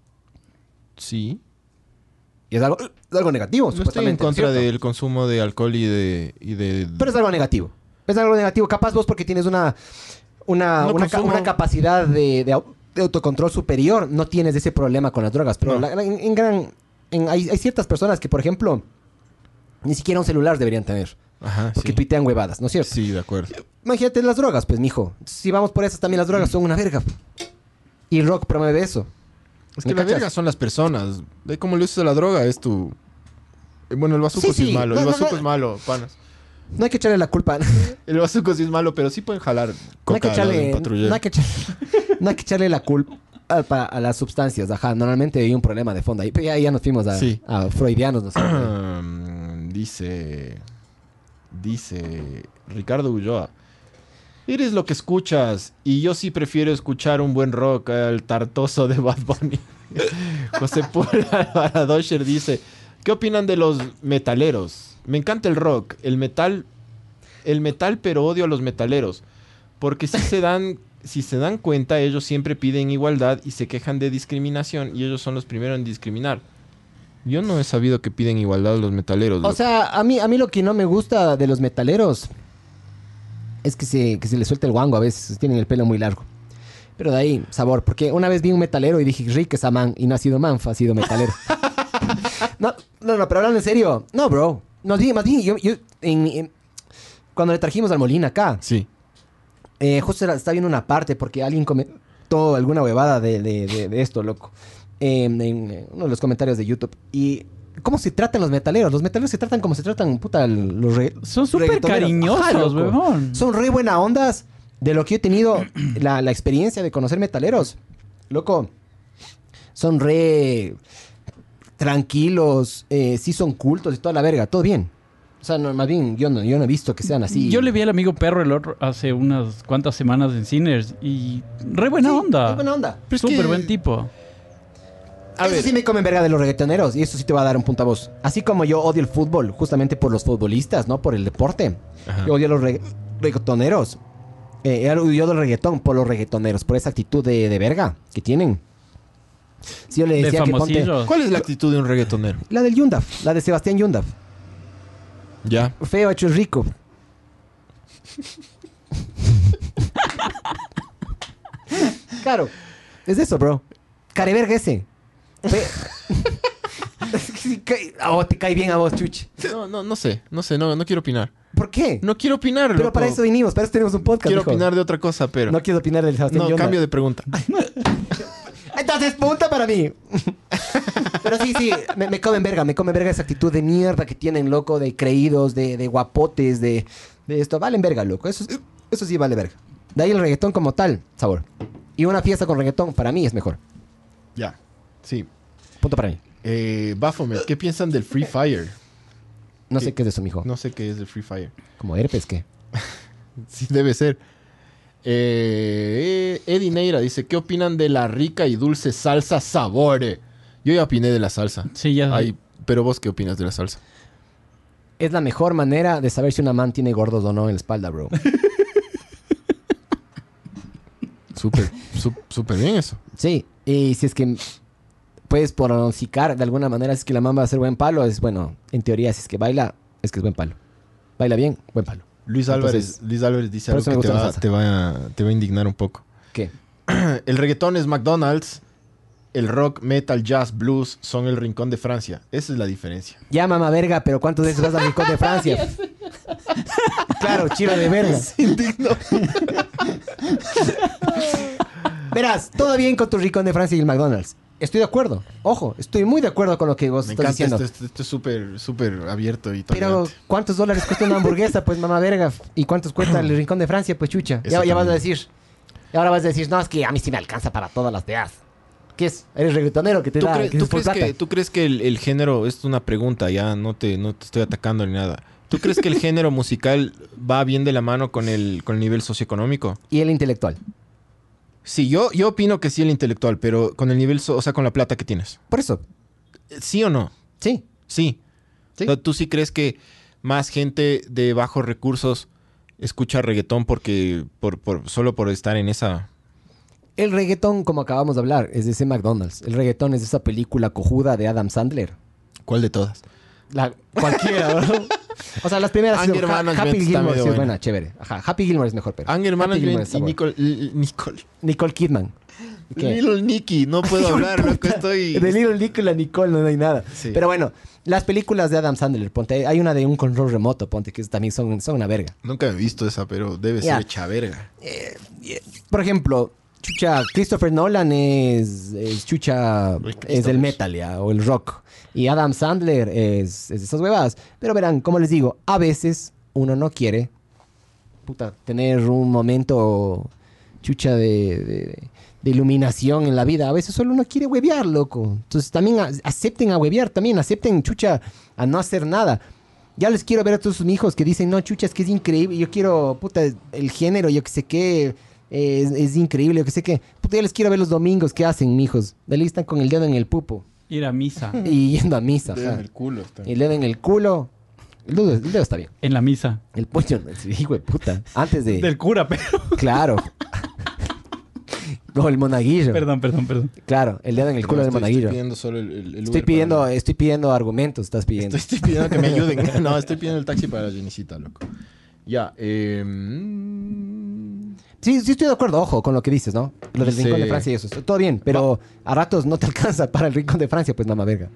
Sí. Y es algo, es algo negativo, No estoy en supuestamente. ¿no es contra cierto? del consumo de alcohol y de... Y de... Pero es algo negativo. Es algo negativo. Capaz vos porque tienes una, una, No una, ca- consumo. una capacidad de, de au- de autocontrol superior. No tienes ese problema con las drogas. Pero No. la- la- en, en gran... en- hay, hay ciertas personas que, por ejemplo, ni siquiera un celular deberían tener. Ajá, Porque sí. tuitean huevadas, ¿no es cierto? Sí, de acuerdo. Imagínate las drogas, pues, mijo. Si vamos por esas, también las drogas son una verga. Y el rock promueve eso. Es ¿Me que la cachas? verga son las personas. De cómo le usas a la droga es tu... Eh, Bueno, el bazuco Sí, sí, sí. es malo. No, el no, bazuco no. es malo, panas. No hay que echarle la culpa. El bazuco sí es malo, pero sí pueden jalar No hay coca que al lado de echarle, un patrullero. no hay que echarle, no hay que echarle la culpa a, pa- a las sustancias. Ajá, normalmente hay un problema de fondo ahí. Pero ya, ya nos fuimos a, Sí. a freudianos. No sé. Um, dice... Dice Ricardo Ulloa. Eres lo que escuchas y yo sí prefiero escuchar un buen rock al tartoso de Bad Bunny. José Paul Aradosher dice, ¿qué opinan de los metaleros? Me encanta el rock, el metal, el metal, pero odio a los metaleros. Porque si se dan, si se dan cuenta, ellos siempre piden igualdad y se quejan de discriminación y ellos son los primeros en discriminar. Yo no he sabido que piden igualdad los metaleros. O loco. sea, a mí, a mí lo que no me gusta de los metaleros es que se, que se les suelta el guango a veces. Tienen el pelo muy largo. Pero de ahí, sabor. Porque una vez vi un metalero y dije, Rick es a man. Y no ha sido manfa, ha sido metalero. no, no, no, pero hablando en serio. No, bro. Más bien, más bien, yo, yo en- en- cuando le trajimos al Molina acá, Sí. eh, justo era- estaba viendo una parte porque alguien comentó alguna huevada de, de- de- de esto, loco. eh, en eh, uno de los comentarios de YouTube. Y ¿cómo se tratan los metaleros? Los metaleros se tratan como se tratan, puta, los re- Son súper reggaetoneros. cariñosos, Ajá, loco. huevón. Son re buena ondas. De lo que yo he tenido la, la experiencia de conocer metaleros. Loco, son re tranquilos, eh, sí son cultos y toda la verga, todo bien. O sea, no, más bien yo no, yo no he visto que sean así. Yo le vi al amigo Perro el otro hace unas cuantas semanas en Cines y re buena Sí, onda. es buena onda. Pero es Súper que- buen tipo. A eso ver. sí me comen verga de los reggaetoneros y eso sí te va a dar un punto a vos. Así como yo odio el fútbol, justamente por los futbolistas, ¿no? Por el deporte. Ajá. Yo odio a los reg- reggaetoneros. Eh, yo odio el reggaetón por los reggaetoneros, por esa actitud de, de verga que tienen. Si yo le De decía que ponte... famosillos. ¿Cuál es la actitud de un reggaetonero? La del Yundaf, la de Sebastián Yundaf. Ya. Feo hecho rico. Claro, es eso, bro. Careverga ese. Fe- Es que sí cae- a vos te cae bien a vos, chuchi. No, no, no sé, no sé, no, no quiero opinar. ¿Por qué? No quiero opinar, Pero loco. para eso vinimos, para eso tenemos un podcast. Quiero hijo. opinar de otra cosa, pero... No quiero opinar del Sebastián No, Yundaf. cambio de pregunta. Entonces, punta para mí. Pero sí, sí, me, me comen verga, me comen verga esa actitud de mierda que tienen, loco, de creídos, de, de guapotes, de, de esto. Valen verga, loco. Eso, es- eso sí vale verga. De ahí el reggaetón como tal, sabor. Y una fiesta con reggaetón, para mí es mejor. Ya, sí. Punto para mí. Eh, Baphomet, ¿qué piensan del Free Fire? No ¿Qué? sé qué es eso, mijo. No sé qué es el Free Fire. Como herpes, ¿qué? Sí, debe ser. Eh, Eddie Neira dice, ¿qué opinan de la rica y dulce salsa Sabore? Yo ya opiné de la salsa. Sí, ya. Ay, pero vos, ¿qué opinas de la salsa? Es la mejor manera de saber si una man tiene gordos o no en la espalda, bro. Súper, sú- súper bien eso. Sí, y si es que puedes pronosticar de alguna manera si es que la man va a ser buen palo, es bueno, en teoría, si es que baila, es que es buen palo. Baila bien, buen palo. Luis Entonces, Álvarez, Luis Álvarez dice por algo eso me que te gusta la va, salsa. te, va, te va a indignar un poco. ¿Qué? El reggaetón es McDonald's, el rock, metal, jazz, blues son el rincón de Francia. Esa es la diferencia. Ya, mamá verga, pero ¿cuántas veces vas al rincón de Francia? Claro, chiro de verga. Verás, todo bien con tu rincón de Francia y el McDonald's. Estoy de acuerdo. Ojo, estoy muy de acuerdo con lo que vos Me estás encanta diciendo. esto, esto, esto es súper, súper abierto y Pero, tolerante. ¿cuántos dólares cuesta una hamburguesa? Pues, mamá verga. ¿Y cuántos cuesta el rincón de Francia? Pues, chucha. Ya, Eso ya vas a también. decir. Y ahora vas a decir, no, es que a mí sí me alcanza para todas las días. ¿Qué es? ¿Eres reggaetonero que te ¿Tú, da cre- que tú es por crees plata? que, ¿Tú crees que el, el género, esto es una pregunta, ya no te, no te estoy atacando ni nada. ¿Tú crees que el género musical va bien de la mano con el, con el nivel socioeconómico? Y el intelectual. Sí, yo, yo opino que sí el intelectual, pero con el nivel, so- o sea, con la plata que tienes. Por eso. ¿Sí o no? Sí. Sí. Sí. O sea, ¿tú sí crees que más gente de bajos recursos escucha reggaetón porque por, por, solo por estar en esa... El reggaetón, como acabamos de hablar, es de ese McDonald's. El reggaetón es de esa película cojuda de Adam Sandler. ¿Cuál de todas? La, cualquiera, bro. O sea, las primeras... Anger Ha- Management Happy está Gilmore medio sí es buena. buena, chévere. Ajá, Happy Gilmore es mejor, pero... Anger Happy Gilmore Management es y sabor. Nicole, Nicole. Nicole Kidman. ¿Qué? Little Nicky, no puedo hablar, loco, estoy... De Little Nick y la Nicole no hay nada. Sí. Pero bueno, las películas de Adam Sandler, ponte, hay una de un control remoto, ponte, que también son, son una verga. Nunca he visto esa, pero debe Ya. ser hecha verga. Por ejemplo, chucha, Christopher Nolan es, es chucha, es del metal ya, o el rock. Y Adam Sandler es, es de esas huevadas. Pero verán, como les digo, a veces uno no quiere, puta, tener un momento chucha de, de, de iluminación en la vida. A veces solo uno quiere huevear, loco. Entonces también a- acepten a huevear, también acepten, chucha, a no hacer nada. Ya les quiero ver a todos sus hijos que dicen, no, chucha, es que es increíble. Yo quiero, puta, el género, yo que sé qué, eh, es, es increíble, yo que sé qué. Puta, ya les quiero ver los domingos. ¿Qué hacen, mijos? De ahí están con el dedo en el pupo Ir a misa. y yendo a misa. Dedo ajá. en el culo está. Y el dedo en el culo. El dedo, el dedo está bien. En la misa. El puño, sí, hijo de puta. Antes de... Del cura, pero... Claro. No, el monaguillo. Perdón, perdón, perdón. Claro, el dedo en el culo No, del estoy, monaguillo. estoy pidiendo solo el, el, el Estoy Uber pidiendo, para- estoy pidiendo argumentos, estás pidiendo. Estoy, estoy pidiendo que me ayuden. No, estoy pidiendo el taxi para la Jenicita, loco. Ya, eh... mm, Sí, sí estoy de acuerdo, ojo, con lo que dices, ¿no? Lo del Sí. rincón de Francia y eso. Todo bien, pero a ratos no te alcanza para el rincón de Francia, pues mamá verga.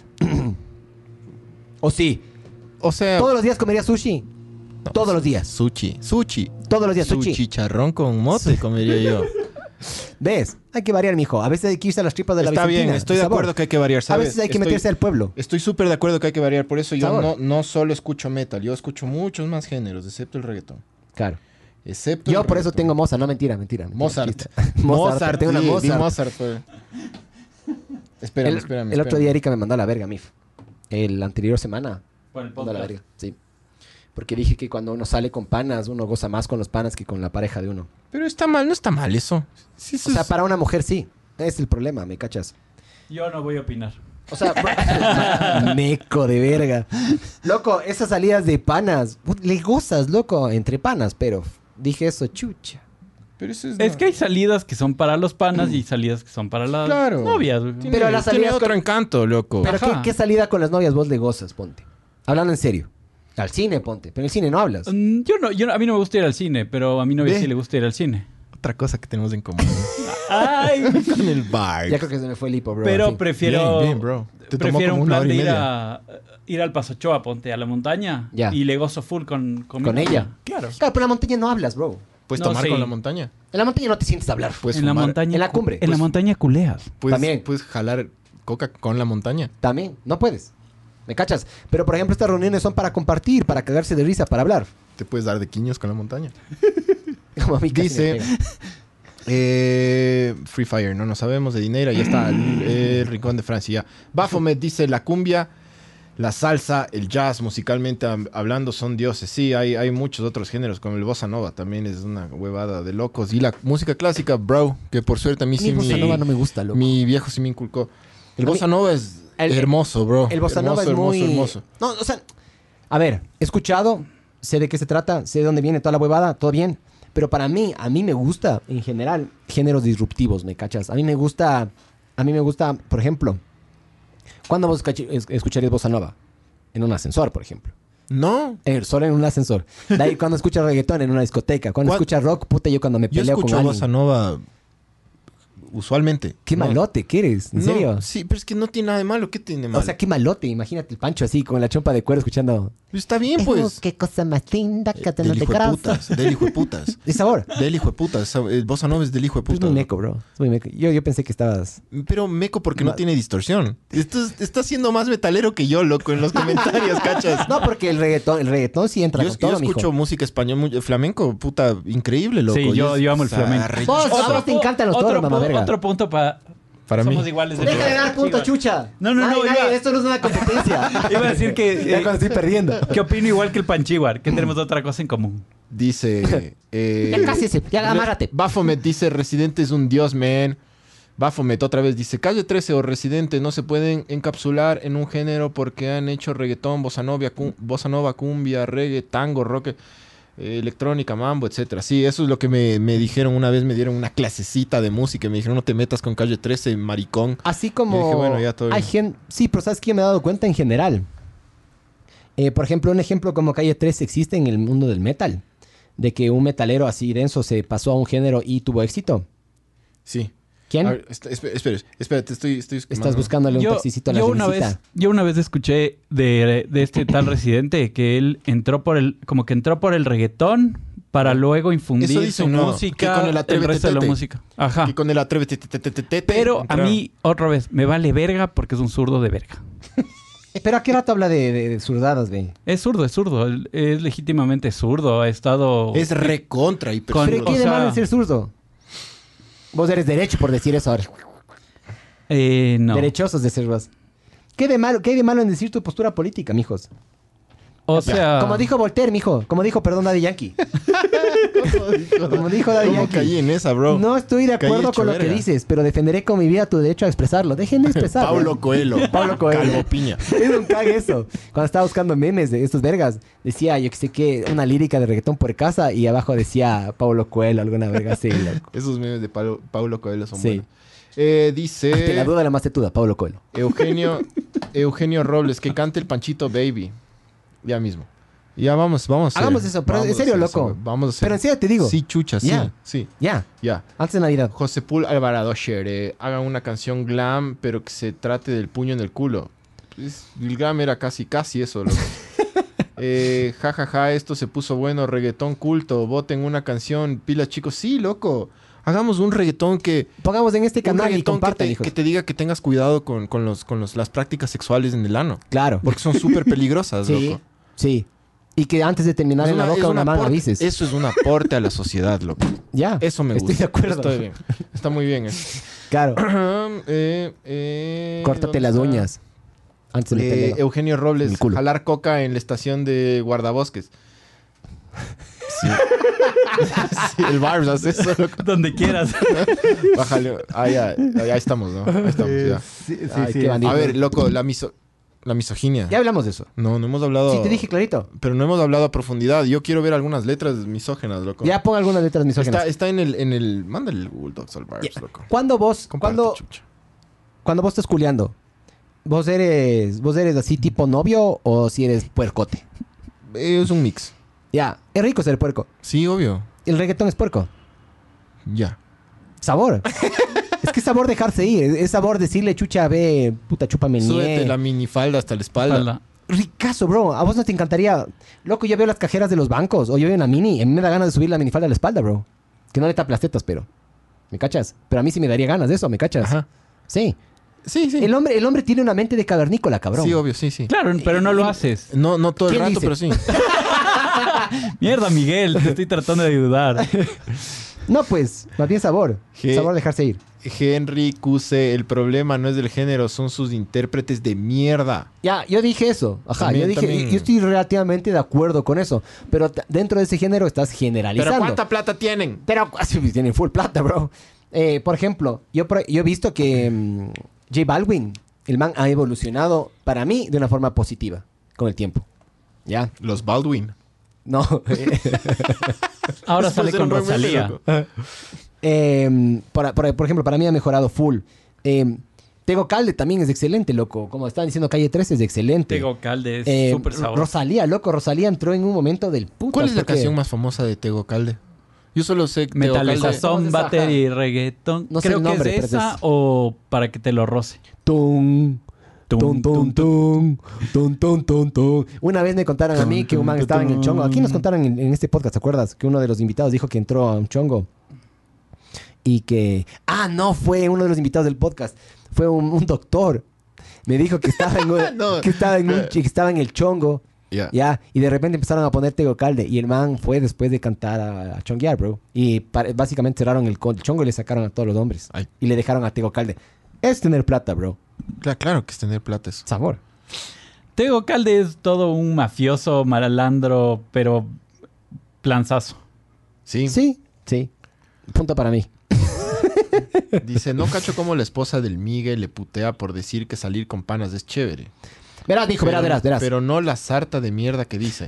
O sí. O sea... ¿Todos los días comerías sushi? no, Todos los días. Sushi. Sushi. Todos los días Su sushi. chicharrón con mote, comería yo. ¿Ves? Hay que variar, mijo. A veces hay que irse a las tripas de la Está bien, Vicentina, estoy el de sabor. acuerdo que hay que variar, A ¿sabes? veces hay que Estoy- meterse al pueblo. Estoy súper de acuerdo que hay que variar, por eso yo Sabor. no, no solo escucho metal, yo escucho muchos más géneros, excepto el reggaetón. Claro. Excepto Yo el por eso reggaetón. tengo Mozart. No, mentira, mentira. mentira. Mozart. Chiste. Mozart. Tengo una sí, di Mozart. Mozart, pues. Espérame, El, espérame. el otro día espérame. Erika me mandó a la verga, Mif. El anterior semana. Por el Mandó a la podcast. verga. Sí. Porque dije que cuando uno sale con panas, uno goza más con los panas que con la pareja de uno. Pero está mal, no está mal eso. Sí, eso O sea, es- para una mujer sí. Es el problema, ¿me cachas? Yo no voy a opinar. O sea, meco de verga. Loco, esas salidas de panas, put- le gozas, loco, entre panas, pero dije eso, chucha. pero eso es... Es no- que hay salidas que son para los panas y salidas que son para las Claro. novias. güey. Tiene, Pero las tiene salidas otro con- encanto, loco. Pero ¿qué, Ajá. qué salida con las novias vos le gozas, ponte? Hablando en serio. Al cine, ponte. Pero en el cine no hablas. Mm, Yo no, yo, no- a mí no me gusta ir al cine, pero a mi novia Ve. sí le gusta ir al cine. Otra cosa que tenemos en común. Ay, Con el bar. Ya creo que se me fue el hipo, bro. pero sí. prefiero Bien, bien, bro. Te tomó prefiero como un una plan hora y de ir media. a ir al Paso Ochoa, ponte a la montaña Ya. y le gozo full con con, mi ¿Con novia. ella? Claro. Claro, pero en la montaña no hablas, bro. Puedes No, tomar sí. con la montaña. En la montaña no te sientes a hablar. Puedes en la fumar. montaña en la cu- cumbre. En la Pues- montaña culeas. Puedes, También. puedes jalar coca con la montaña. También, no puedes. ¿Me cachas? Pero, por ejemplo, estas reuniones son para compartir, para cagarse de risa, para hablar. Te puedes dar de quiños con la montaña. Como a mí casi Dice- me pega. Eh, Free Fire, no, no sabemos de dinero. Ya está el, el rincón de Francia. Ya. Baphomet dice la cumbia, la salsa, el jazz, musicalmente hab- hablando, son dioses. Sí, hay, hay muchos otros géneros, como el bossa nova, también es una huevada de locos. Y la música clásica, bro, que por suerte a mí A mí sí el bossa mi, nova no me gusta, loco. mi viejo sí me inculcó. El A mí- bossa nova es el- hermoso, bro. El bossa nova hermoso, es muy... hermoso, hermoso. No, o sea... A ver, he escuchado, sé de qué se trata, sé de dónde viene toda la huevada, todo bien. Pero para mí, a mí me gusta, en general, géneros disruptivos, ¿me cachas? A mí me gusta... A mí me gusta, por ejemplo... ¿Cuándo vos escuch- es- escucharías bossa nova? En un ascensor, por ejemplo. No, Eh, solo en un ascensor. De ahí cuando escuchas reggaetón en una discoteca. Cuando ¿Cuál- escuchas rock, puta, yo cuando me yo peleo con escucho alguien. bossa nova usualmente. Qué No. malote que eres, ¿en No, serio? Sí, pero es que no tiene nada de malo. ¿Qué tiene de malo? O sea, qué malote. Imagínate el Pancho así, con la chompa de cuero, escuchando... Está bien, pues. qué cosa más linda que te Del hijo de putas. Del hijo de putas. De sabor. Del hijo de putas. El bossa nova es del hijo de Es putas. muy meco, bro. Es muy meco. Yo, yo pensé que estabas... Pero meco porque Ma- no tiene distorsión. Estás, estás siendo más metalero que yo, loco, en los comentarios, ¿cachas? No, porque el reggaetón, el reggaetón sí entra Yo, con yo todo, escucho mijo. música español, mu- flamenco, puta, increíble, loco. Sí, yo- Y es- yo amo el o sea, flamenco. arrecho. Vos, a vos te pu- encantan los otro toros, mamá pu- verga. Otro punto para... Para mí. Somos iguales de Deja de verga. dar punto, Sí, chucha. No, no, no, Nadie, nadie, iba- esto no es una competencia. Iba a decir que... Ya eh, cuando estoy perdiendo. que opino igual que el Panchiguar, que tenemos otra cosa en común. Dice... eh, Ya casi se- ya Re- amárrate. Baphomet dice, Residente es un dios, man. Baphomet otra vez dice, Calle trece o Residente no se pueden encapsular en un género porque han hecho reggaetón, bossa nova, cum- bossa nova, cumbia, reggae, tango, rock, eh, electrónica, mambo, etcétera. Sí, eso es lo que me, me dijeron una vez, me dieron una clasecita de música y me dijeron, no te metas con Calle trece, maricón. Así como... Yo dije, bueno, ya todo hay bien. gen... Sí, pero ¿sabes qué? Me he dado cuenta en general. Eh, por ejemplo, un ejemplo como Calle trece existe en el mundo del metal. De que un metalero así denso se pasó a un género y tuvo éxito. Sí. ¿Quién? A ver, est- esp- espera, espérate, estoy, estoy Estás quemando. buscándole un Yo, taxicito a la yo una Renisita. vez, yo una vez escuché de, de este tal residente que él entró por el, como que entró por el reggaetón para luego infundir Eso su dicen, ¿no? música, Que con el el, atrévete, resto de la tete. música. Ajá. Y con el atrévete, te, te, te, te, te, Pero a entraron. mí, otra vez, me vale verga porque es un zurdo de verga. Pero ¿a qué rato habla de, de, de zurdadas, ve? Es zurdo, es zurdo. Él es legítimamente zurdo. Ha estado... Es recontra hiper Con- ¿Pero zurdo. qué o de sea- malo en ser zurdo? Vos eres derecho por decir eso ahora. Eh, no. Derechosos de ser vos. ¿Qué de malo, qué hay de malo en decir tu postura política, mijos? O sea... Como dijo Voltaire, mijo. Como dijo, perdón, Daddy Yankee. Como dijo Daddy ¿Cómo Yankee. caí en esa, bro? No estoy de Caí acuerdo hecho con lo que verga. dices, pero defenderé con mi vida tu derecho a expresarlo. Dejen de expresarlo. Paulo Coelho. Paulo Coelho. Calvo Piña. Es un cague eso. Cuando estaba buscando memes de estos vergas, decía, yo que sé qué, una lírica de reggaetón por casa y abajo decía Paulo Coelho, alguna verga así, loco. Esos memes de Paulo, Paulo Coelho son Sí. buenos. Eh, Ante la dice duda, la más tetuda, Paulo Coelho. Eugenio, Eugenio Robles, que cante el Panchito Baby. Ya mismo. Ya vamos, vamos a hacer. Hagamos eso, pero en Vamos a serio, hacer loco. eso, vamos a hacer. Pero en serio te digo. Sí, chucha, sí. Ya. Sí, Ya, ya. antes de Navidad. José Pul Alvarado Shere, hagan una canción glam, pero que se trate del puño en el culo. Pues, el glam era casi, casi eso, loco. eh, ja, ja, ja, esto se puso bueno, reggaetón culto, voten una canción, pilas chicos. Sí, loco. Hagamos un reggaetón que... Pongamos en este Un canal y reggaetón que compartan, te, hijos. que te diga que tengas cuidado con, con, los, con los, las prácticas sexuales en el ano. Claro. Porque son súper peligrosas, Sí, loco. sí. Y que antes de terminar Es en la una- es boca un una mano aporte- avises. Eso es un aporte a la sociedad, loco. Ya. Eso me gusta. Estoy de acuerdo. Estoy bien. Está muy bien eso. Claro. eh, eh, Córtate ¿dónde las está? uñas. Antes de Eh, meterle. Eugenio En Robles, el culo. jalar coca en la estación de guardabosques. Sí. Sí, el Barbs hace eso, loco. Donde quieras. Bájale. Ah, ya, ya, ya estamos, ¿no? Ahí estamos, ya. Sí, sí, Ay, qué bandido. A ver, loco, la, miso la misoginia. Ya hablamos de eso. No, no hemos hablado... Sí, te dije clarito. Pero no hemos hablado a profundidad. Yo quiero ver algunas letras misógenas, loco. Ya pon algunas letras misóginas. Está, está en el, en el... Mándale el Google Docs al Barbs, Ya. loco. ¿Cuándo vos, Comparte, cuando, chucha. cuando vos estás culeando, vos eres, vos eres así tipo novio o si eres puercote? Eh, es un mix. Ya, es rico ser puerco. Sí, obvio. El reggaetón es puerco. Ya. Sabor. Es que es sabor dejarse ir. Es, es sabor decirle, chucha, ve, puta, chúpame el Súbete nie. la minifalda hasta la espalda. Espalda. Ricazo, bro. ¿A vos no te encantaría? Loco, yo veo las cajeras de los bancos o yo veo una mini. A mí me da ganas de subir la minifalda a la espalda, bro. Que no le tapa las tetas, pero. ¿Me cachas? Pero a mí sí me daría ganas de eso, ¿me cachas? Ajá. Sí. Sí, sí. El hombre, el hombre tiene una mente de cavernícola, cabrón. Sí, obvio, sí, sí. Claro, pero no lo haces. No, no todo el ¿Quién rato, dice? pero sí. Mierda, Miguel, te estoy tratando de ayudar. No, pues, más bien sabor. Ge- Sabor dejarse ir. Henry Q C, el problema no es del género, son sus intérpretes de mierda. Ya, yo dije eso. Ajá, También- yo dije, también- yo estoy relativamente de acuerdo con eso. Pero t- dentro de ese género estás generalizando. ¿Pero cuánta plata tienen? Pero sí, tienen full plata, bro. Eh, por ejemplo, yo, por- yo he visto que mm, J Balvin, el man ha evolucionado para mí de una forma positiva con el tiempo. ¿Ya? Los Baldwin. No. Ahora Eso puede sale ser con un buen meme, Rosalía. loco. Eh, por, por- por ejemplo, para mí ha mejorado full. Eh, Tego Calde también es excelente, loco. Como estaban diciendo, Calle trece es excelente. Tego Calde es Eh, súper Ro- sabor. Rosalía, loco. Rosalía entró en un momento del putas. ¿Cuál es la porque- canción más famosa de Tego Calde? Yo solo sé Tego Calde. ¿Cómo Metalizazón, es esa? batería y reggaetón. No sé Creo el que nombre, es pero esa es- o para que te lo roce. Tum, tum, Tum, tum, tum, tum, tum, tum, tum. Una vez me contaron a mí que un man estaba en el chongo. Aquí nos contaron en, en este podcast, ¿te acuerdas? Que uno de los invitados dijo que entró a un chongo. Y que... Ah, no, fue uno de los invitados del podcast. Fue un, un doctor. Me dijo que estaba en, un- No. que estaba en, un- que estaba en el chongo. Ya. Ya, y de repente empezaron a poner Tego Calde. Y el man fue después de cantar a, a chonguear, bro. Y pa- básicamente cerraron el, co- el chongo y le sacaron a todos los hombres. Ay. Y le dejaron a Tego Calde. Es tener plata, bro. Claro, claro que es tener plata eso. Sabor. Tego Calde es todo un mafioso, malandro, pero planzazo. Sí. Sí, sí. Punto para mí. Dice, no cacho como la esposa del Miguel le putea por decir que salir con panas es chévere. Verás, dijo, verás, Pero- verás, verás. Pero no la sarta de mierda que dice.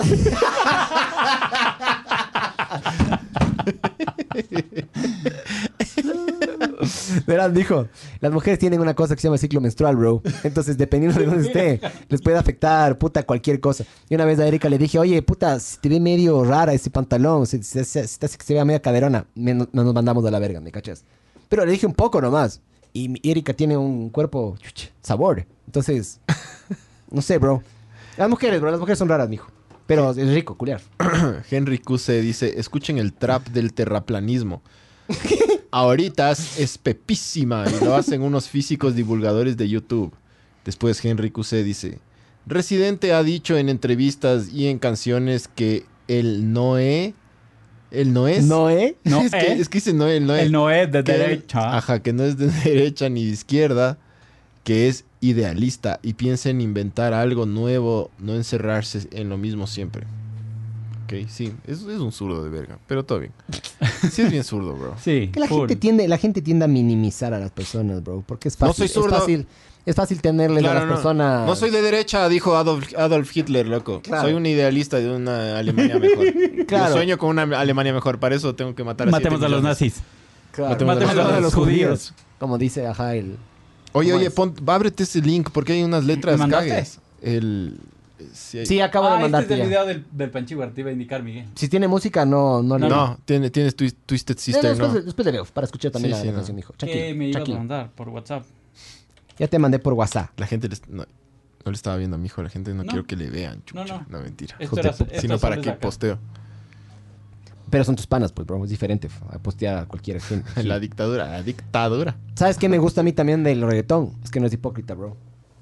Verás, dijo. Las mujeres tienen una cosa que se llama ciclo menstrual, bro. Entonces, dependiendo de dónde esté, les puede afectar, puta, cualquier cosa. Y una vez a Erika le dije, oye, puta, si te ve medio rara ese pantalón, si, si, si, si te hace que se vea media caderona, me- no- nos mandamos a la verga, ¿me cachas? Pero le dije un poco nomás. Y mi Erika tiene un cuerpo chuch, sabor. Entonces, no sé, bro. Las mujeres, bro, las mujeres son raras, mijo. Pero es rico, culiar. Henry Cuse dice, escuchen el trap del terraplanismo. Ahorita es pepísima y lo hacen unos físicos divulgadores de YouTube. Después Henry Cuse dice, Residente ha dicho en entrevistas y en canciones que el Noé... ¿El no es? ¿Noé? No es, que, es. es que dice Noé, el Noé. El no es de Que él- derecha. Ajá, que no es de derecha ni de izquierda, que es idealista y piensa en inventar algo nuevo, no encerrarse en lo mismo siempre. Ok, sí, es, es un zurdo de verga, pero todo bien. Sí es bien zurdo, bro. Sí, Que la full. gente tiende, la gente tiende a minimizar a las personas, bro. Porque es fácil. No soy zurdo. Es fácil, es fácil tenerle a Claro, las no. personas. No soy de derecha, dijo Adolf, Adolf Hitler, loco. Claro. Soy un idealista de una Alemania mejor. Claro. Yo sueño con una Alemania mejor, para eso tengo que matar a Matemos siete a los millones. nazis. Claro. Matemos Matemos a los judíos. Como dice, ajá, el... Oye, ¿Cómo oye, es? pon, ábrete ese link porque hay unas letras ¿Me mandaste? cagues. El... Sí, hay- Sí, acabo de Ah, mandarte este es el ya. video del, del Panchiguar, te iba a indicar, Miguel. Si tiene música, no... No, No, le- tiene, tienes Twi- Twisted No, no, Sister, después, ¿no? después le leo, para escuchar también Sí, la, sí, la no. canción, mijo. ¿Qué Tranquilo, me ibas a tranquilo. mandar por WhatsApp? Ya te mandé por WhatsApp. La gente les- no, no le estaba viendo a mi hijo, la gente no, No. quiero que le vean, chucha. No, No, no. mentira. Esto Hijos era- de puta, esto sino para solo qué es acá. posteo. Pero son tus panas, pues, bro. Es diferente a postear a cualquier gente. En la dictadura, la dictadura. ¿Sabes qué me gusta a mí también del reggaetón? Es que no es hipócrita, bro.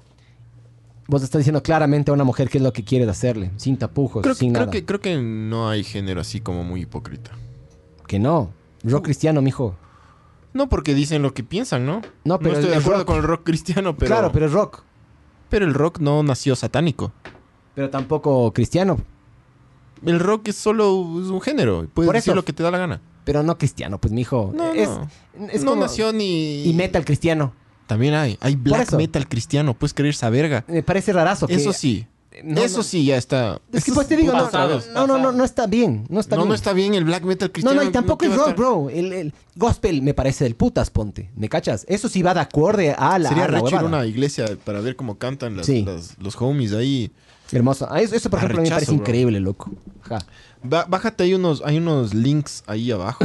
Vos estás diciendo claramente a una mujer qué es lo que quieres hacerle. Sin tapujos, Creo, sin creo nada. que, creo que no hay género así como muy hipócrita. Que no. Rock cristiano, mijo. No porque dicen lo que piensan, ¿no? No, pero no estoy el- de el acuerdo rock- con el rock cristiano, pero... Claro, pero es rock. pero el rock no nació satánico. Pero tampoco cristiano. El rock es solo es un género. Puedes Por decir eso. lo que te da la gana. Pero no cristiano, pues, mijo. No, es, no. es no como- nació ni... Y metal cristiano. También hay. Hay black eso. metal cristiano. Puedes creer esa verga. Me parece rarazo. que- Eso sí. No, eso no. sí ya está. Es que Eso pues te digo, no, pasado, no, no, no, pasado. no está bien. No está no, bien. no está bien el black metal No, cristiano. no, y tampoco ¿qué es va a rock, estar? bro. El, el gospel me parece del putas, ponte. ¿Me cachas? Eso sí va de acorde a la, Sería a la recho ir a huevada. una iglesia para ver cómo cantan las- Sí. las- los homies ahí. Hermoso. Ah, eso, eso, por Ah, ejemplo, a mí me rechazo, parece bro. increíble, loco. Ajá. Ba- bájate ahí unos, hay unos links ahí abajo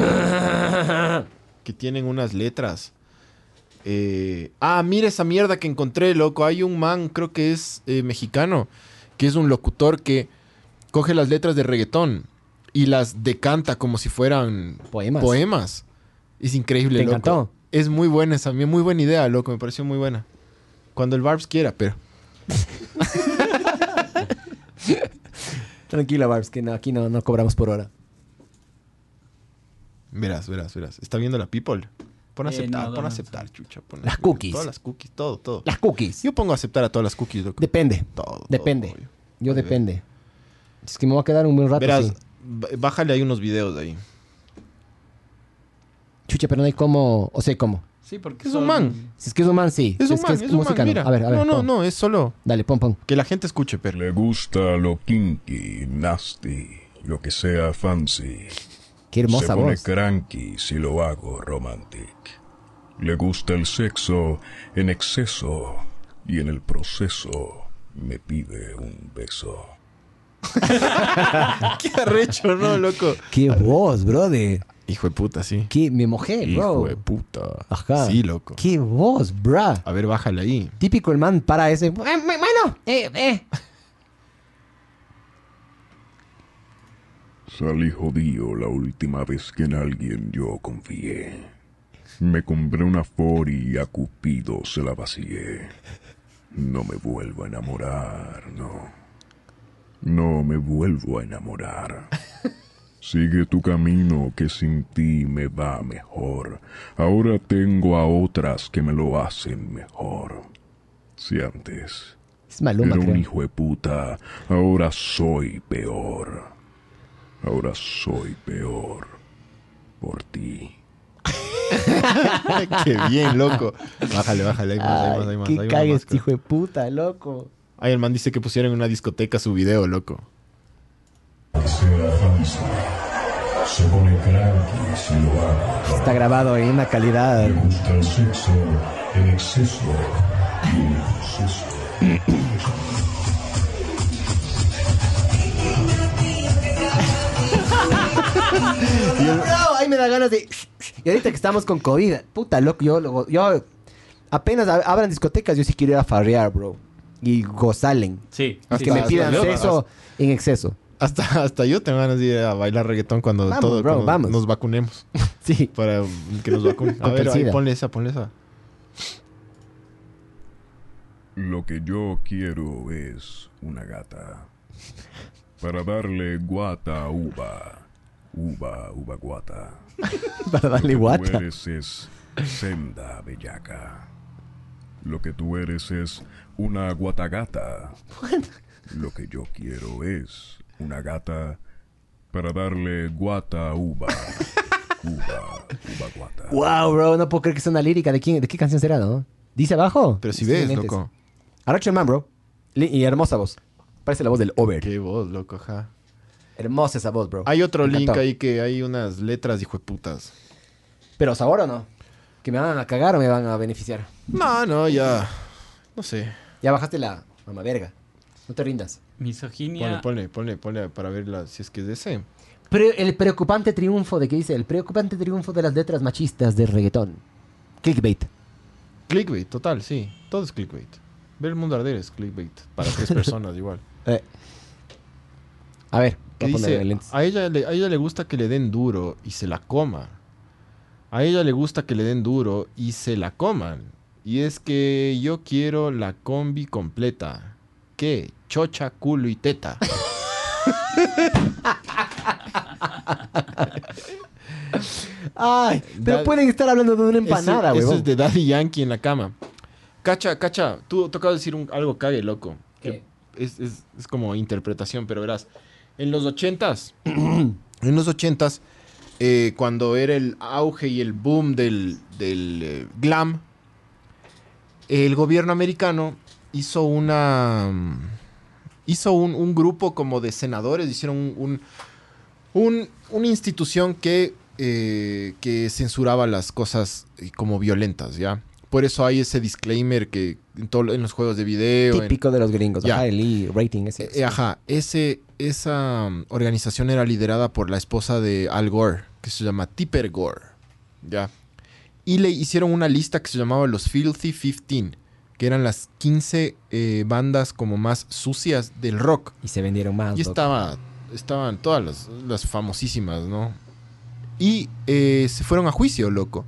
que tienen unas letras. Eh, ah, mira esa mierda que encontré, loco. Hay un man, creo que es eh, mexicano, que es un locutor que coge las letras de reggaetón y las decanta como si fueran Poemas. poemas. Es increíble, ¿Te loco. encantó? Es muy buena esa, muy buena idea, loco. Me pareció muy buena. Cuando el Barbs quiera, pero... Tranquila, Barbs, que no, aquí no, no cobramos por hora. Verás, verás, verás. ¿Está viendo la people? Pon Eh, aceptar, no, pon no, aceptar, chucha. Pon Las aceptar. cookies. Todas las cookies, todo, todo. Las cookies. Yo pongo a aceptar a todas las cookies, loco. Depende. Todo, Depende. todo, obvio. Yo Obvio. depende. Es que me voy a quedar un buen rato Verás, así. b- bájale ahí unos videos de ahí. Chucha, pero no hay cómo... O sea, ¿cómo? Sí, porque Es un son- man. Si es que es un man, sí. Es Si un que man, es un man, música, no. mira. A ver, a ver. no, no, pon. no, es solo Dale, pon, pon. que la gente escuche, pero... Le gusta lo kinky, nasty, lo que sea fancy. Qué hermosa Se pone voz. cranky si lo hago romantic. Le gusta el sexo en exceso y en el proceso me pide un beso. Qué arrecho, ¿no, loco? Qué voz, brother. Hijo de puta, sí. Qué... Me mojé, bro. Hijo de puta. Ajá. Sí, loco. Qué voz, bra. A ver, bájale ahí. Típico el man para ese... Eh, bueno, eh, eh. Salí jodido la última vez que en alguien yo confié. Me compré una Fori y a Cupido se la vacié. No me vuelvo a enamorar, no. No me vuelvo a enamorar. Sigue tu camino que sin ti me va mejor. Ahora tengo a otras que me lo hacen mejor. Si antes Es Maluma, era un creo. hijo de puta, ahora soy peor. Ahora soy peor por ti. Qué bien, loco. Bájale, bájale. Hay más, hay más, hay Ay, más. qué hay una cague más, este creo. hijo de puta, loco. Ay, el man dice que pusieron en una discoteca su video, loco. Sea fancy, se pone cranky si lo hago. Está grabado en una calidad... Le gusta el sexo en exceso y en el proceso. Bro, ahí me da ganas de... Y ahorita que estamos con COVID, puta loco, yo, lo- yo apenas ab- abran discotecas, yo sí quiero ir a farrear, bro. Y gozalen. Sí. Hasta- Que me hasta pidan yo, sexo en exceso. Hasta, hasta yo tengo ganas de ir a bailar reggaetón cuando, Vamos, todo, bro, cuando vamos. nos vacunemos. Sí. Para que nos vacunen. A Contra ver, el ahí, SIDA. ponle esa, ponle esa. Lo que yo quiero es una gata. Para darle guata a uva. Uva, uva guata. Para darle Lo que tú guata. eres es senda bellaca. Lo que tú eres es una guatagata. Lo que yo quiero es una gata para darle guata a uva. Uva, uva guata. Wow, bro, no puedo creer que sea una lírica. ¿De quién, de qué canción será, no? ¿Dice abajo? Pero si Sí, ves, lentes. loco. Arrocho el man, bro. Li- Y hermosa voz. Parece la voz del Over. Qué voz, loco, ajá. Hermosa esa voz, bro. Hay otro Me link encantó. ahí que hay unas letras, hijo de putas. ¿Pero sabor o no? ¿Que me van a cagar o me van a beneficiar? No, no, ya. No sé. Ya bajaste la mamá verga. No te rindas. Misoginia. Ponle, ponle, ponle, ponle para ver la- si es que es de ese. Pero el preocupante triunfo de qué dice, el preocupante triunfo de las letras machistas de reggaetón. Clickbait. Clickbait, total, sí. Todo es clickbait. Ver el mundo arder es clickbait. Para tres personas igual. Eh. A ver, Que voy a ponerle dice, lentes. a ella, le, a ella le gusta que le den duro y se la coma. A ella le gusta que le den duro y se la coman. Y es que yo quiero la combi completa. ¿Qué? Chocha, culo y teta. Ay, pero Da- pueden estar hablando de una empanada, Eso, eso huevón. es de Daddy Yankee en la cama. Cacha, cacha, tú tocabas decir un- algo cague, loco. Que es, es- es como interpretación, pero verás. En los ochentas, en los ochentas, eh, cuando era el auge y el boom del, del eh, glam, el gobierno americano hizo una... mm, hizo un, un grupo como de senadores, hicieron un, un- un- una institución que, eh, que censuraba las cosas eh, como violentas, ¿ya? Por eso hay ese disclaimer que en, todo- en los juegos de video... en- Típico de los gringos. Ya. Ajá, el E rating ese. eh, ajá, ese, esa um, organización era liderada por la esposa de Al Gore, que se llama Tipper Gore, ¿ya? Y le hicieron una lista que se llamaba los Filthy quince, que eran las quince eh, bandas como más sucias del rock. Y se vendieron más. Y loco. estaba, estaban todas las, las famosísimas, ¿no? Y eh, se fueron a juicio, loco.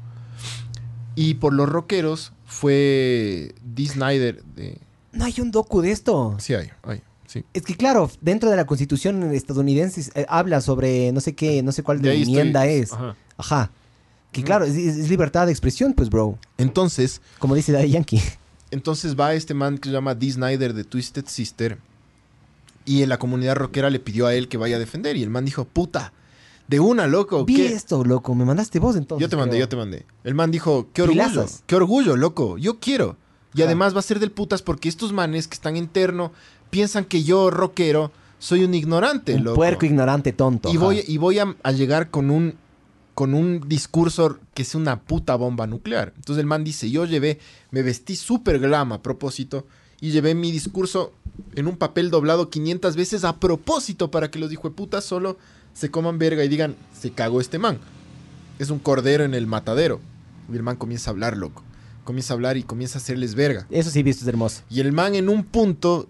Y por los rockeros fue Dee Snider de... No hay un docu de esto. Sí hay, hay, sí. Es que claro, dentro de la constitución estadounidense eh, habla sobre no sé qué, no sé cuál De de ahí estoy- enmienda es. Ajá. Ajá. Que claro, es, es libertad de expresión, pues, bro. Entonces, Como dice Daddy Yankee. entonces va este man que se llama Dee Snider de Twisted Sister y en la comunidad rockera le pidió a él que vaya a defender y el man dijo, puta, de una, loco. Vi ¿qué? esto, loco. Me mandaste vos entonces. Yo te mandé, creo. yo te mandé. El man dijo, qué orgullo, Pilazas. qué orgullo, loco, yo quiero. Y Ajá. además va a ser del putas porque estos manes que están interno piensan que yo, rockero, soy un ignorante, Un loco. puerco ignorante tonto. Y ajá. voy, y voy a, a llegar con un, con un discurso que es una puta bomba nuclear. Entonces el man dice, yo llevé, me vestí súper glam a propósito y llevé mi discurso en un papel doblado quinientas veces a propósito para que los hijueputas solo se coman verga y digan, se cagó este man. Es un cordero en el matadero. Y el man comienza a hablar, loco. Comienza a hablar y comienza a hacerles verga. Eso sí, visto, es hermoso. Y el man en un punto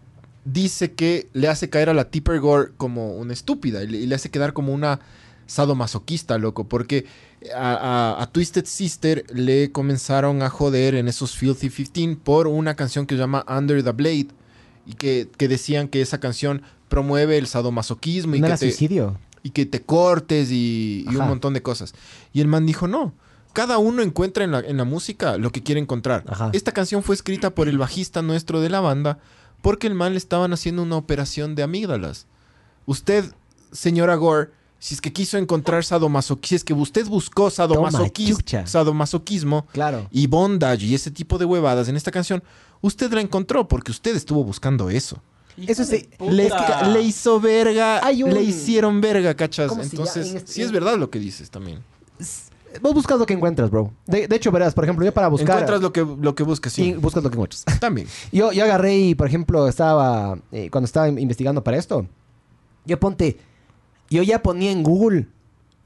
dice que le hace caer a la Tipper Gore como una estúpida y le, y le hace quedar como una sadomasoquista, loco, porque a, a- a Twisted Sister le comenzaron a joder en esos Filthy quince por una canción que se llama Under the Blade y que, que decían que esa canción promueve el sadomasoquismo y ¿No que, era te, suicidio? y que te cortes y, y un Ajá. montón de cosas. Y el man dijo, no, cada uno encuentra en la, en la música lo que quiere encontrar. Ajá. Esta canción fue escrita por el bajista nuestro de la banda porque el man le estaban haciendo una operación de amígdalas. Usted, señora Gore, si es que quiso encontrar sadomasoquismo, si es que usted buscó sadomasoquis- chucha. sadomasoquismo Claro. y bondage y ese tipo de huevadas en esta canción, usted la encontró porque usted estuvo buscando eso. Eso sí. Le, le hizo verga, Hay un- le hicieron verga, ¿cachas? ¿Cómo se llama? Entonces, En este- sí es verdad lo que dices también. Vos buscas lo que encuentras, bro. De, de hecho, verás, por ejemplo, yo para buscar... Encuentras lo que, lo que buscas, y sí. buscas lo que encuentras. También. Yo, yo agarré y, por ejemplo, estaba... eh, cuando estaba investigando para esto, yo ponte... Yo ya ponía en Google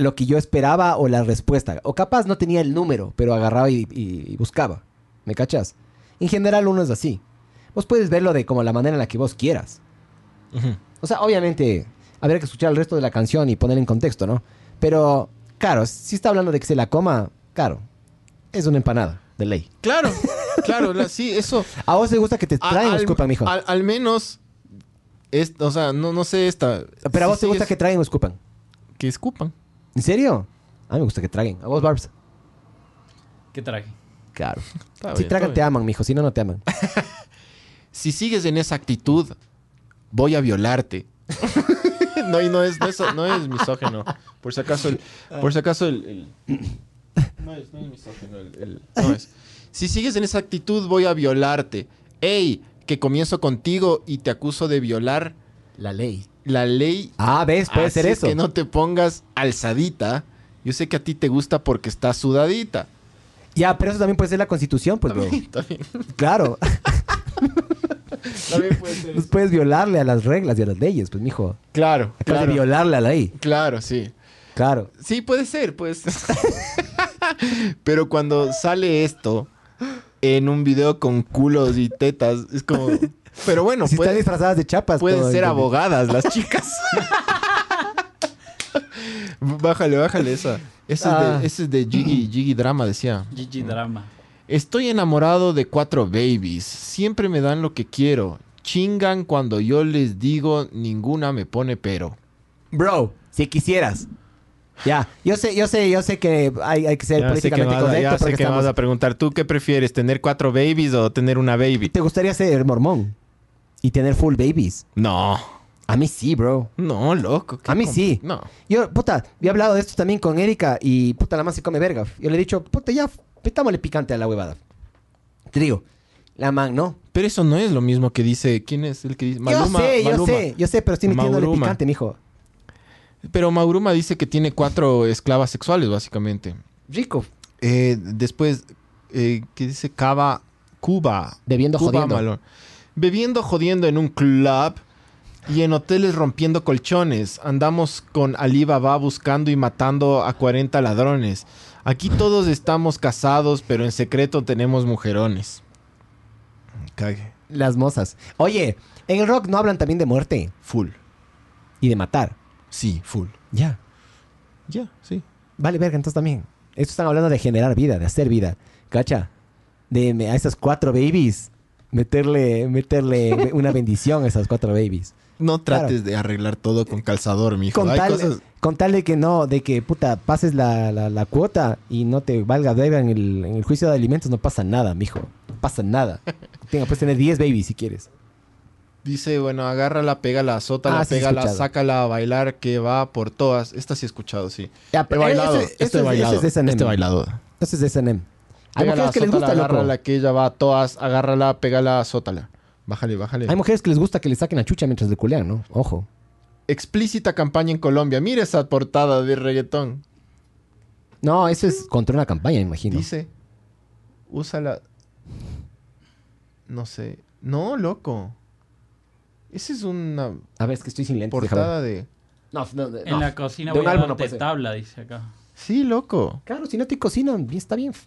lo que yo esperaba o la respuesta. O capaz no tenía el número, pero agarraba y, y- y buscaba. ¿Me cachas? En general uno es así. Vos puedes verlo de como la manera en la que vos quieras. Ujú. O sea, obviamente, habría que escuchar el resto de la canción y poner en contexto, ¿no? Pero, claro, si está hablando de que se la coma, claro, es una empanada, de ley. Claro, claro, la- sí, eso. ¿A vos te gusta que te A- traigan o al, escupan, mijo? al- al menos, es, o sea, no, no sé esta. Pero a vos sí, te gusta sí, que traigan o escupan. que escupan. ¿En serio? A mí me gusta que traguen. ¿A vos, Barbs? ¿Qué traje? Claro. Está Si bien, tragan, está te bien. aman, mijo. Si no, no te aman. Si sigues en esa actitud, voy a violarte. no, y no es, no es, no es misógeno. Por si acaso el, por si acaso el, el- no es, no es misógeno el, el- no es. Si sigues en esa actitud, voy a violarte. Ey, que comienzo contigo y te acuso de violar La ley. la ley. Ah, ¿ves? Puede Así ser eso. que no te pongas alzadita. Yo sé que a ti te gusta porque estás sudadita. Ya, pero eso también puede ser la constitución, pues, bro. También, Claro. también puede ser Pues eso. puedes violarle a las reglas y a las leyes, pues, mijo. Claro, Acabas de claro, violarle a la ley. claro, sí. Claro. Sí, puede ser, pues. Pero cuando sale esto en un video con culos y tetas, es como... Pero bueno, Si están puede- disfrazadas de chapas. pueden todo, ser ¿entendés? abogadas las chicas. Bájale, bájale esa. Ese es Ah. de, ese es de Jiggy, Jiggy Drama, decía. G G Drama. Estoy enamorado de cuatro babies. Siempre me dan lo que quiero. Chingan cuando yo les digo, ninguna me pone pero. Bro, si quisieras. Ya, yo sé, yo sé, yo sé que hay, hay que ser políticamente correcto ya sé porque que me estamos... vas a preguntar, ¿tú qué prefieres? ¿Tener cuatro babies o tener una baby? ¿Te gustaría ser mormón y tener full babies? No, A mí sí, bro. no, loco. ¿qué A mí com- sí. No. Yo, puta, he hablado de esto también con Erika y puta, la más se come verga. Yo le he dicho, puta, ya, metámosle picante a la huevada. Te digo, la man, ¿no? Pero eso no es lo mismo que dice... ¿Quién es el que dice? Maluma, yo sé, yo Maluma. sé, yo sé, pero estoy metiéndole Mauruma. picante, mijo. Pero Mauruma dice que tiene cuatro esclavas sexuales, básicamente. Rico. Eh, después, eh, ¿qué dice? Cava, Cuba. Bebiendo, Cuba jodiendo. Malone. Bebiendo, jodiendo en un club y en hoteles rompiendo colchones. Andamos con Alibaba buscando y matando a cuarenta ladrones. Aquí todos estamos casados, pero en secreto tenemos mujerones. Cague. Las mozas. Oye, en el rock no hablan también de muerte Full. y de matar. Sí, full. Ya. Ya, sí. Vale, verga, entonces también. Estos están hablando de generar vida, de hacer vida. ¿Cacha? De me- a esas cuatro babies. Meterle, meterle una bendición a esas cuatro babies. No trates Claro. de arreglar todo con calzador, mijo. Con Hay tal, cosas... con tal de que no, de que puta, pases la, la, la cuota y no te valga verga en el, en el juicio de alimentos, no pasa nada, mijo. No pasa nada. Tenga, puedes tener diez babies si quieres. Dice, bueno, agárrala, pégala, azótala, Ah, sí, he pégala, escuchado. sácala a bailar, que va por todas. Esta sí he escuchado, sí. Ya, He pero bailado, ese- este ese he es- bailado, ese es de S and M. este he bailado. Entonces de S and M. Hay Pégala, mujeres que les azótala, gusta, loco. agárrala, que ella va a todas, agárrala, pégala, azótala. Bájale, bájale. Hay mujeres que les gusta que le saquen la chucha mientras le culean, ¿no? Ojo. Explícita campaña en Colombia. Mira esa portada de reggaetón. No, eso es contra una campaña, me imagino. Dice, úsala. No sé. No, loco. Esa es una A ver, es que estoy sin lentes. déjame ver. portada de... No, no, no. En la cocina De voy un a álbum no darte puede ser. tabla, dice acá. Sí, loco. Claro, si no te cocinan, bien, está bien.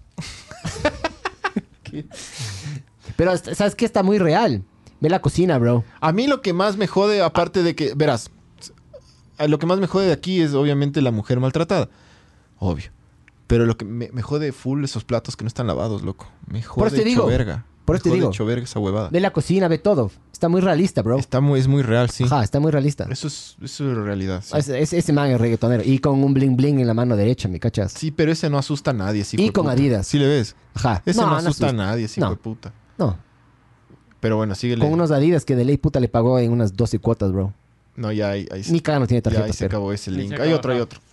Pero, ¿sabes qué? Está muy real. Ve la cocina, bro. A mí lo que más me jode, aparte de que, verás, a lo que más me jode de aquí es obviamente la mujer maltratada. Obvio. Pero lo que me, me jode full esos platos que no están lavados, loco. Me jode eso te hecho digo. verga. Por Me eso te jode digo. hecho verga esa huevada. Ve la cocina, ve todo. Está muy realista, bro. Está muy, es muy real, sí. Ajá, está muy realista. Eso es, eso es realidad. Sí. Ese, ese- ese man es reggaetonero. Y con un bling bling en la mano derecha, ¿me cachas? Sí, pero ese no asusta a nadie, sí. Y con Adidas. Sí le ves. Ajá. Ese no, asusta, asusta. a nadie, sí, No. de puta. No, Pero bueno, síguele. con unos Adidas que de ley puta le pagó en unas doce cuotas, bro. No, ya ahí, ahí, se- Ni cagano tiene ya ahí tarjeta. se pero. acabó ese Ahí se link. Hay acabó, otro, hay ajá. otro.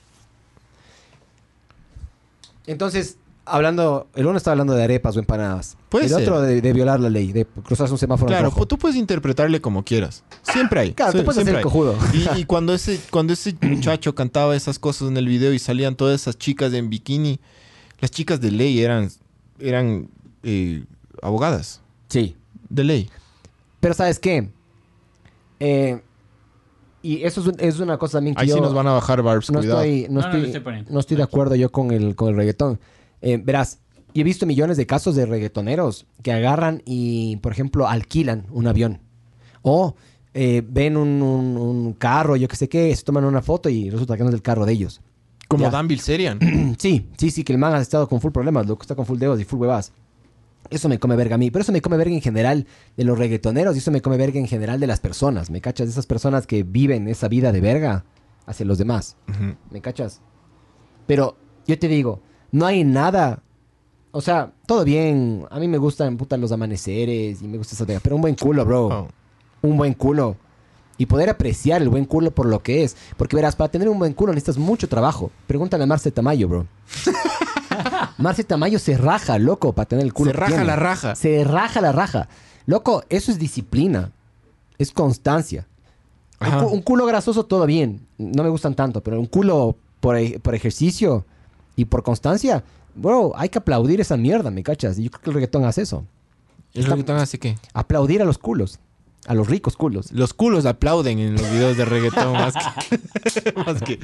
Entonces, hablando, el uno está hablando de arepas o empanadas. Puede el ser. otro de, de violar la ley, de cruzarse un semáforo en Claro, rojo. pu- tú puedes interpretarle como quieras. Siempre hay. Claro, tú Sie- puedes siempre hacer el cojudo. hay. Y, y cuando ese cuando ese muchacho cantaba esas cosas en el video y salían todas esas chicas en bikini, las chicas de ley eran eran eh, abogadas Sí. de ley. Pero ¿sabes qué? Eh, Y eso es, un- es una cosa también que Ahí yo... sí nos van a bajar barbs, no cuidado. estoy, no, No, no, estoy, le estoy poniendo. no estoy de acuerdo yo con el, con el reggaetón. Eh, verás, yo he visto millones de casos de reggaetoneros que agarran y, por ejemplo, alquilan un avión. O eh, ven un, un- un carro, yo qué sé qué, se toman una foto y resulta que no es el carro de ellos. Como Ya. Dan Bilzerian. Sí, sí, sí, que el man ha estado con full problemas, loco, está con full dedos y full huevas. Eso me come verga a mí, pero eso me come verga en general de los reggaetoneros y eso me come verga en general de las personas. ¿Me cachas? De esas personas que viven esa vida de verga hacia los demás. Ujú. ¿Me cachas? Pero yo te digo, no hay nada. O sea, todo bien. A mí me gustan puta los amaneceres y me gusta esa verga, pero un buen culo, bro. Oh. Un buen culo. Y poder apreciar el buen culo por lo que es. Porque verás, para tener un buen culo necesitas mucho trabajo. Pregúntale a Marce Tamayo, bro. Marce Tamayo se raja, loco, para tener el culo. Se que raja tiene. la raja. Se raja la raja. Loco, eso es disciplina. Es constancia. Un, Ajá. cu- un culo grasoso, todo bien. No me gustan tanto, pero un culo por, ej- por ejercicio y por constancia, bro, hay que aplaudir esa mierda, ¿me cachas? Y yo creo que el reggaetón hace eso. El reggaetón hace que Aplaudir a los culos. A los ricos culos. los culos aplauden en los videos de reggaetón más que... más que...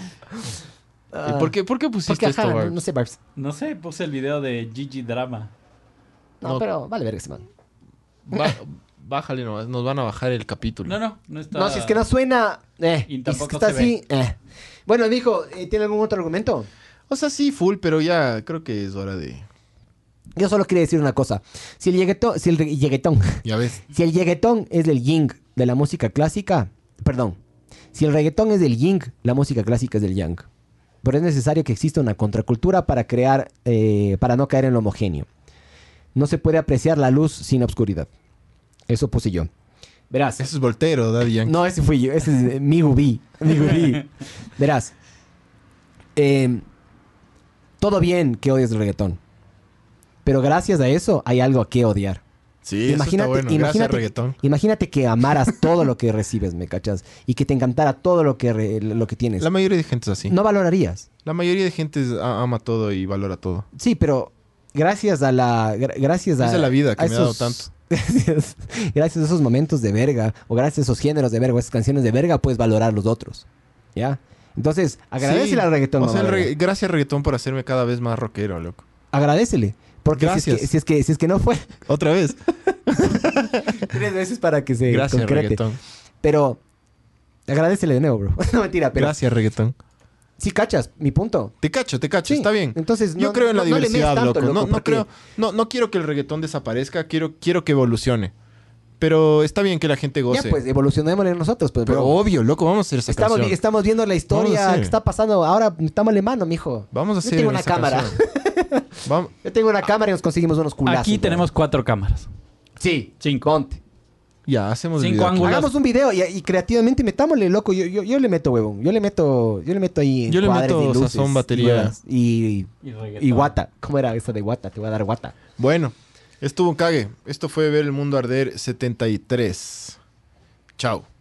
¿Y ¿Por qué, ¿Por qué pusiste Porque, esto, ajá, no, Barbs? no sé, Barbs. No sé, puse el video de Gigi Drama. No, No. pero vale verga ese man. Ba- bájale nomás, nos van a bajar el capítulo. No, no, no está... No, si es que no suena... Eh, Y y si es tampoco que está se así... Eh. Bueno, mijo, eh, ¿tiene algún otro argumento? O sea, sí, full, pero ya creo que es hora de... Yo solo quería decir una cosa. Si el lleguetón... Si el re- lleguetón... Ya ves. Si el lleguetón es del yin de la música clásica... Perdón. Si el reggaetón es del yin, la música clásica es del yang. Pero es necesario que exista una contracultura para crear... eh, para no caer en lo homogéneo. No se puede apreciar la luz sin obscuridad. Eso puse yo. Verás. Eso es Voltero, Daddy Yankee. No, ese fui yo. Ese es eh, mi Gubí. Mi Gubí. Verás. eh, todo bien que odies el reggaetón. Pero gracias a eso hay algo a que odiar. Sí, eso está bueno. Gracias, reggaetón. imagínate que amaras todo lo que recibes, ¿me cachas? Y que te encantara todo lo que, re- lo que tienes. La mayoría de gente es así. No valorarías. La mayoría de gente es- a- ama todo y valora todo. Sí, pero gracias a la... gra- Gracias a... Esa es la vida que a me ha dado tanto. Gracias, gracias a esos momentos de verga, o gracias a esos géneros de verga, o esas canciones de verga, puedes valorar los otros. ¿Ya? Entonces, agradecele Sí. al reggaetón. O sea, el mamá regga- verga. gracias, reggaetón, por hacerme cada vez más rockero, loco. Agradecele. Porque si es, Gracias. que, si, es que, si es que no fue Otra vez. tres veces para que se Gracias, concrete. reggaetón. Pero agradecele de nuevo, bro. No mentira, pero Gracias, reggaetón. sí cachas mi punto. Te cacho, te cacho, Sí. está bien. Entonces, Yo no- creo en la no- no le diversidad, meas tanto, loco. No, loco, no porque- creo, no, no quiero que el reggaetón desaparezca, quiero, quiero que evolucione. Pero está bien que la gente goce. Ya, pues, evolucionémosle nosotros, pues, Pero bro. obvio, loco, vamos a hacer esa Estamos, vi- canción. estamos viendo la Vamos a historia hacer. que está pasando. Ahora estamos mano, mijo. Vamos a Yo hacer tengo una esa cámara. canción. Vamos. Yo tengo una cámara y nos conseguimos unos culazos. Aquí bro. tenemos cuatro cámaras. Sí, Cinco. ponte. Ya, hacemos el Cinco video aquí. ángulos. Hagamos un video y, y creativamente metámosle, loco. Yo, yo, yo le meto, huevón. Yo le meto, yo le meto ahí. Yo le cuadres meto y luces sazón, y batería. huevas. Y, Y reggaetón. y guata. ¿Cómo era eso de guata? Te voy a dar guata. Bueno, estuvo un cague. Esto fue Ver el Mundo Arder setenta y tres. Chao.